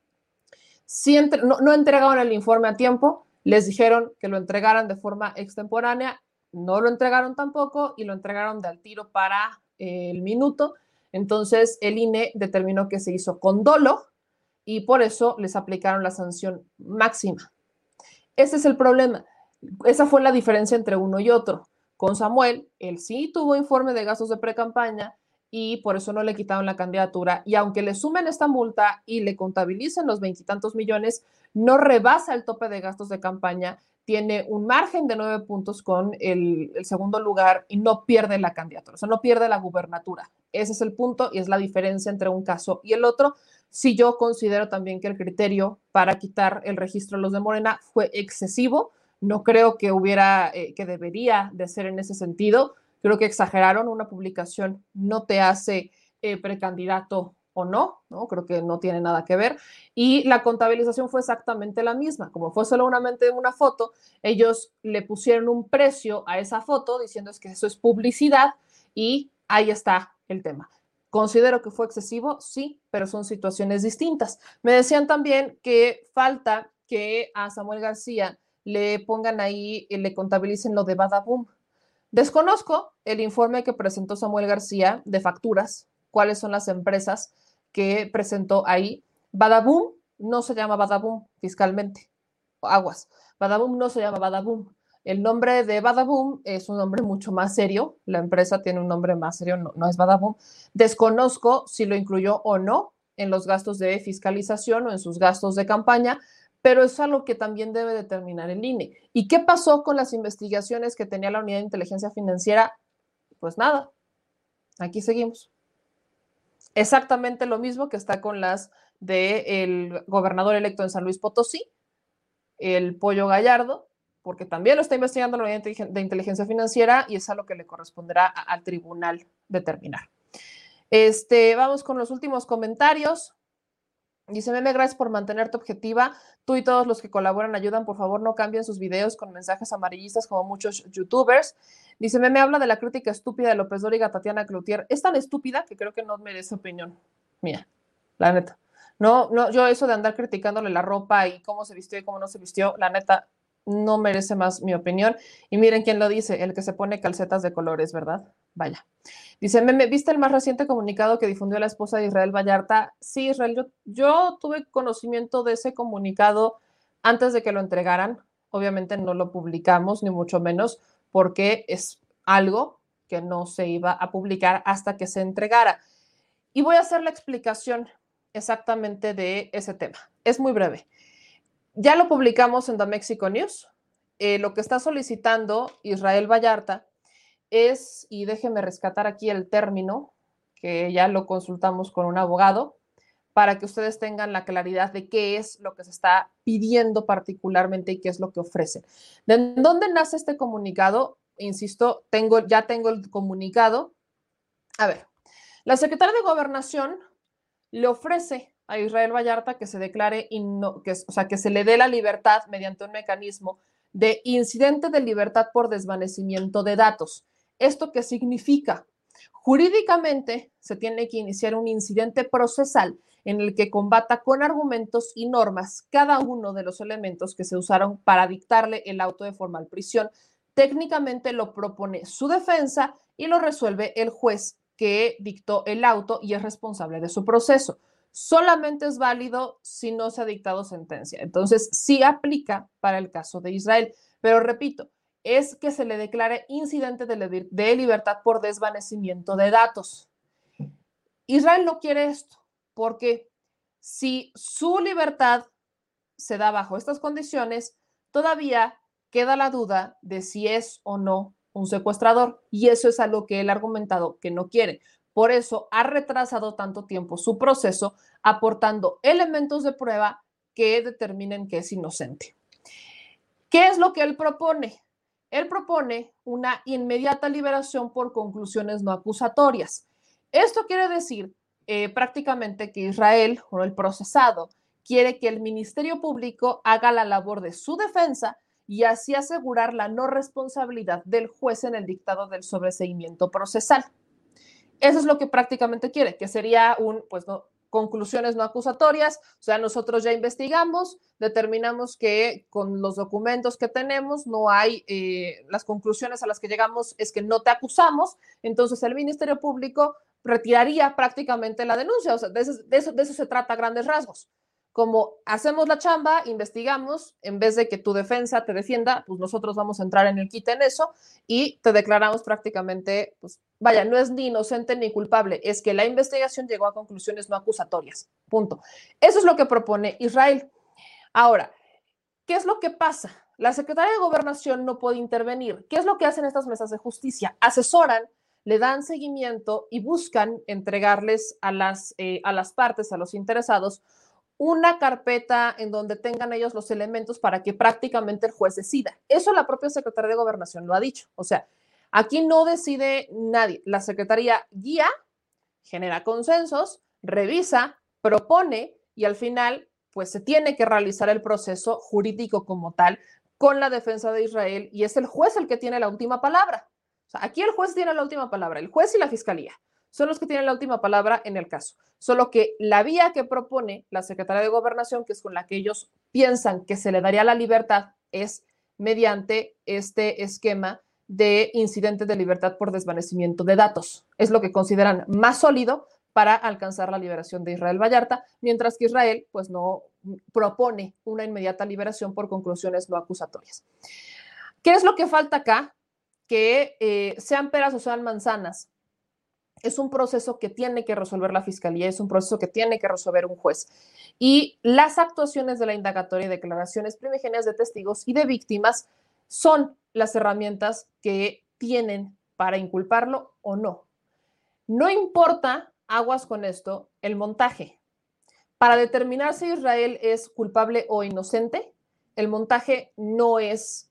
sí no entregaron el informe a tiempo, les dijeron que lo entregaran de forma extemporánea, no lo entregaron tampoco y lo entregaron de al tiro para el minuto. Entonces el INE determinó que se hizo con dolo y por eso les aplicaron la sanción máxima. Ese es el problema. Esa fue la diferencia entre uno y otro. Con Samuel, él sí tuvo informe de gastos de precampaña y por eso no le quitaron la candidatura. Y aunque le sumen esta multa y le contabilicen los 20 y tantos millones, no rebasa el tope de gastos de campaña, tiene un margen de 9 puntos con el segundo lugar y no pierde la candidatura, o sea, no pierde la gubernatura. Ese es el punto y es la diferencia entre un caso y el otro. Sí, yo considero también que el criterio para quitar el registro de los de Morena fue excesivo. No creo que que debería de ser en ese sentido. Creo que exageraron. Una publicación no te hace precandidato o no, ¿no? Creo que no tiene nada que ver. Y la contabilización fue exactamente la misma. Como fue solamente una foto, ellos le pusieron un precio a esa foto diciendo es que eso es publicidad y ahí está el tema. ¿Considero que fue excesivo? Sí, pero son situaciones distintas. Me decían también que falta que a Samuel García le pongan ahí y le contabilicen lo de Badaboom. Desconozco el informe que presentó Samuel García de facturas, cuáles son las empresas que presentó ahí. Badaboom no se llama Badaboom fiscalmente. Aguas. Badaboom no se llama Badaboom. El nombre de Badaboom es un nombre mucho más serio. La empresa tiene un nombre más serio, no es Badaboom. Desconozco si lo incluyó o no en los gastos de fiscalización o en sus gastos de campaña, pero es algo que también debe determinar el INE. ¿Y qué pasó con las investigaciones que tenía la Unidad de Inteligencia Financiera? Pues nada, aquí seguimos. Exactamente lo mismo que está con las del gobernador electo en San Luis Potosí, el Pollo Gallardo, porque también lo está investigando la Unidad de Inteligencia Financiera y es a lo que le corresponderá al tribunal determinar. Vamos con los últimos comentarios. Dice, Meme, gracias por mantenerte objetiva. Tú y todos los que colaboran ayudan. Por favor, no cambien sus videos con mensajes amarillistas como muchos youtubers. Dice, Meme, habla de la crítica estúpida de López Dóriga a Tatiana Cloutier. Es tan estúpida que creo que no merece opinión mía, la neta. No, yo eso de andar criticándole la ropa y cómo se vistió y cómo no se vistió, la neta, no merece más mi opinión. Y miren quién lo dice, el que se pone calcetas de colores, ¿verdad? Vaya. Dice, Meme, ¿viste el más reciente comunicado que difundió la esposa de Israel Vallarta? Sí, Israel, yo tuve conocimiento de ese comunicado antes de que lo entregaran. Obviamente no lo publicamos, ni mucho menos, porque es algo que no se iba a publicar hasta que se entregara. Y voy a hacer la explicación exactamente de ese tema. Es muy breve. Ya lo publicamos en The Mexico News. Lo que está solicitando Israel Vallarta es, y déjenme rescatar aquí el término, que ya lo consultamos con un abogado, para que ustedes tengan la claridad de qué es lo que se está pidiendo particularmente y qué es lo que ofrecen. ¿De dónde nace este comunicado? Insisto, ya tengo el comunicado. A ver, la secretaria de Gobernación le ofrece a Israel Vallarta que se declare, que se le dé la libertad mediante un mecanismo de incidente de libertad por desvanecimiento de datos. ¿Esto qué significa? Jurídicamente se tiene que iniciar un incidente procesal en el que combata con argumentos y normas cada uno de los elementos que se usaron para dictarle el auto de formal prisión. Técnicamente lo propone su defensa y lo resuelve el juez que dictó el auto y es responsable de su proceso. Solamente es válido si no se ha dictado sentencia. Entonces, sí aplica para el caso de Israel. Pero repito, es que se le declare incidente de libertad por desvanecimiento de datos. Israel no quiere esto, porque si su libertad se da bajo estas condiciones, todavía queda la duda de si es o no un secuestrador, y eso es a lo que él ha argumentado que no quiere. Por eso ha retrasado tanto tiempo su proceso, aportando elementos de prueba que determinen que es inocente. ¿Qué es lo que él propone? Él propone una inmediata liberación por conclusiones no acusatorias. Esto quiere decir prácticamente que Israel, o el procesado, quiere que el Ministerio Público haga la labor de su defensa y así asegurar la no responsabilidad del juez en el dictado del sobreseimiento procesal. Eso es lo que prácticamente quiere, que sería conclusiones no acusatorias. O sea, nosotros ya investigamos, determinamos que con los documentos que tenemos no hay, las conclusiones a las que llegamos es que no te acusamos, entonces el Ministerio Público retiraría prácticamente la denuncia. O sea, de eso se trata a grandes rasgos. Como hacemos la chamba, investigamos, en vez de que tu defensa te defienda, pues nosotros vamos a entrar en el quite en eso y te declaramos prácticamente, pues vaya, no es ni inocente ni culpable, es que la investigación llegó a conclusiones no acusatorias, punto. Eso es lo que propone Israel. Ahora, ¿qué es lo que pasa? La Secretaría de Gobernación no puede intervenir. ¿Qué es lo que hacen estas mesas de justicia? Asesoran, le dan seguimiento y buscan entregarles a las partes, a los interesados, una carpeta en donde tengan ellos los elementos para que prácticamente el juez decida. Eso la propia Secretaría de Gobernación lo ha dicho. O sea, aquí no decide nadie. La Secretaría guía, genera consensos, revisa, propone y al final, pues se tiene que realizar el proceso jurídico como tal con la defensa de Israel y es el juez el que tiene la última palabra. O sea, aquí el juez tiene la última palabra, el juez y la fiscalía son los que tienen la última palabra en el caso. Solo que la vía que propone la Secretaría de Gobernación, que es con la que ellos piensan que se le daría la libertad, es mediante este esquema de incidentes de libertad por desvanecimiento de datos. Es lo que consideran más sólido para alcanzar la liberación de Israel Vallarta, mientras que Israel pues no propone una inmediata liberación por conclusiones no acusatorias. ¿Qué es lo que falta acá? Que sean peras o sean manzanas, es un proceso que tiene que resolver la fiscalía, es un proceso que tiene que resolver un juez. Y las actuaciones de la indagatoria y declaraciones primigenias de testigos y de víctimas son las herramientas que tienen para inculparlo o no. No importa, aguas con esto, el montaje. Para determinar si Israel es culpable o inocente, el montaje no es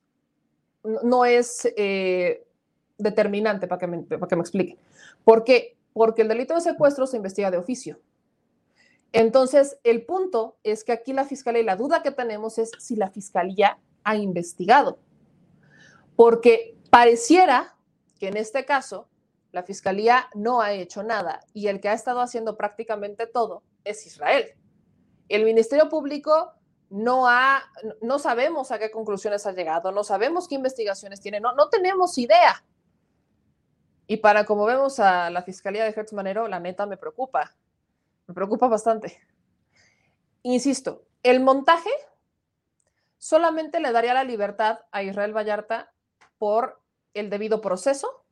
determinante, para que me explique. ¿Por qué? Porque el delito de secuestro se investiga de oficio. Entonces, el punto es que aquí la fiscalía, y la duda que tenemos es si la fiscalía ha investigado. Porque pareciera que en este caso la fiscalía no ha hecho nada y el que ha estado haciendo prácticamente todo es Israel. El Ministerio Público no sabemos a qué conclusiones ha llegado, no sabemos qué investigaciones tiene, no tenemos idea. Y para como vemos a la fiscalía de Gertz Manero, la neta me preocupa bastante. Insisto, el montaje solamente le daría la libertad a Israel Vallarta por el debido proceso,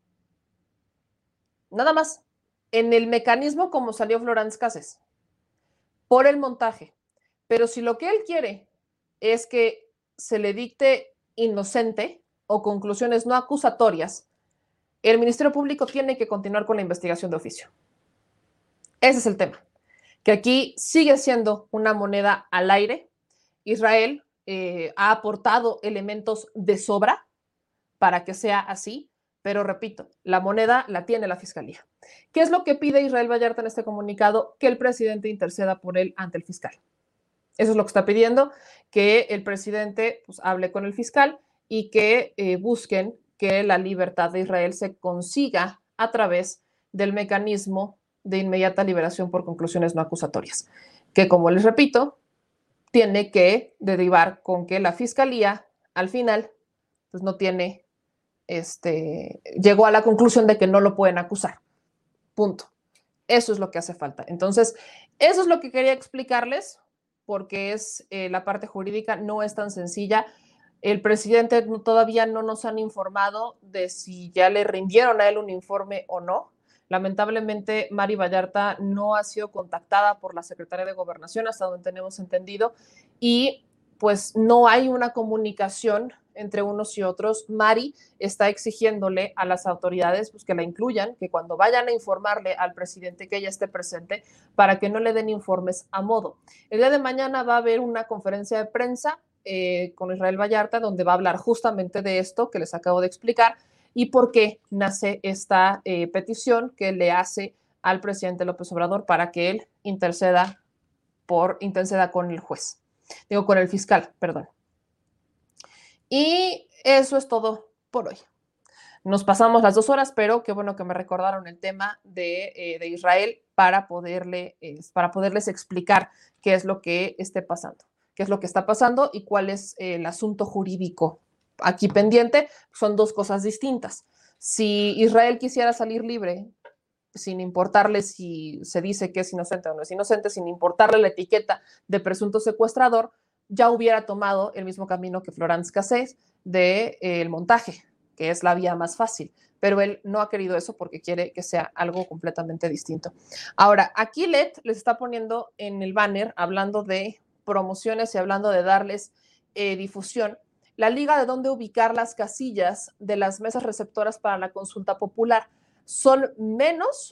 nada más, en el mecanismo como salió Florence Cassés, por el montaje. Pero si lo que él quiere es que se le dicte inocente o conclusiones no acusatorias, el Ministerio Público tiene que continuar con la investigación de oficio. Ese es el tema, que aquí sigue siendo una moneda al aire. Israel ha aportado elementos de sobra para que sea así, pero repito, la moneda la tiene la Fiscalía. ¿Qué es lo que pide Israel Vallarta en este comunicado? Que el presidente interceda por él ante el fiscal. Eso es lo que está pidiendo, que el presidente pues, hable con el fiscal y que busquen que la libertad de Israel se consiga a través del mecanismo de inmediata liberación por conclusiones no acusatorias, que como les repito, tiene que derivar con que la fiscalía al final pues no tiene, llegó a la conclusión de que no lo pueden acusar. Punto. Eso es lo que hace falta. Entonces, eso es lo que quería explicarles, porque es la parte jurídica, no es tan sencilla. El presidente todavía no nos han informado de si ya le rindieron a él un informe o no. Lamentablemente, Mari Vallarta no ha sido contactada por la Secretaría de Gobernación, hasta donde tenemos entendido, y pues no hay una comunicación entre unos y otros. Mari está exigiéndole a las autoridades pues, que la incluyan, que cuando vayan a informarle al presidente que ella esté presente, para que no le den informes a modo. El día de mañana va a haber una conferencia de prensa con Israel Vallarta, donde va a hablar justamente de esto que les acabo de explicar y por qué nace esta petición que le hace al presidente López Obrador para que él interceda con el juez. Con el fiscal, perdón. Y eso es todo por hoy. Nos pasamos las 2 horas, pero qué bueno que me recordaron el tema de Israel para poderles explicar qué es lo que está pasando y cuál es el asunto jurídico aquí pendiente. Son 2 cosas distintas. Si Israel quisiera salir libre, sin importarle si se dice que es inocente o no es inocente, sin importarle la etiqueta de presunto secuestrador, ya hubiera tomado el mismo camino que Florence Cassés del montaje, que es la vía más fácil, pero él no ha querido eso porque quiere que sea algo completamente distinto. Ahora, aquí Led les está poniendo en el banner, hablando de promociones y hablando de darles difusión, la liga de dónde ubicar las casillas de las mesas receptoras para la consulta popular. Son menos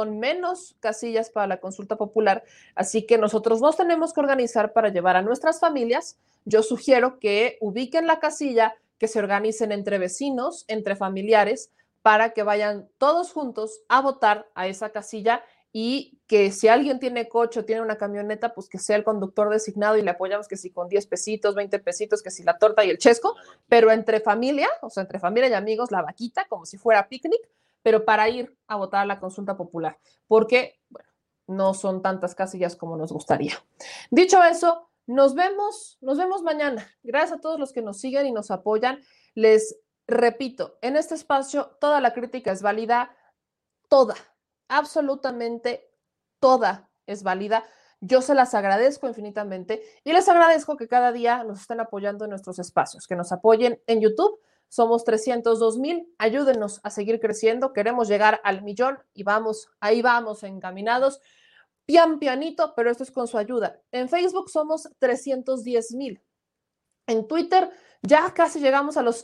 casillas para la consulta popular, así que nosotros nos tenemos que organizar para llevar a nuestras familias. Yo sugiero que ubiquen la casilla, que se organicen entre vecinos, entre familiares, para que vayan todos juntos a votar a esa casilla y que si alguien tiene coche o tiene una camioneta, pues que sea el conductor designado y le apoyamos que si con 10 pesitos, 20 pesitos, que si la torta y el chesco, pero entre familia, o sea, entre familia y amigos, la vaquita, como si fuera picnic, pero para ir a votar a la consulta popular, porque, bueno, no son tantas casillas como nos gustaría. Dicho eso, nos vemos mañana. Gracias a todos los que nos siguen y nos apoyan. Les repito, en este espacio toda la crítica es válida, toda, absolutamente toda es válida. Yo se las agradezco infinitamente y les agradezco que cada día nos estén apoyando en nuestros espacios, que nos apoyen en YouTube. Somos 302,000, ayúdenos a seguir creciendo, queremos llegar al 1,000,000 y ahí vamos encaminados, pianito, pero esto es con su ayuda. En Facebook somos 310,000, en Twitter ya casi llegamos a los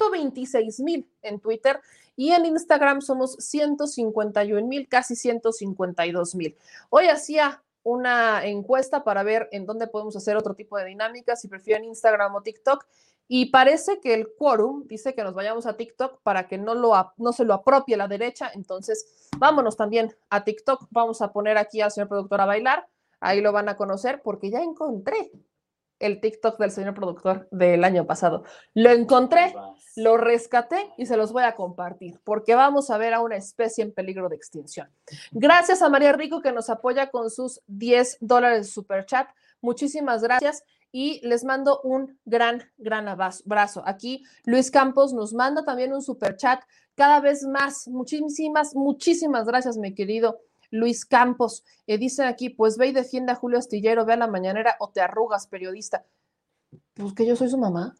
126,000 en Twitter y en Instagram somos 151,000, casi 152,000. Hoy hacía una encuesta para ver en dónde podemos hacer otro tipo de dinámicas, si prefieren Instagram o TikTok, y parece que el quórum dice que nos vayamos a TikTok para que no se lo apropie la derecha. Entonces vámonos también a TikTok. Vamos a poner aquí al señor productor a bailar, ahí lo van a conocer porque ya encontré el TikTok del señor productor del año pasado. Lo encontré, lo rescaté y se los voy a compartir porque vamos a ver a una especie en peligro de extinción. Gracias a María Rico que nos apoya con sus $10 de super chat. Muchísimas gracias y les mando un gran abrazo. Aquí Luis Campos nos manda también un super chat cada vez más. Muchísimas gracias, mi querido Luis Campos. Dicen aquí, pues ve y defiende a Julio Astillero, ve a la mañanera o te arrugas, periodista. Pues que yo soy su mamá.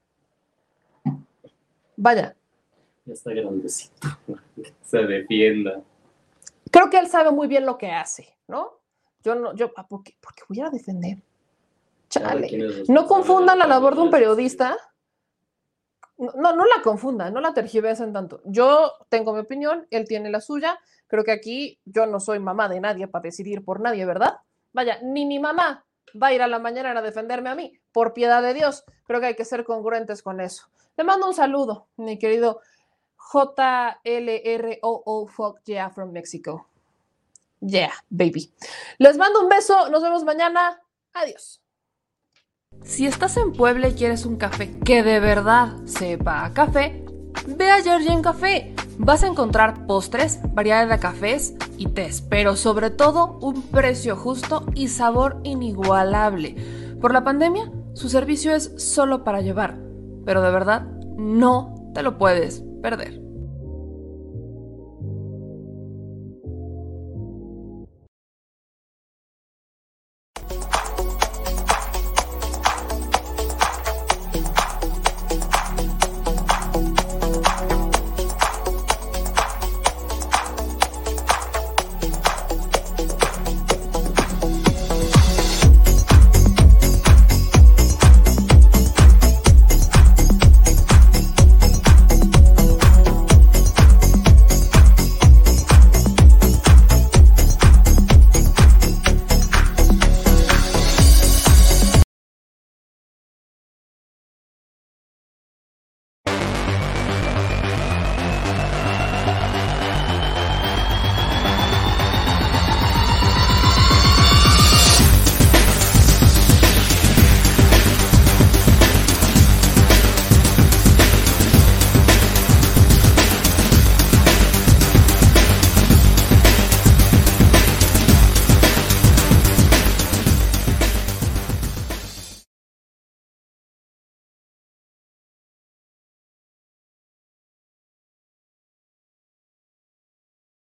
Vaya. Ya está grandecito. Se defienda. Creo que él sabe muy bien lo que hace, ¿no? ¿por qué voy a defender? Chale. No confundan la labor de un periodista. No la confundan, no la tergiversen tanto. Yo tengo mi opinión, él tiene la suya. Creo que aquí yo no soy mamá de nadie para decidir por nadie, ¿verdad? Vaya, ni mi mamá va a ir a la mañana a defenderme a mí, por piedad de Dios. Creo que hay que ser congruentes con eso. Le mando un saludo, mi querido JLROO Fuck Yeah from Mexico. Yeah, baby. Les mando un beso, nos vemos mañana. Adiós. Si estás en Puebla y quieres un café que de verdad sepa a café, ve a Georgian Café. Vas a encontrar postres, variedad de cafés y tés, pero sobre todo un precio justo y sabor inigualable. Por la pandemia, su servicio es solo para llevar, pero de verdad no te lo puedes perder.